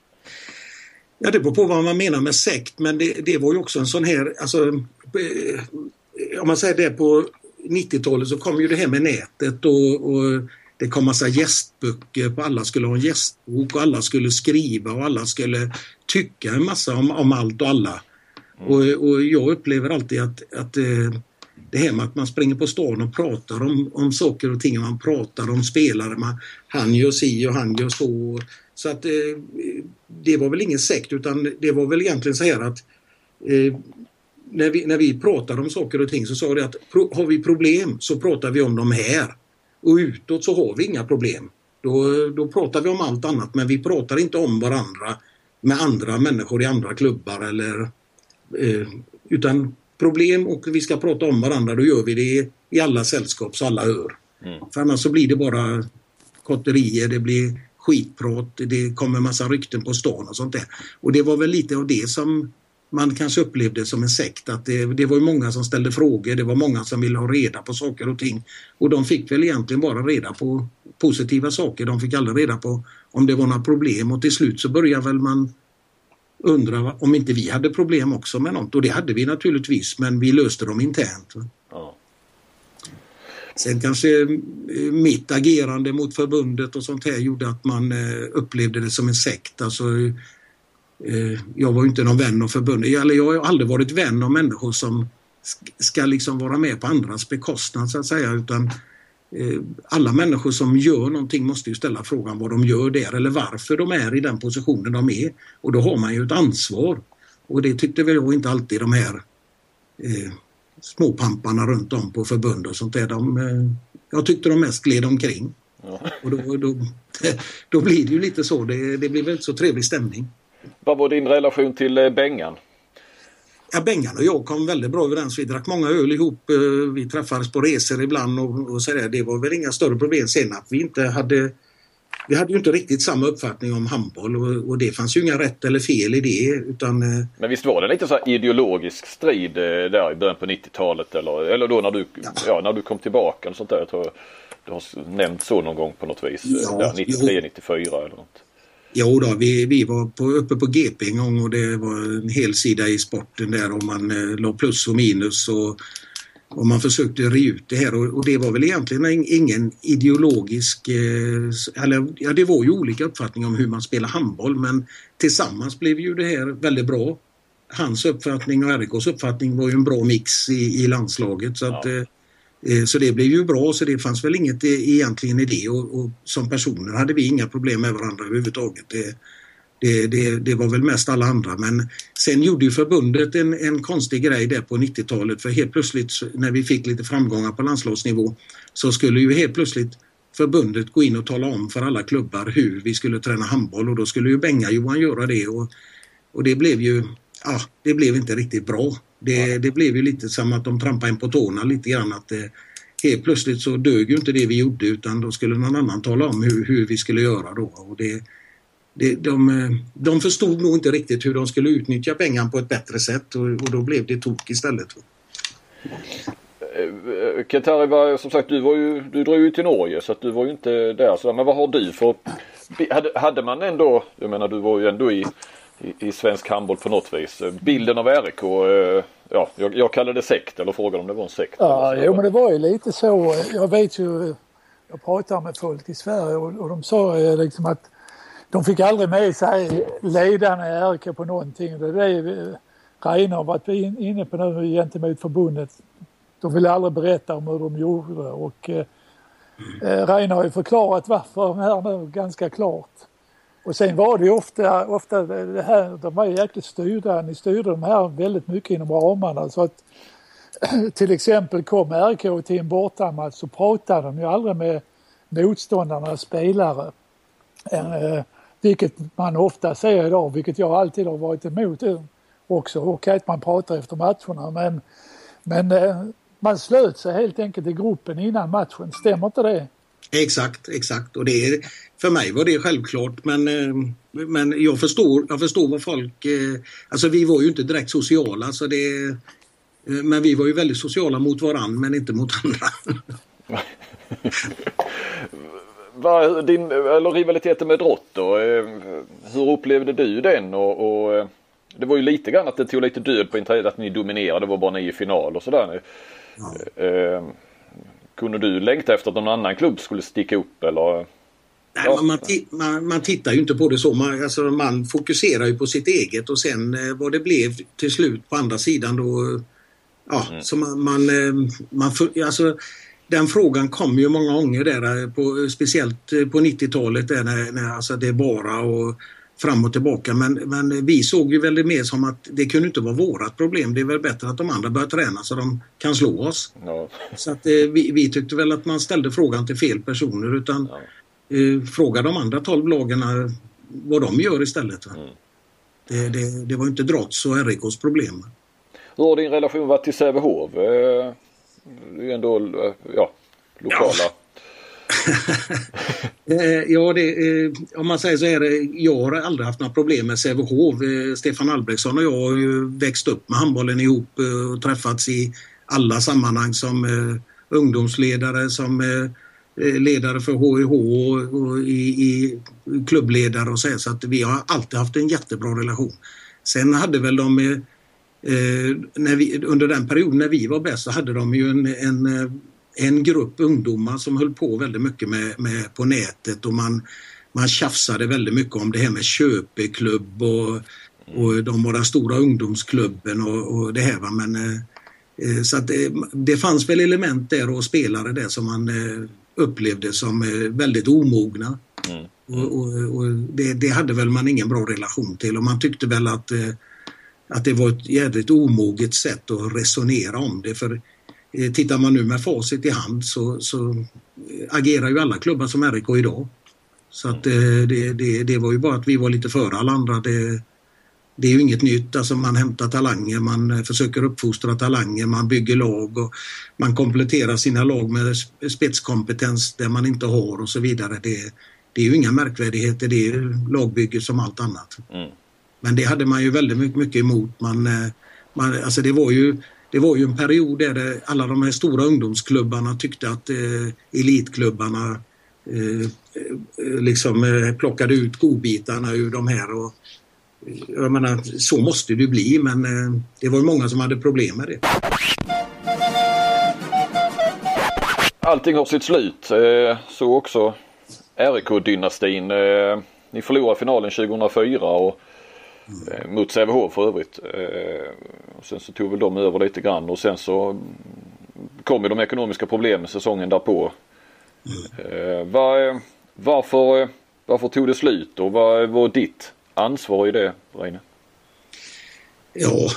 Ja, det beror på vad man menar med sekt, men det, det var ju också en sån här, alltså eh, om man säger det på nittiotalet så kom ju det här med nätet och, och det kom massa gästböcker på, alla skulle ha en gästbok och alla skulle skriva och alla skulle tycka en massa om, om allt och alla. Mm. Och, och jag upplever alltid att, att eh, det här med att man springer på stan och pratar om, om saker och ting, man pratar om spelare, man, han gör si och han gör så. Så att eh, det var väl ingen sekt, utan det var väl egentligen så här att eh, när, vi, när vi pratar om saker och ting så sa det att pro, har vi problem så pratar vi om dem här. Och utåt så har vi inga problem. Då, då pratar vi om allt annat, men vi pratar inte om varandra med andra människor i andra klubbar eller eh, utan problem, och vi ska prata om varandra, då gör vi det i alla sällskap så alla hör. Mm. För annars så blir det bara kotterier, det blir skitprat, det kommer massa rykten på stan och sånt där. Och det var väl lite av det som man kanske upplevde som en sekt, att det, det var ju många som ställde frågor, det var många som ville ha reda på saker och ting. Och de fick väl egentligen bara reda på positiva saker, de fick aldrig reda på om det var några problem, och till slut så började väl man undra om inte vi hade problem också med något, och det hade vi naturligtvis, men vi löste dem internt.
Ja.
Sen kanske mitt agerande mot förbundet och sånt här gjorde att man upplevde det som en sekt. Alltså, jag var ju inte någon vän av förbundet. Eller jag har aldrig varit vän av människor som ska liksom vara med på andras bekostnad så att säga. Utan alla människor som gör någonting måste ju ställa frågan vad de gör där eller varför de är i den positionen de är. Och då har man ju ett ansvar. Och det tyckte väl jag inte alltid de här eh, småpamparna runt om på förbund och sånt där. De, eh, jag tyckte de mest gled omkring. Ja. Och då, då, då blir det ju lite så. Det, det blir väl så trevlig stämning.
Vad var din relation till eh, Bengan?
Ja, Bengan och jag kom väldigt bra överens. Vi drack många öl ihop. Vi träffades på resor ibland och, och så där. Det var väl inga större problem sen att vi inte hade... Vi hade ju inte riktigt samma uppfattning om handboll och, och det fanns ju inga rätt eller fel i det. Utan,
men visst var det lite så här ideologisk strid där i början på nittiotalet eller, eller då när du, ja. Ja, när du kom tillbaka och sånt där. Jag tror du har nämnt så någon gång på något vis. Ja, nittiotre nittiofyra eller något.
Jo då, vi, vi var på, uppe på G P en gång och det var en hel sida i sporten där och man eh, la plus och minus och, och man försökte re ut det här och, och det var väl egentligen ingen ideologisk, eh, eller ja, det var ju olika uppfattningar om hur man spelar handboll men tillsammans blev ju det här väldigt bra. Hans uppfattning och R K:s uppfattning var ju en bra mix i, i landslaget så att ja. eh, Så det blev ju bra så det fanns väl inget egentligen i det och, och som personer hade vi inga problem med varandra överhuvudtaget. Det, det, det, det var väl mest alla andra men sen gjorde ju förbundet en, en konstig grej där på nittiotalet för helt plötsligt när vi fick lite framgångar på landslagsnivå så skulle ju helt plötsligt förbundet gå in och tala om för alla klubbar hur vi skulle träna handboll och då skulle ju Benga Johan göra det och, och det blev ju, ja det blev inte riktigt bra. Det, det blev ju lite som att de trampade en på tårna lite grann att eh, helt plötsligt så dög ju inte det vi gjorde utan då skulle någon annan tala om hur, hur vi skulle göra då och det, det, de, de förstod nog inte riktigt hur de skulle utnyttja pengarna på ett bättre sätt och, och då blev det tok istället.
Kent-Harry var som sagt du, var ju, du drog ju till Norge så att du var ju inte där så, men vad har du för hade, hade man ändå, jag menar du var ju ändå i I, i svensk handboll på något vis. Bilden av R K, eh, ja, jag, jag kallar det sekt eller frågar om det var en sekt.
Ja, jo, men det var ju lite så. Jag vet ju, jag pratar med folk i Sverige och, och de sa liksom att de fick aldrig med sig ledarna i R K på någonting. Det är det Reine har varit inne på nu gentemot förbundet. De ville aldrig berätta om hur de gjorde och eh, Reine har ju förklarat varför här nu ganska klart. Och sen var det ju ofta, ofta det här, de var jäkligt styrda, ni styrde de här väldigt mycket inom ramarna. Så att till exempel kom R K till en bortamatch så pratade de ju aldrig med motståndarnas spelare. Eh, vilket man ofta säger idag, vilket jag alltid har varit emot också. Okej att man pratar efter matcherna men, men eh, man slöt sig helt enkelt i gruppen innan matchen, stämmer inte det?
Exakt, exakt. Och det är, för mig var det självklart men, men jag, förstår, jag förstår vad folk... Alltså vi var ju inte direkt sociala så det, men vi var ju väldigt sociala mot varann men inte mot andra.
Vad, din, eller rivaliteten med Drott då, hur upplevde du den? Och, och, det var ju lite grann att det tog lite död på internet att ni dominerade, det var bara ni i final och sådär. Ja. Eh, Kunde du längta efter att någon annan klubb skulle sticka upp eller?
Nej, ja. man, man, man tittar ju inte på det så. Man, alltså, man fokuserar ju på sitt eget och sen eh, vad det blev till slut på andra sidan då. Ja, mm. så man, man, man alltså, den frågan kom ju många gånger där, på, speciellt på nittiotalet där när, när alltså, det bara och fram och tillbaka. Men, men vi såg ju väldigt mer som att det kunde inte vara vårat problem. Det är väl bättre att de andra börjar träna så de kan slå oss. Ja. Så att, eh, vi, vi tyckte väl att man ställde frågan till fel personer utan ja. eh, fråga de andra tolv lagarna vad de gör istället. Va? Mm. Det, det, det var inte Drotts och R K:s problem.
Hur har din relation varit till Sävehof? Eh, det är ändå ja, lokala... Ja.
ja, det, om man säger så är det, jag har aldrig haft några problem med Sävehof. Stefan Albrektsson och jag har ju växt upp med handbollen ihop och träffats i alla sammanhang som eh, ungdomsledare, som eh, ledare för H I H och, och i, i klubbledare och så här, så att vi har alltid haft en jättebra relation. Sen hade väl de eh, när vi, under den perioden när vi var bäst så hade de ju en, en en grupp ungdomar som höll på väldigt mycket med, med på nätet och man, man tjafsade väldigt mycket om det här med köpeklubb och, och de var den stora ungdomsklubben och, och det här va. Men eh, så att det, det fanns väl element där och spelare där som man eh, upplevde som eh, väldigt omogna. Mm. Och, och, och det, det hade väl man ingen bra relation till och man tyckte väl att, eh, att det var ett jävligt omoget sätt att resonera om det. För eh, tittar man nu med facit i hand så, så agerar ju alla klubbar som R I K idag. Så att eh, det, det, det var ju bara att vi var lite före alla andra. Det, det är ju inget nytt. Alltså man hämtar talanger, man försöker uppfostra talanger, man bygger lag och man kompletterar sina lag med spetskompetens där man inte har och så vidare. Det, det är ju inga märkvärdigheter, det är lagbygge som allt annat. Mm. Men det hade man ju väldigt mycket, mycket emot. Man, man, alltså det var ju det var ju en period där det, alla de här stora ungdomsklubbarna tyckte att eh, elitklubbarna eh, liksom eh, plockade ut godbitarna ur de här och jag menar, så måste det bli, men eh, det var ju många som hade problem med det.
Allting har sitt slut, eh, så också R I K-dynastin. Eh, ni förlorade finalen tjugohundrafyra och eh, mot Sävehof för övrigt. Eh, och sen så tog väl de över lite grann och sen så kom ju de ekonomiska problemen säsongen därpå. Eh, var, varför, varför tog det slut och vad var ditt ansvar i det, Reine?
Ja,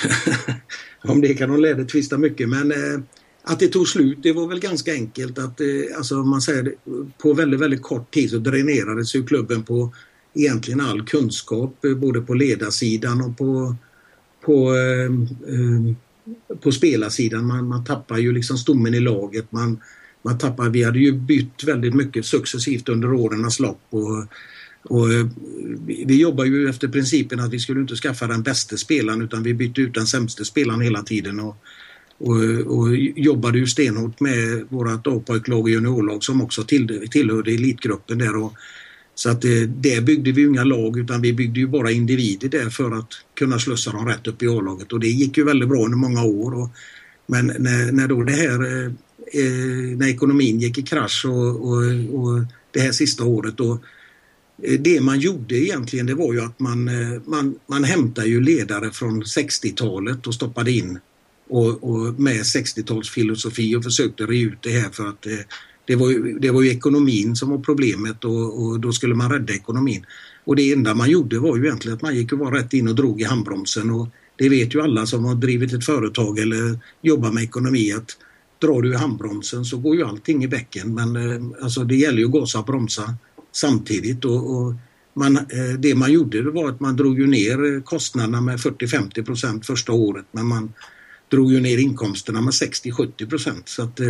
om det kan de lära tvista mycket, men eh, att det tog slut, det var väl ganska enkelt att eh, alltså man säger på väldigt, väldigt kort tid så dränerades ju klubben på egentligen all kunskap, eh, både på ledarsidan och på på, eh, eh, på spelarsidan. Man, man tappar ju liksom stommen i laget, man, man tappar, vi hade ju bytt väldigt mycket successivt under årens lopp och Och vi jobbar ju efter principen att vi skulle inte skaffa den bästa spelaren utan vi bytte ut den sämsta spelaren hela tiden och, och, och jobbade ju stenhårt med vårat A-pojklag och juniorlag som också till, tillhörde elitgruppen där. Och, så att det, där byggde vi ju inga lag utan vi byggde ju bara individer där för att kunna slussa dem rätt upp i A-laget och det gick ju väldigt bra under många år. Och, men när, när då det här, eh, när ekonomin gick i krasch och, och, och det här sista året då det man gjorde egentligen det var ju att man, man, man hämtade ju ledare från sextiotalet och stoppade in och, och med sextiotalsfilosofi och försökte re ut det här för att det var ju, det var ju ekonomin som var problemet och, och då skulle man rädda ekonomin. Och det enda man gjorde var ju egentligen att man gick ju bara rätt in och drog i handbromsen och det vet ju alla som har drivit ett företag eller jobbar med ekonomi att drar du i handbromsen så går ju allting i bäcken men alltså det gäller ju att gasa och bromsa samtidigt och, och man, det man gjorde det var att man drog ju ner kostnaderna med fyrtio till femtio procent första året men man drog ju ner inkomsterna med sextio till sjuttio procent så att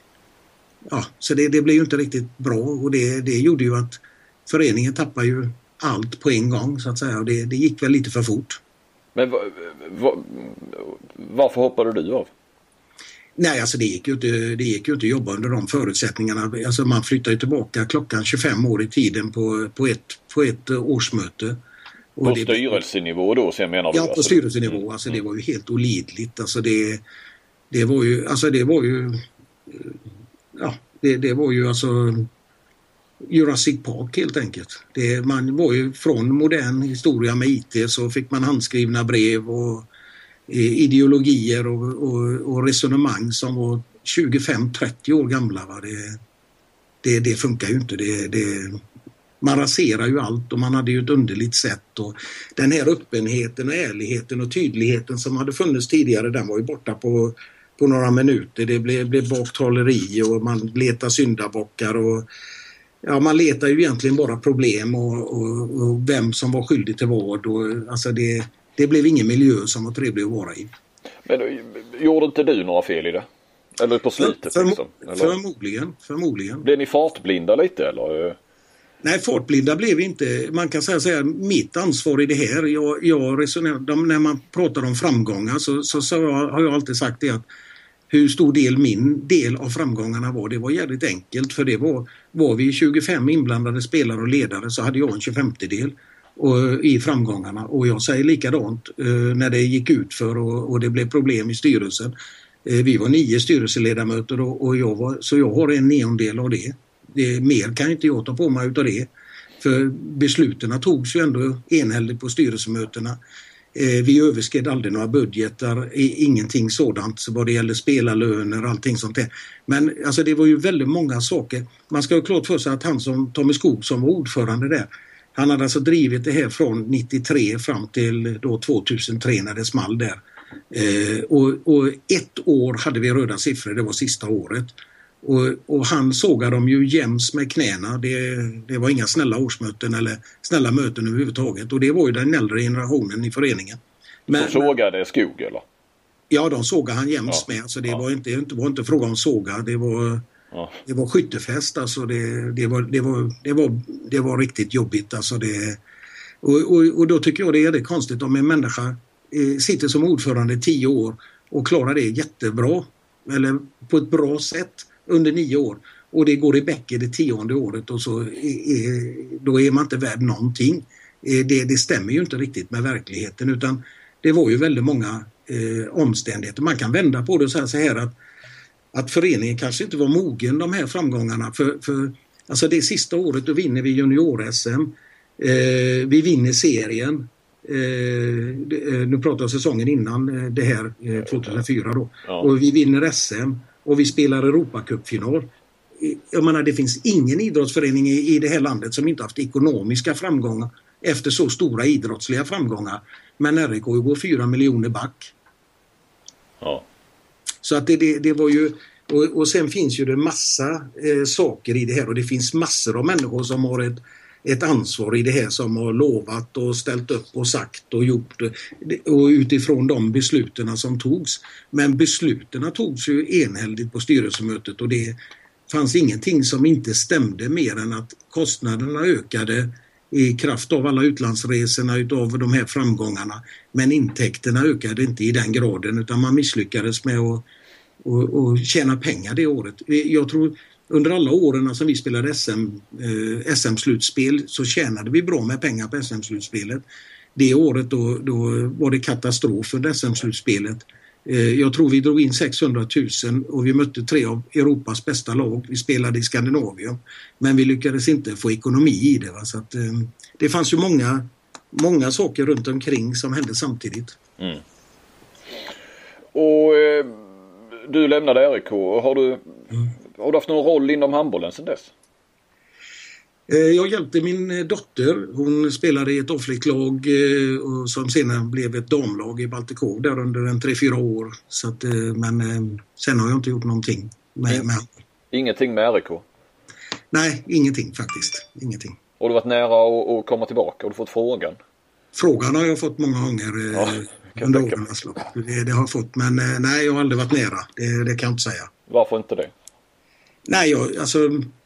ja, så det, det blev ju inte riktigt bra och det, det gjorde ju att föreningen tappade ju allt på en gång så att säga och det, det gick väl lite för fort.
Men va, va, varför hoppade du av?
Nej, alltså det gick ju inte, det gick ju inte att jobba under de förutsättningarna. Alltså man flyttar ju tillbaka klockan tjugofem år i tiden på, på, ett, på ett årsmöte. Och
på
det,
styrelsenivå då, sen menar du?
Ja, på styrelsenivå. Alltså det var ju helt olidligt. Alltså det, det var ju, alltså det var ju, ja, det, det var ju alltså Jurassic Park helt enkelt. Det, man var ju från modern historia med I T så fick man handskrivna brev och ideologier och, och, och resonemang som var tjugofem till trettio år gamla. Va? Det, det, det funkar ju inte. Det, det, man raserar ju allt och man hade ju ett underligt sätt. Och den här öppenheten och ärligheten och tydligheten som hade funnits tidigare den var ju borta på, på några minuter. Det blev, blev baktrolleri och man letar syndabockar och ja, man letar ju egentligen bara problem och, och, och vem som var skyldig till vad. Och, alltså det Det blev ingen miljö som var trevlig att vara i.
Men gjorde inte du några fel i det? Eller på slutet?
För,
liksom? Eller?
Förmodligen, förmodligen.
Blev ni fartblinda lite eller?
Nej, fartblinda blev vi inte. Man kan säga, säga mitt ansvar i det här. Jag, jag resonerar, när man pratar om framgångar så, så, så har jag alltid sagt det att hur stor del min del av framgångarna var. Det var jävligt enkelt för det var, var vi tjugofem inblandade spelare och ledare så hade jag en tjugofemtedel. Och, i framgångarna och jag säger likadant eh, när det gick ut för och, och det blev problem i styrelsen. Vi var nio styrelseledamöter och, och jag var, så jag har en niondel av det. det. Mer kan inte jag ta på mig utav det. För besluten togs ju ändå enhälligt på styrelsemötena. Vi överskred aldrig några budgetar, ingenting sådant vad det gäller spelarlöner och allting sånt där. Men alltså det var ju väldigt många saker. Man ska ha klart för sig att han som Tommy Skog som var ordförande där, han hade alltså drivit det här från nittiotre fram till då tvåtusentre när det small där. Eh, och, och ett år hade vi röda siffror, det var sista året. Och, och han sågade dem ju jäms med knäna. Det, det var inga snälla årsmöten eller snälla möten överhuvudtaget. Och det var ju den äldre generationen i föreningen.
Men, de sågade Skog eller?
Ja, de sågade han jäms ja. med. Alltså det ja. var, inte, det var inte fråga om såga. Det var, ja. det var skyttefest. Alltså det, det, var, det, var, det, var, det var riktigt jobbigt. Alltså det, och, och, och då tycker jag det är det konstigt om en människa eh, sitter som ordförande i tio år och klarar det jättebra. Eller på ett bra sätt. Under nio år och det går i bäcke det tionde året och så är, då är man inte värd någonting. Det, det stämmer ju inte riktigt med verkligheten utan det var ju väldigt många eh, omständigheter. Man kan vända på det och säga så här att, att föreningen kanske inte var mogen de här framgångarna för, för alltså det sista året då vinner vi junior-S M. Eh, vi vinner serien. Eh, nu pratar jag säsongen innan det här eh, tjugohundrafyra då. Ja. Och vi vinner S M. Och vi spelar Europacupfinal. Jag menar, det finns ingen idrottsförening i, i det här landet som inte haft ekonomiska framgångar efter så stora idrottsliga framgångar. Men R I K går fyra miljoner back.
Ja.
Så att det, det, det var ju... Och, och sen finns ju det massa eh, saker i det här och det finns massor av människor som har ett, ett ansvar i det här som har lovat och ställt upp och sagt och gjort och utifrån de besluten som togs. Men besluten togs ju enhälligt på styrelsemötet och det fanns ingenting som inte stämde mer än att kostnaderna ökade i kraft av alla utlandsresorna utav de här framgångarna. Men intäkterna ökade inte i den graden utan man misslyckades med att och, och tjäna pengar det året. Jag tror under alla åren som vi spelade S M, eh, S M-slutspel så tjänade vi bra med pengar på S M-slutspelet. Det året då, då var det katastrof för S M-slutspelet. Eh, jag tror vi drog in sexhundratusen och vi mötte tre av Europas bästa lag. Vi spelade i Skandinavien men vi lyckades inte få ekonomi i det. Va? Så att, eh, det fanns ju många, många saker runt omkring som hände samtidigt.
Mm. Och eh, du lämnade R I K. Har du... Mm. Har du haft någon roll inom handbollen sedan dess?
Jag hjälpte min dotter. Hon spelade i ett offligt-lag som senare blev ett damlag i Baltikov där under en tre, fyra år. Så att, men sen har jag inte gjort någonting med, med.
Ingenting med R I K?
Nej, ingenting faktiskt. Ingenting.
Har du varit nära att komma tillbaka? Har du fått frågan?
Frågan har jag fått många gånger ja, under årens lopp. Det, det har jag fått, men nej, jag har aldrig varit nära. Det, det kan jag inte säga.
Varför inte det?
Nej, jag, alltså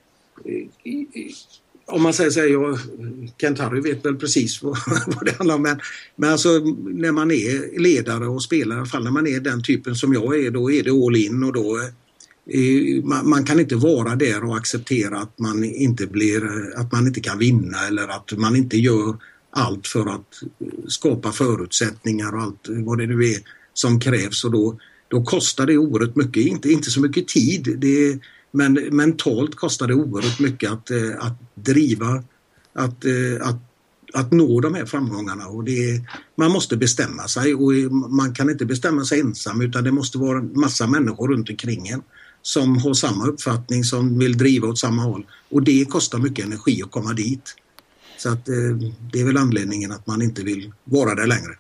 om man säger så här, jag, Kent Harry vet väl precis vad, vad det handlar om, men, men alltså när man är ledare och spelare, i alla fall när man är den typen som jag är, då är det all in och då eh, man, man kan inte vara där och acceptera att man inte blir, att man inte kan vinna eller att man inte gör allt för att skapa förutsättningar och allt vad det nu är som krävs och då, då kostar det oerhört mycket, inte, inte så mycket tid, det men mentalt kostar det oerhört mycket att, att driva, att, att, att nå de här framgångarna och det, man måste bestämma sig och man kan inte bestämma sig ensam utan det måste vara en massa människor runt omkring en som har samma uppfattning, som vill driva åt samma håll och det kostar mycket energi att komma dit. Så att det är väl anledningen att man inte vill vara där längre.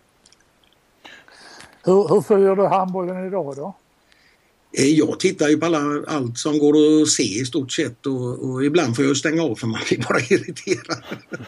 Hur, hur följer du handbollen idag då?
Jag tittar ju på alla, allt som går att se i stort sett och, och ibland får jag stänga av för man blir bara irriterad.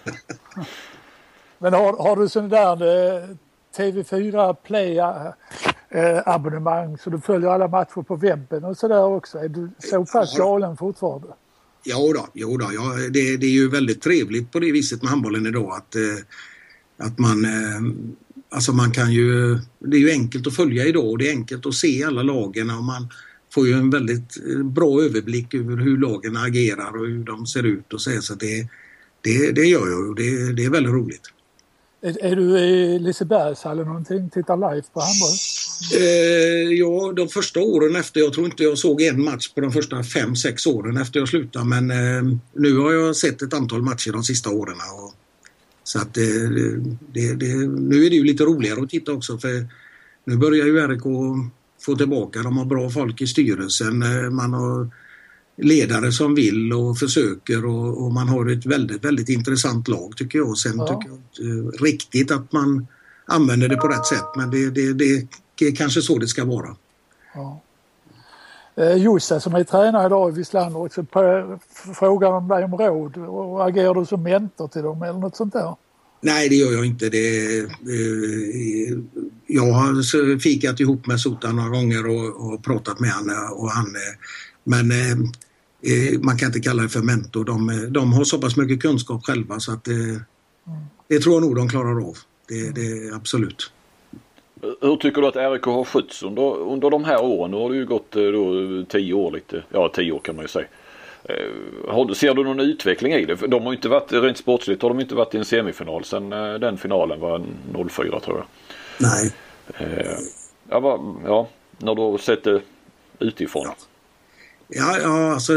Men har, har du sån där eh, T V fyra Play eh, abonnemang så du följer alla matcher på webben och sådär också? Är du så pass galen fortfarande?
Ja då, jo då ja, det, det är ju väldigt trevligt på det viset med handbollen idag att, eh, att man... Eh, Alltså man kan ju, det är ju enkelt att följa idag och det är enkelt att se alla lagen och man får ju en väldigt bra överblick över hur lagen agerar och hur de ser ut och så, så det, det, det gör jag och det, det är väldigt roligt.
Är, är du i Lisebergs eller någonting? Tittar live på handboll?
Eh, ja, de första åren efter, jag tror inte jag såg en match på de första fem, sex åren efter jag slutade, men eh, nu har jag sett ett antal matcher de sista åren. Och, så att eh, det, det, nu är det ju lite roligare att titta också, för nu börjar ju R K få tillbaka, de har bra folk i styrelsen, eh, man har ledare som vill och försöker och, och man har ett väldigt, väldigt intressant lag tycker jag. Sen ja. tycker jag eh, riktigt att man använder det på rätt sätt, men det, det, det, det är kanske så det ska vara.
Ja. Eh, Josse som är tränare idag i Wislander också frågar om dig om råd, och agerar du som mentor till dem eller något sånt där?
Nej, det gör jag inte. Det, eh, jag har fikat ihop med Sota några gånger och, och pratat med han, och han men eh, man kan inte kalla det för mentor. De, de har så pass mycket kunskap själva så att eh, mm. det tror jag nog de klarar av. Det, det absolut.
Hur tycker du att R K har skjuts under, under de här åren? Nu har det ju gått då, tio år lite. Ja, tio år kan man ju säga. Har, ser du någon utveckling i det? De har inte varit, rent sportsligt har de inte varit i en semifinal sen den finalen var noll fyra tror jag.
Nej.
Eh, ja, va, ja, när du har sett det utifrån.
Ja, ja, ja alltså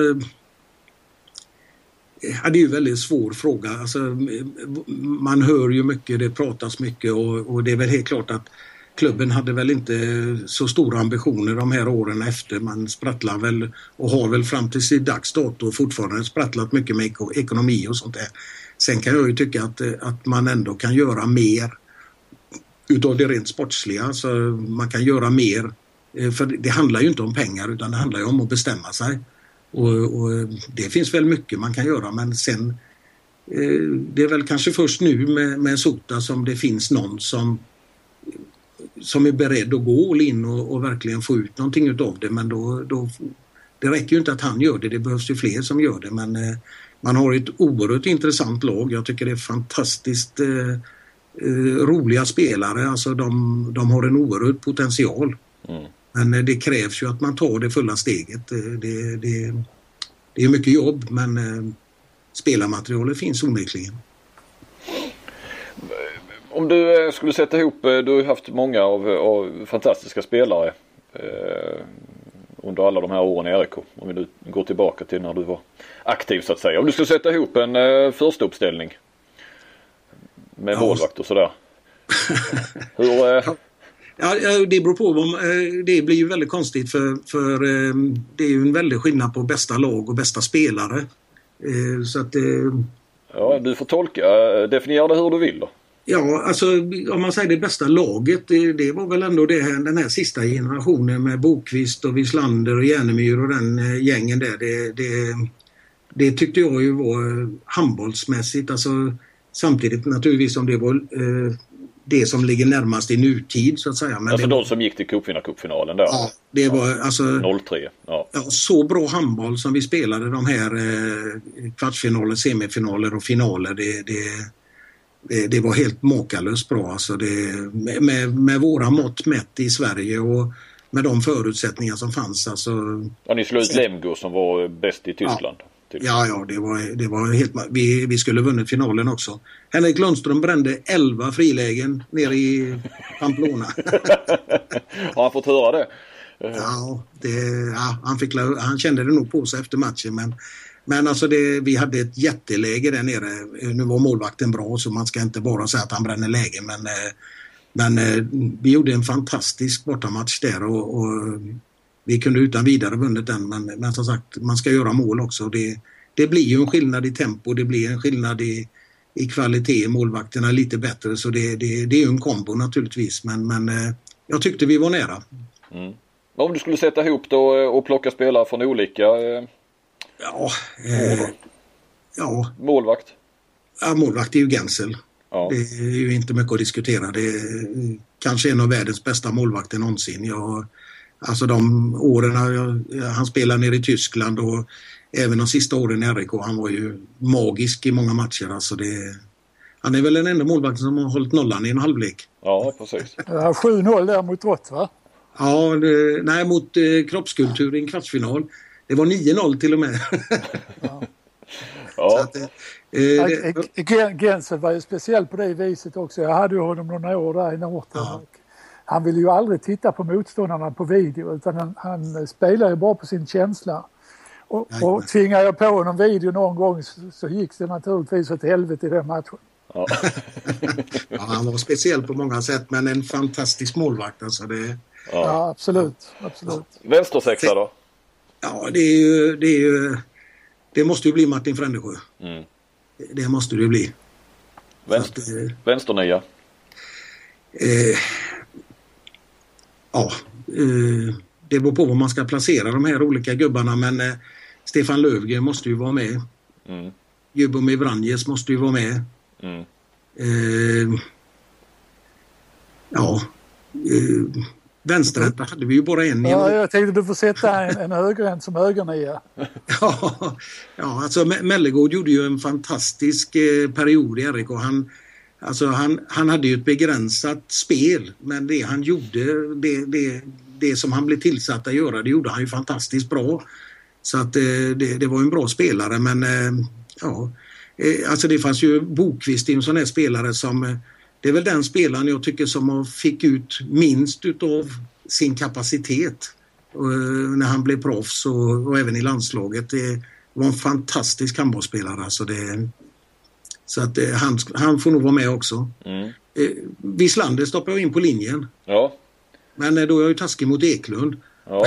ja, det är ju en väldigt svår fråga. Alltså, man hör ju mycket, det pratas mycket och, och det är väl helt klart att klubben hade väl inte så stora ambitioner de här åren efter. Man sprattlar väl och har väl fram till sin dags dato fortfarande sprattlat mycket med ekonomi och sånt där. Sen kan jag ju tycka att, att man ändå kan göra mer utav det rent sportsliga. Alltså, man kan göra mer, för det handlar ju inte om pengar utan det handlar ju om att bestämma sig. Och, och det finns väl mycket man kan göra, men sen eh, det är väl kanske först nu med, med Sota som det finns någon som som är beredd att gå all in och, och verkligen få ut någonting utav det, men då, då det räcker ju inte att han gör det, det behövs ju fler som gör det, men eh, man har ett oerhört intressant lag. Jag tycker det är fantastiskt eh, eh, roliga spelare, alltså de, de har en oerhört potential. Mm. Men eh, det krävs ju att man tar det fulla steget. Det, det, det, det är mycket jobb, men eh, spelarmaterialet finns onekligen.
Om du skulle sätta ihop, du har ju haft många av, av fantastiska spelare eh, under alla de här åren i R K. Om vi nu går tillbaka till när du var aktiv så att säga. Om du skulle sätta ihop en eh, första uppställning med ja. målvakt och sådär. Hur... Eh...
Ja, det beror på. Vad, det blir ju väldigt konstigt för, för det är ju en väldig skillnad på bästa lag och bästa spelare. Så att...
Ja, du får tolka. Definiera det hur du vill då.
Ja, alltså om man säger det bästa laget, det, det var väl ändå det här, den här sista generationen med Bokvist och Wislander och Järnemyr och den eh, gängen där. Det, det, det tyckte jag ju var handbollsmässigt, alltså samtidigt naturligtvis som det var eh, det som ligger närmast i nutid så att säga. Men
alltså
det,
de som gick till cupvinnarcupfinalen där?
Ja, det var ja. alltså
noll tre. Ja.
Ja, så bra handboll som vi spelade de här eh, kvartsfinaler, semifinaler och finaler, det... det Det, det var helt makalöst bra. Alltså det, med, med våra mått mätt i Sverige och med de förutsättningar som fanns. Alltså,
ja, ni slog ut Lemgo som var bäst i Tyskland.
Ja, ja, ja det, var, det var helt... Vi, vi skulle vunnit finalen också. Henrik Lundström brände elva frilägen nere i Pamplona.
Har han fått höra det?
Ja, det, ja han, fick, han kände det nog på sig efter matchen, men Men alltså det, vi hade ett jätteläge där nere. Nu var målvakten bra så man ska inte bara säga att han bränner läge. Men, men vi gjorde en fantastisk bortamatch där och, och vi kunde utan vidare vunnit den. Men, men som sagt, man ska göra mål också. Det, det blir ju en skillnad i tempo, det blir en skillnad i, i kvalitet. Målvakterna är lite bättre så det, det, det är ju en kombo naturligtvis. Men, men jag tyckte vi var nära.
Mm. Om du skulle sätta ihop då och plocka spelare från olika...
Ja, eh, ja.
Målvakt?
Ja, målvakt är ju Gensel.
Ja.
Det är ju inte mycket att diskutera. Det är kanske en av världens bästa målvakter någonsin. Jag, alltså de åren jag, han spelade nere i Tyskland och även de sista åren i R K, han var ju magisk i många matcher. Alltså det, han är väl den enda målvakten som har hållit nollan i en halvlek.
Ja, precis.
Ja, sju noll där mot Rott, va?
Ja, det, nej mot eh, kroppskultur i en kvartsfinal. Det var nio noll till och med.
Ja.
Ja.
Att, eh,
det... Gensel var ju speciell på det viset också. Jag hade ju honom några år där i Norrtön. Ja. han vill ju aldrig titta på motståndarna på video, utan han, han spelar ju bara på sin känsla. Och, och tvingar jag på honom video någon gång så, så gick det naturligtvis åt helvete i den matchen.
Ja.
Ja, han var speciell på många sätt, men en fantastisk målvakt. Alltså det...
ja. ja, absolut. absolut.
Vänstersexa då?
Ja, det är ju... Det, är ju, det måste ju bli Martin Frändesjö.
Mm.
Det, det måste det bli.
Vänster,
att, eh,
vänsternia?
Eh, ja, eh, det beror på var man ska placera de här olika gubbarna, men eh, Stefan Löfgren måste ju vara med.
Mm.
Ljubomir Vranjes måste ju vara med.
Mm.
Eh, ja, eh, vänsterhänta hade vi ju bara en.
Ja, jag tänkte du får sätta en, en högerhänt som högernia.
ja, ja, alltså Mellegård gjorde ju en fantastisk eh, period i R I K. Han, alltså, han, han hade ju ett begränsat spel, men det han gjorde, det, det, det som han blev tillsatt att göra, det gjorde han ju fantastiskt bra. Så att eh, det, det var en bra spelare, men eh, ja, eh, alltså det fanns ju Bokvist, en sån här spelare som, eh, det är väl den spelaren jag tycker som fick ut minst utav sin kapacitet eh, när han blev proffs och, och även i landslaget. Det var en fantastisk handbollsspelare, alltså det, så att eh, han, han får nog vara med också.
Mm.
Eh, Wislander stoppar jag in på linjen.
Ja.
Men eh, då är jag ju taskig mot Eklund.
Ja.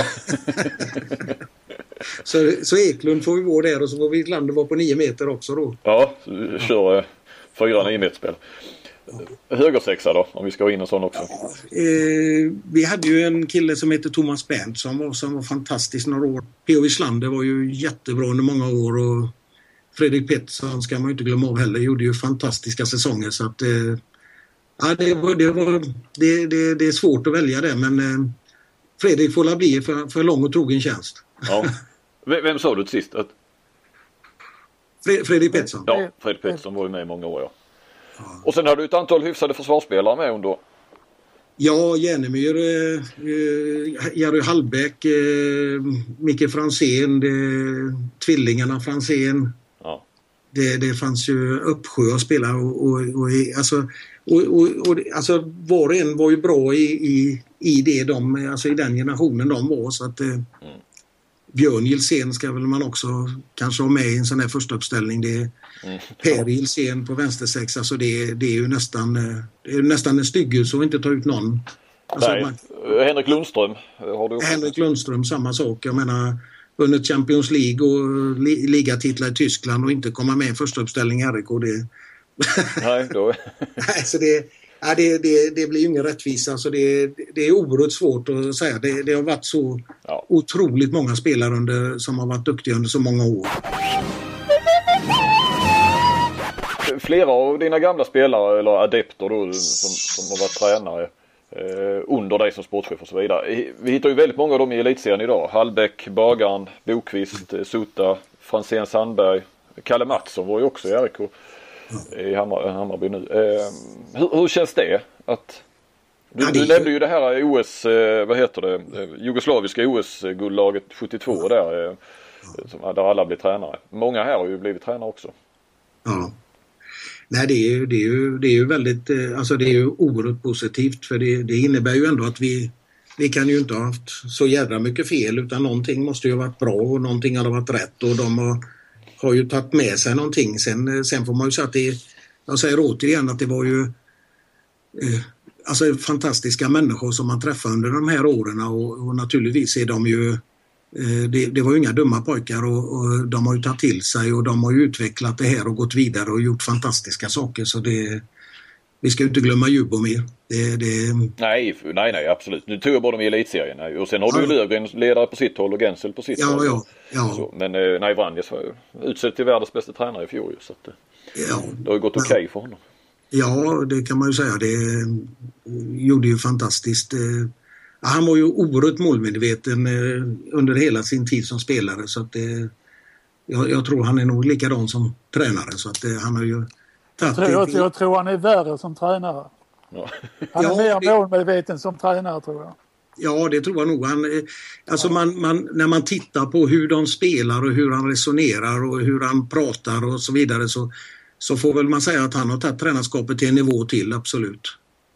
så, så Eklund får vi vara där och så får Wislander vara på nio meter också då.
Ja, kör eh, fyra nio meter spel. Högersexa då, om vi ska ha in en sån också.
Ja, eh, vi hade ju en kille som heter Thomas Bernt som var, som var fantastisk några år. P O Wislander var ju jättebra under många år och Fredrik Pettersson ska man ju inte glömma av heller, gjorde ju fantastiska säsonger, så att eh, ja, det, var, det, var, det, det, det är svårt att välja det, men eh, Fredrik får la bli för, för lång och trogen tjänst.
Ja. Vem, vem sa du till sist? Att...
Fred, Fredrik Pettersson.
Ja, Fredrik Pettersson var ju med i många år, ja. Ja. Och sen har du ett antal hyfsade försvarsspelare med under.
Ja, Järnemyr, eh, Jerry Hallbäck, eh, Micke Fransén, eh, tvillingarna Fransén.
Ja.
Det, det fanns ju uppsjö att spela och, och, och, alltså, och, och, och alltså var och en var ju bra i, i, i det de, alltså i den generationen de var, så att eh, mm. Björn Gilsén ska väl man också kanske ha med i en sån här första uppställning. Det är mm. Per Gilsén på vänstersex, alltså det, det är ju nästan det är nästan en styggelse att inte ta ut någon. Alltså
Nej,
man,
Henrik Lundström har du
Henrik Lundström, samma sak. Jag menar, vunnit Champions League och li, ligatitlar i Tyskland och inte komma med i första uppställning i R I K. Det...
Nej, då...
Nej, så det, ja, det, det, det blir ju ingen rättvisa. Så det, det är oerhört svårt att säga. Det, det har varit så ja. otroligt många spelare under, som har varit duktiga under så många år.
Flera av dina gamla spelare eller adepter då, som, som har varit tränare eh, under dig som sportchef och så vidare. Vi hittar ju väldigt många av dem i elitserien idag. Hallbäck, Bagaren, Bokvist, mm. Sota, Fransén Sandberg, Kalle Mattsson var ju också i R I K i Hammar, Hammarby nu. Eh, hur, hur känns det? Att du, ja, det... du nämnde ju det här O S, eh, vad heter det, eh, jugoslaviska O S-guldlaget sjuttiotvå där, eh, ja. där alla blir tränare. Många här har ju blivit tränare också.
Ja. Nej, det är ju, det är ju, det är ju väldigt, alltså det är ju oerhört positivt, för det, det innebär ju ändå att vi, vi kan ju inte ha haft så jävla mycket fel, utan någonting måste ju ha varit bra och någonting har varit rätt och de har, har ju tagit med sig någonting. Sen, sen får man ju säga att det, jag säger återigen att det var ju eh, alltså fantastiska människor som man träffade under de här åren och, och naturligtvis är de ju Det, det var ju inga dumma pojkar och, och de har ju tagit till sig och de har ju utvecklat det här och gått vidare och gjort fantastiska saker, så det, vi ska ju inte glömma Ljubomir. Det, det...
Nej, nej, nej, absolut. Nu tog jag bara dem i elitserien och sen har ja. du Löfgren ledare på sitt håll och Gensel på sitt
ja,
håll.
Ja, ja.
Så, men nej, Vranjes var ju utsett till världens bästa tränare i fjol, så att,
ja.
det har ju gått okej okay för honom.
Ja, det kan man ju säga. Det gjorde ju fantastiskt. Han var ju oerhört målmedveten under hela sin tid som spelare, så att det, jag, jag tror han är nog likadan som tränare, så att det, han har ju
jag tror, jag, jag tror han är värre som tränare. Ja. Han är ja, mer målmedveten som tränare, tror jag.
Ja, det tror jag nog. Han, alltså man, man, när man tittar på hur de spelar och hur han resonerar och hur han pratar och så vidare, så, så får väl man säga att han har tagit tränarskapet till en nivå till, absolut.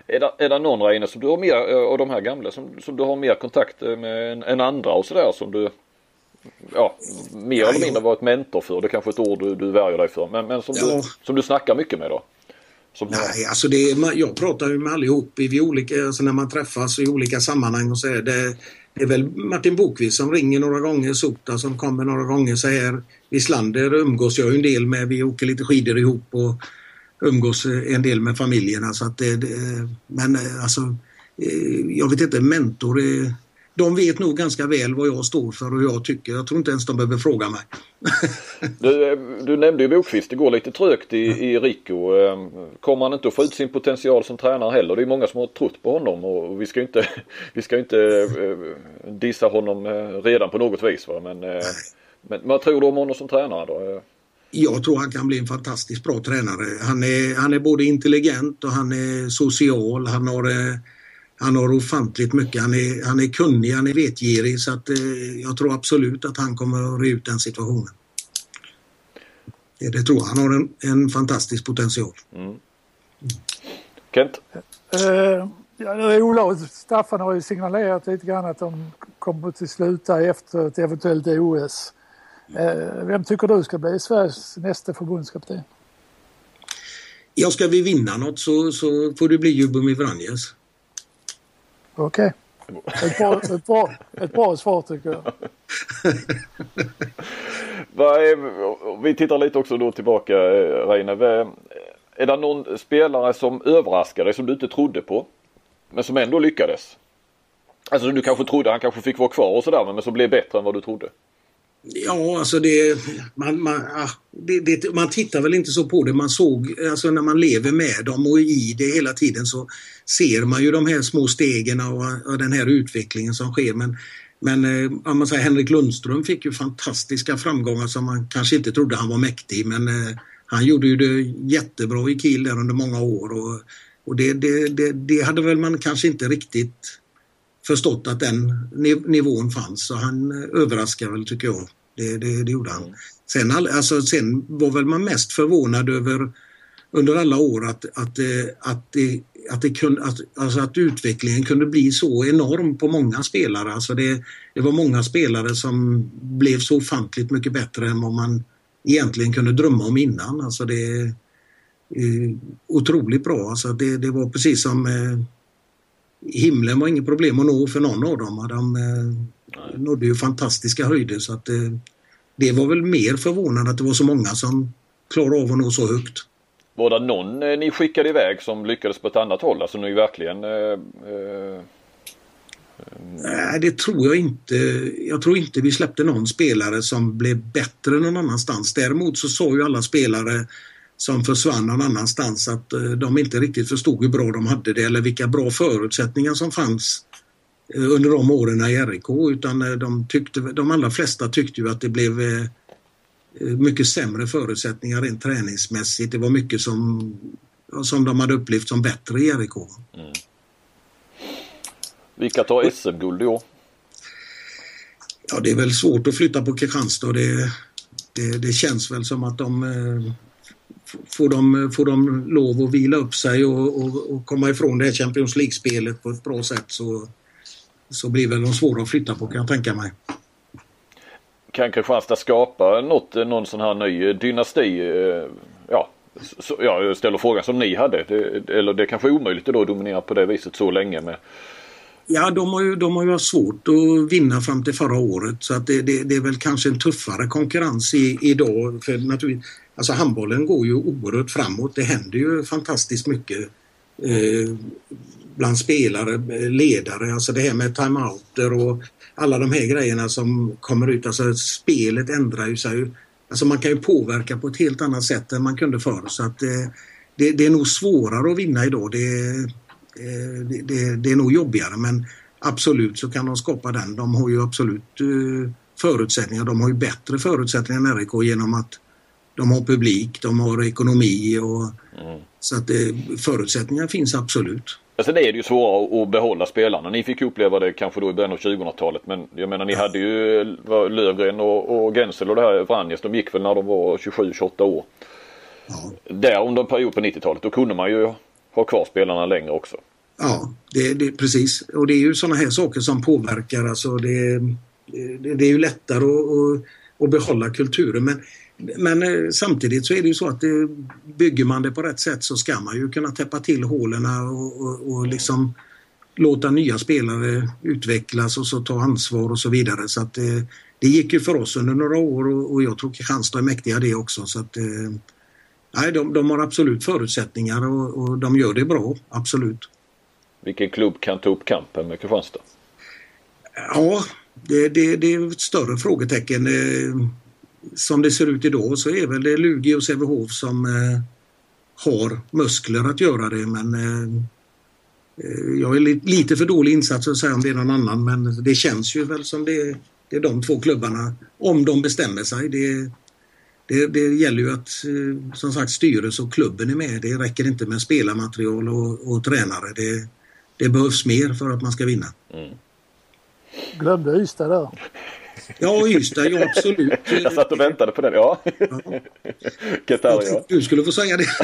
Är det, är det någon Reine som du har mer av de här gamla som, som du har mer kontakt med än, än andra och sådär som du ja, mer eller mindre varit mentor för? Det är kanske ett ord du, du värjer dig för, men, men som, ja. du, som du snackar mycket med då? Som
Nej,
har...
alltså det är, jag pratar ju med allihop i olika, alltså när man träffas i olika sammanhang och så är det, det är väl Martin Bokvist som ringer några gånger, Sota som kommer några gånger så här. Islander umgås jag ju en del med, vi åker lite skidor ihop och umgås en del med familjerna så att det, det men alltså jag vet inte, mentor de vet nog ganska väl vad jag står för och hur jag tycker. Jag tror inte ens de behöver fråga mig.
du, du nämnde ju Bokvist, det går lite trögt i, i Rico. Kommer han inte att få ut sin potential som tränare heller? Det är många som har trott på honom och vi ska inte, vi ska inte uh, dissa honom redan på något vis. Va? Men, uh, men vad tror du om honom som tränare då?
Jag tror han kan bli en fantastiskt bra tränare. Han är, han är både intelligent och han är social. Han har... Uh, Han har ofantligt mycket. Han är, han är kunnig, han är vetgirig så att eh, jag tror absolut att han kommer att re ut den situationen. Det, det tror jag. Han har en, en fantastisk potential. Mm.
Kent?
Uh, ja, Ola och Staffan har ju signalerat lite grann att de kommer till sluta efter ett eventuellt O S. Uh, vem tycker du ska bli Sveriges nästa förbundskapten?
Ja, ska vi vinna något så, så får det bli Ljubomir Vranjes.
Okej. Okay. Ett, bra, ett, bra, ett bra svar tycker jag.
Vi tittar lite också då tillbaka, Reine. Är det någon spelare som överraskade dig som du inte trodde på men som ändå lyckades? Alltså du kanske trodde han kanske fick vara kvar och sådär men som blev bättre än vad du trodde?
Ja, alltså det man, man, det, det, man tittar väl inte så på det. Man såg, alltså när man lever med dem och i det hela tiden så ser man ju de här små stegen och, och den här utvecklingen som sker. Men, men om man säger Henrik Lundström fick ju fantastiska framgångar som man kanske inte trodde han var mäktig. Men eh, han gjorde ju det jättebra i Kiel där under många år. Och, och det, det, det, det hade väl man kanske inte riktigt förstått att den nivån fanns. Så han överraskade väl tycker jag. Det, det, det gjorde han. Sen, alltså, sen var väl man mest förvånad över under alla år att, att, att, det, att, det kunde, att, alltså att utvecklingen kunde bli så enorm på många spelare. Alltså det, det var många spelare som blev så ofantligt mycket bättre än vad man egentligen kunde drömma om innan. Alltså det är eh, otroligt bra. Alltså det, det var precis som eh, himlen var inget problem att nå för någon av dem. De eh, nådde ju fantastiska höjder så att eh, det var väl mer förvånande att det var så många som klarade av att nå så högt.
Var det någon eh, ni skickade iväg som lyckades på ett annat håll? Alltså ni verkligen... Eh, eh,
Nej, det tror jag inte. Jag tror inte vi släppte någon spelare som blev bättre någon annanstans. Däremot så sa ju alla spelare som försvann någon annanstans att eh, de inte riktigt förstod hur bra de hade det eller vilka bra förutsättningar som fanns eh, under de åren i R I K. Utan eh, de, tyckte, de allra flesta tyckte ju att det blev... Eh, mycket sämre förutsättningar rent träningsmässigt. Det var mycket som, som de hade upplevt som bättre i R I K.
Mm. Vilka tar S M-guld i år?
Ja, det är väl svårt att flytta på Kristianstad. Det, det, det känns väl som att de eh, får, de får de lov att vila upp sig och, och, och komma ifrån det här Champions League-spelet på ett bra sätt så, så blir väl de svåra att flytta på kan jag tänka mig.
Kan Kristianstad skapa något, någon sån här ny dynasti? Ja, så, ja, jag ställer frågan som ni hade. Det, eller det är kanske omöjligt att då dominera på det viset så länge med...
Ja, de har ju, de har ju haft svårt att vinna fram till förra året så att det, det, det är väl kanske en tuffare konkurrens i, idag. För naturligtvis, alltså handbollen går ju oerhört framåt. Det händer ju fantastiskt mycket eh, bland spelare, ledare. Alltså det här med timeouter och alla de här grejerna som kommer ut. Alltså spelet ändrar ju sig. Alltså man kan ju påverka på ett helt annat sätt än man kunde förr. Så att eh, det, det är nog svårare att vinna idag. Det Det, det, det är nog jobbigare men absolut så kan de skapa den. De har ju absolut uh, förutsättningar. De har ju bättre förutsättningar än R I K genom att de har publik, de har ekonomi och mm. så att uh, förutsättningar finns absolut.
Sen är det ju svårare att behålla spelarna. Ni fick uppleva det kanske då i början av tjugohundratalet men jag menar ni hade ju Lövgren och, och Gensel och det här Vranjes, de gick väl när de var tjugosju tjugoåtta år. Ja. Där under en period på nittiotalet då kunde man ju ha kvar spelarna längre också.
Ja, det, det, precis. Och det är ju sådana här saker som påverkar. Alltså det, det, det är ju lättare att, att, att behålla kulturen. Men, men samtidigt så är det ju så att det, bygger man det på rätt sätt så ska man ju kunna täppa till hålen och, och, och liksom låta nya spelare utvecklas och så ta ansvar och så vidare. Så att det, det gick ju för oss under några år och, och jag tror Kristianstad är mäktiga det också. Så att nej, de, de har absolut förutsättningar och, och de gör det bra, absolut.
Vilken klubb kan ta upp kampen med Kristianstad?
Ja, det, det, det är ett större frågetecken. Som det ser ut idag så är väl det Lugi och Sävehof som eh, har muskler att göra det. Men eh, jag är li- lite för dålig insats att säga om det är någon annan. Men det känns ju väl som det, det är de två klubbarna. Om de bestämmer sig. Det, det, det gäller ju att eh, som sagt styrelse och klubben är med. Det räcker inte med spelarmaterial och, och tränare. Det, det behövs mer för att man ska vinna.
Mm.
Glömde Ystad där.
Ja, Ystad, ja absolut.
Jag satt och väntade på det, ja.
Ja.
Qatar, ja.
Du skulle få säga det.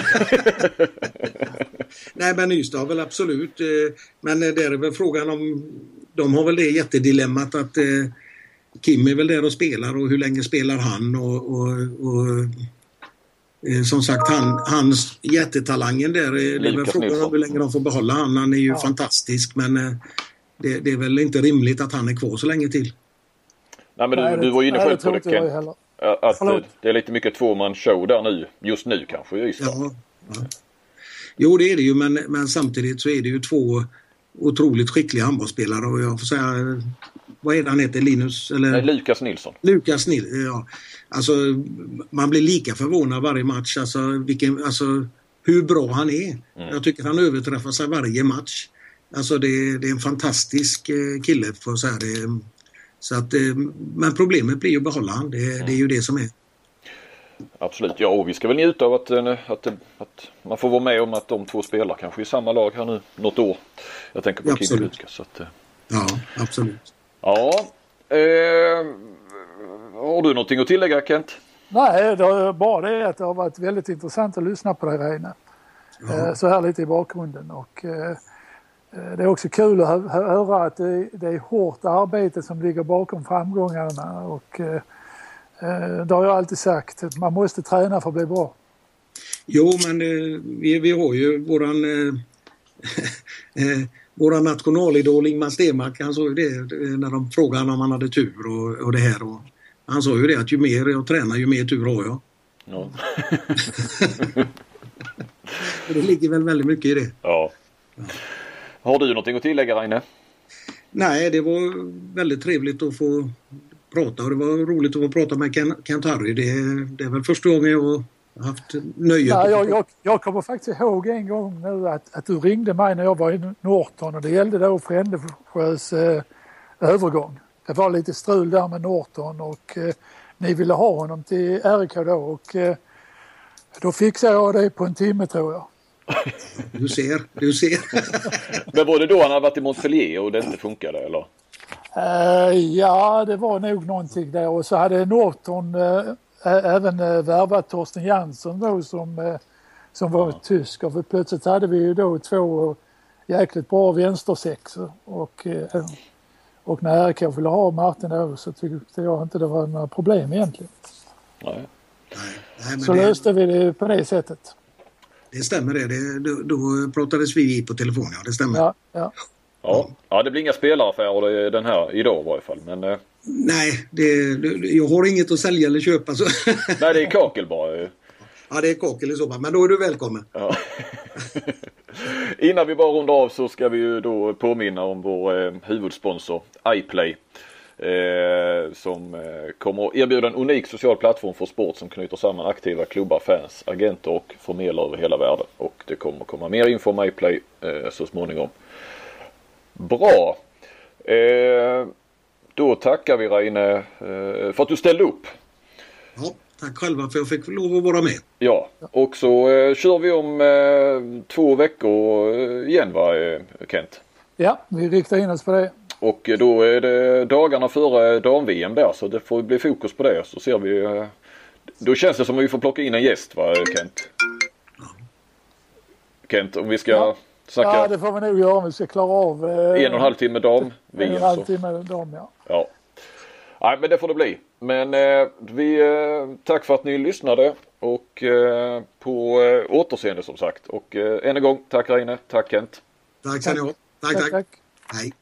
Nej, men Ystad väl absolut. Men det är väl frågan om... De har väl det jättedilemmat att eh, Kim är väl där och spelar och hur länge spelar han och... och, och eh, som sagt, han, hans jättetalangen där, det är väl frågan om hur länge de får behålla han. Han är ju ja. fantastisk, men eh, det, det är väl inte rimligt att han är kvar så länge till.
Nej, men du,
nej, det,
du var ju inne
nej,
på det, Ken, att Förlåt. Det är lite mycket tvåman show där nu, just nu kanske i Ystad.
Ja, ja. Jo, det är det ju, men, men samtidigt så är det ju två otroligt skickliga handbollsspelare och jag får säga, vad är det han heter, Linus? Eller?
Nej, Lukas Nilsson.
Lukas Nilsson, ja. Alltså, man blir lika förvånad varje match, alltså, vilken, alltså hur bra han är. Mm. Jag tycker han överträffar sig varje match. Alltså det, det är en fantastisk kille för att säga det. Så att, men problemet blir ju att behålla han. Det, mm. det är ju det som är. Absolut.
Ja, och vi ska väl njuta av att, att, att man får vara med om att de två spelar kanske i samma lag här nu något år. Jag tänker på Kim Lukas. Så att,
ja, absolut.
Ja. Eh, har du någonting att tillägga, Kent?
Nej, det är bara det att det har varit väldigt intressant att lyssna på dig, Reine. Ja. Så här lite i bakgrunden. Och det är också kul att höra att det är hårt arbete som ligger bakom framgångarna. Och det har jag alltid sagt. Man måste träna för att bli bra.
Jo, men vi, vi har ju våran, eh, våran nationalidol Ingmar Stenmark. Han sa ju det när de frågade om han hade tur och, och det här. Och han sa ju det att ju mer jag tränar ju mer tur har jag.
Ja.
Det ligger väl väldigt mycket i det.
Ja. Har du någonting att tillägga, Reine?
Nej, det var väldigt trevligt att få prata och det var roligt att få prata med Kent Harry. Det, det är väl första gången jag har haft nöje.
Ja, jag, jag, jag kommer faktiskt ihåg en gång nu att, att du ringde mig när jag var i Norton och det gällde då Frändesjös eh, övergång. Det var lite strul där med Norton och eh, ni ville ha honom till R I K då och eh, då fixade jag det på en timme tror jag.
Du ser, du ser.
Men var det då han hade varit i Montpellier och det inte funkade eller?
Uh, ja, det var nog någonting där och så hade Norton uh, även uh, värvat Torsten Jansson då som, uh, som var ja. tysk och för plötsligt hade vi ju då två uh, jäkligt bra vänstersexor och, uh, och när R K ville ha Martin då så tyckte jag inte det var några problem egentligen.
Nej.
Nej,
så
det...
löste vi det på det sättet.
Det stämmer det. det då, då pratades vi på telefon, ja. Det stämmer.
Ja, ja.
Ja. Ja, det blir inga spelaraffärer den här idag i varje fall. Men, eh...
Nej, det, det, jag har inget att sälja eller köpa. Så.
Nej, det är kakel bara.
Ja, det är kakel i så fall. Men då är du välkommen. Ja.
Innan vi bara rundar av så ska vi ju då påminna om vår eh, huvudsponsor iPlay. Eh, som eh, kommer att erbjuda en unik social plattform för sport som knyter samman aktiva klubbar, fans, agenter och förmedlare över hela världen. Och det kommer att komma mer info om iPlay eh, så småningom. Bra. Eh, då tackar vi Reine eh, för att du ställde upp.
Ja, tack själva för att jag fick lov att vara med.
Ja, och så eh, kör vi om eh, två veckor eh, igen va, eh, Kent?
Ja, vi riktar in oss på det.
Och då är det dagarna före dam-V M där så det får bli fokus på det. Så ser vi, eh, då känns det som att vi får plocka in en gäst va, Kent? Ja. Kent, om vi ska... Ja. Snacka
Ja, det får vi nog göra om vi ska klara av. Eh,
en och en halv timme dam.
En och en halv timme dam, ja.
Ja. Nej, men det får det bli. Men eh, vi eh, tack för att ni lyssnade och eh, på eh, återseende som sagt. Och eh, än en gång, tack Reine, tack Kent.
Tack så ni ha. Tack, tack.
tack.
Hej.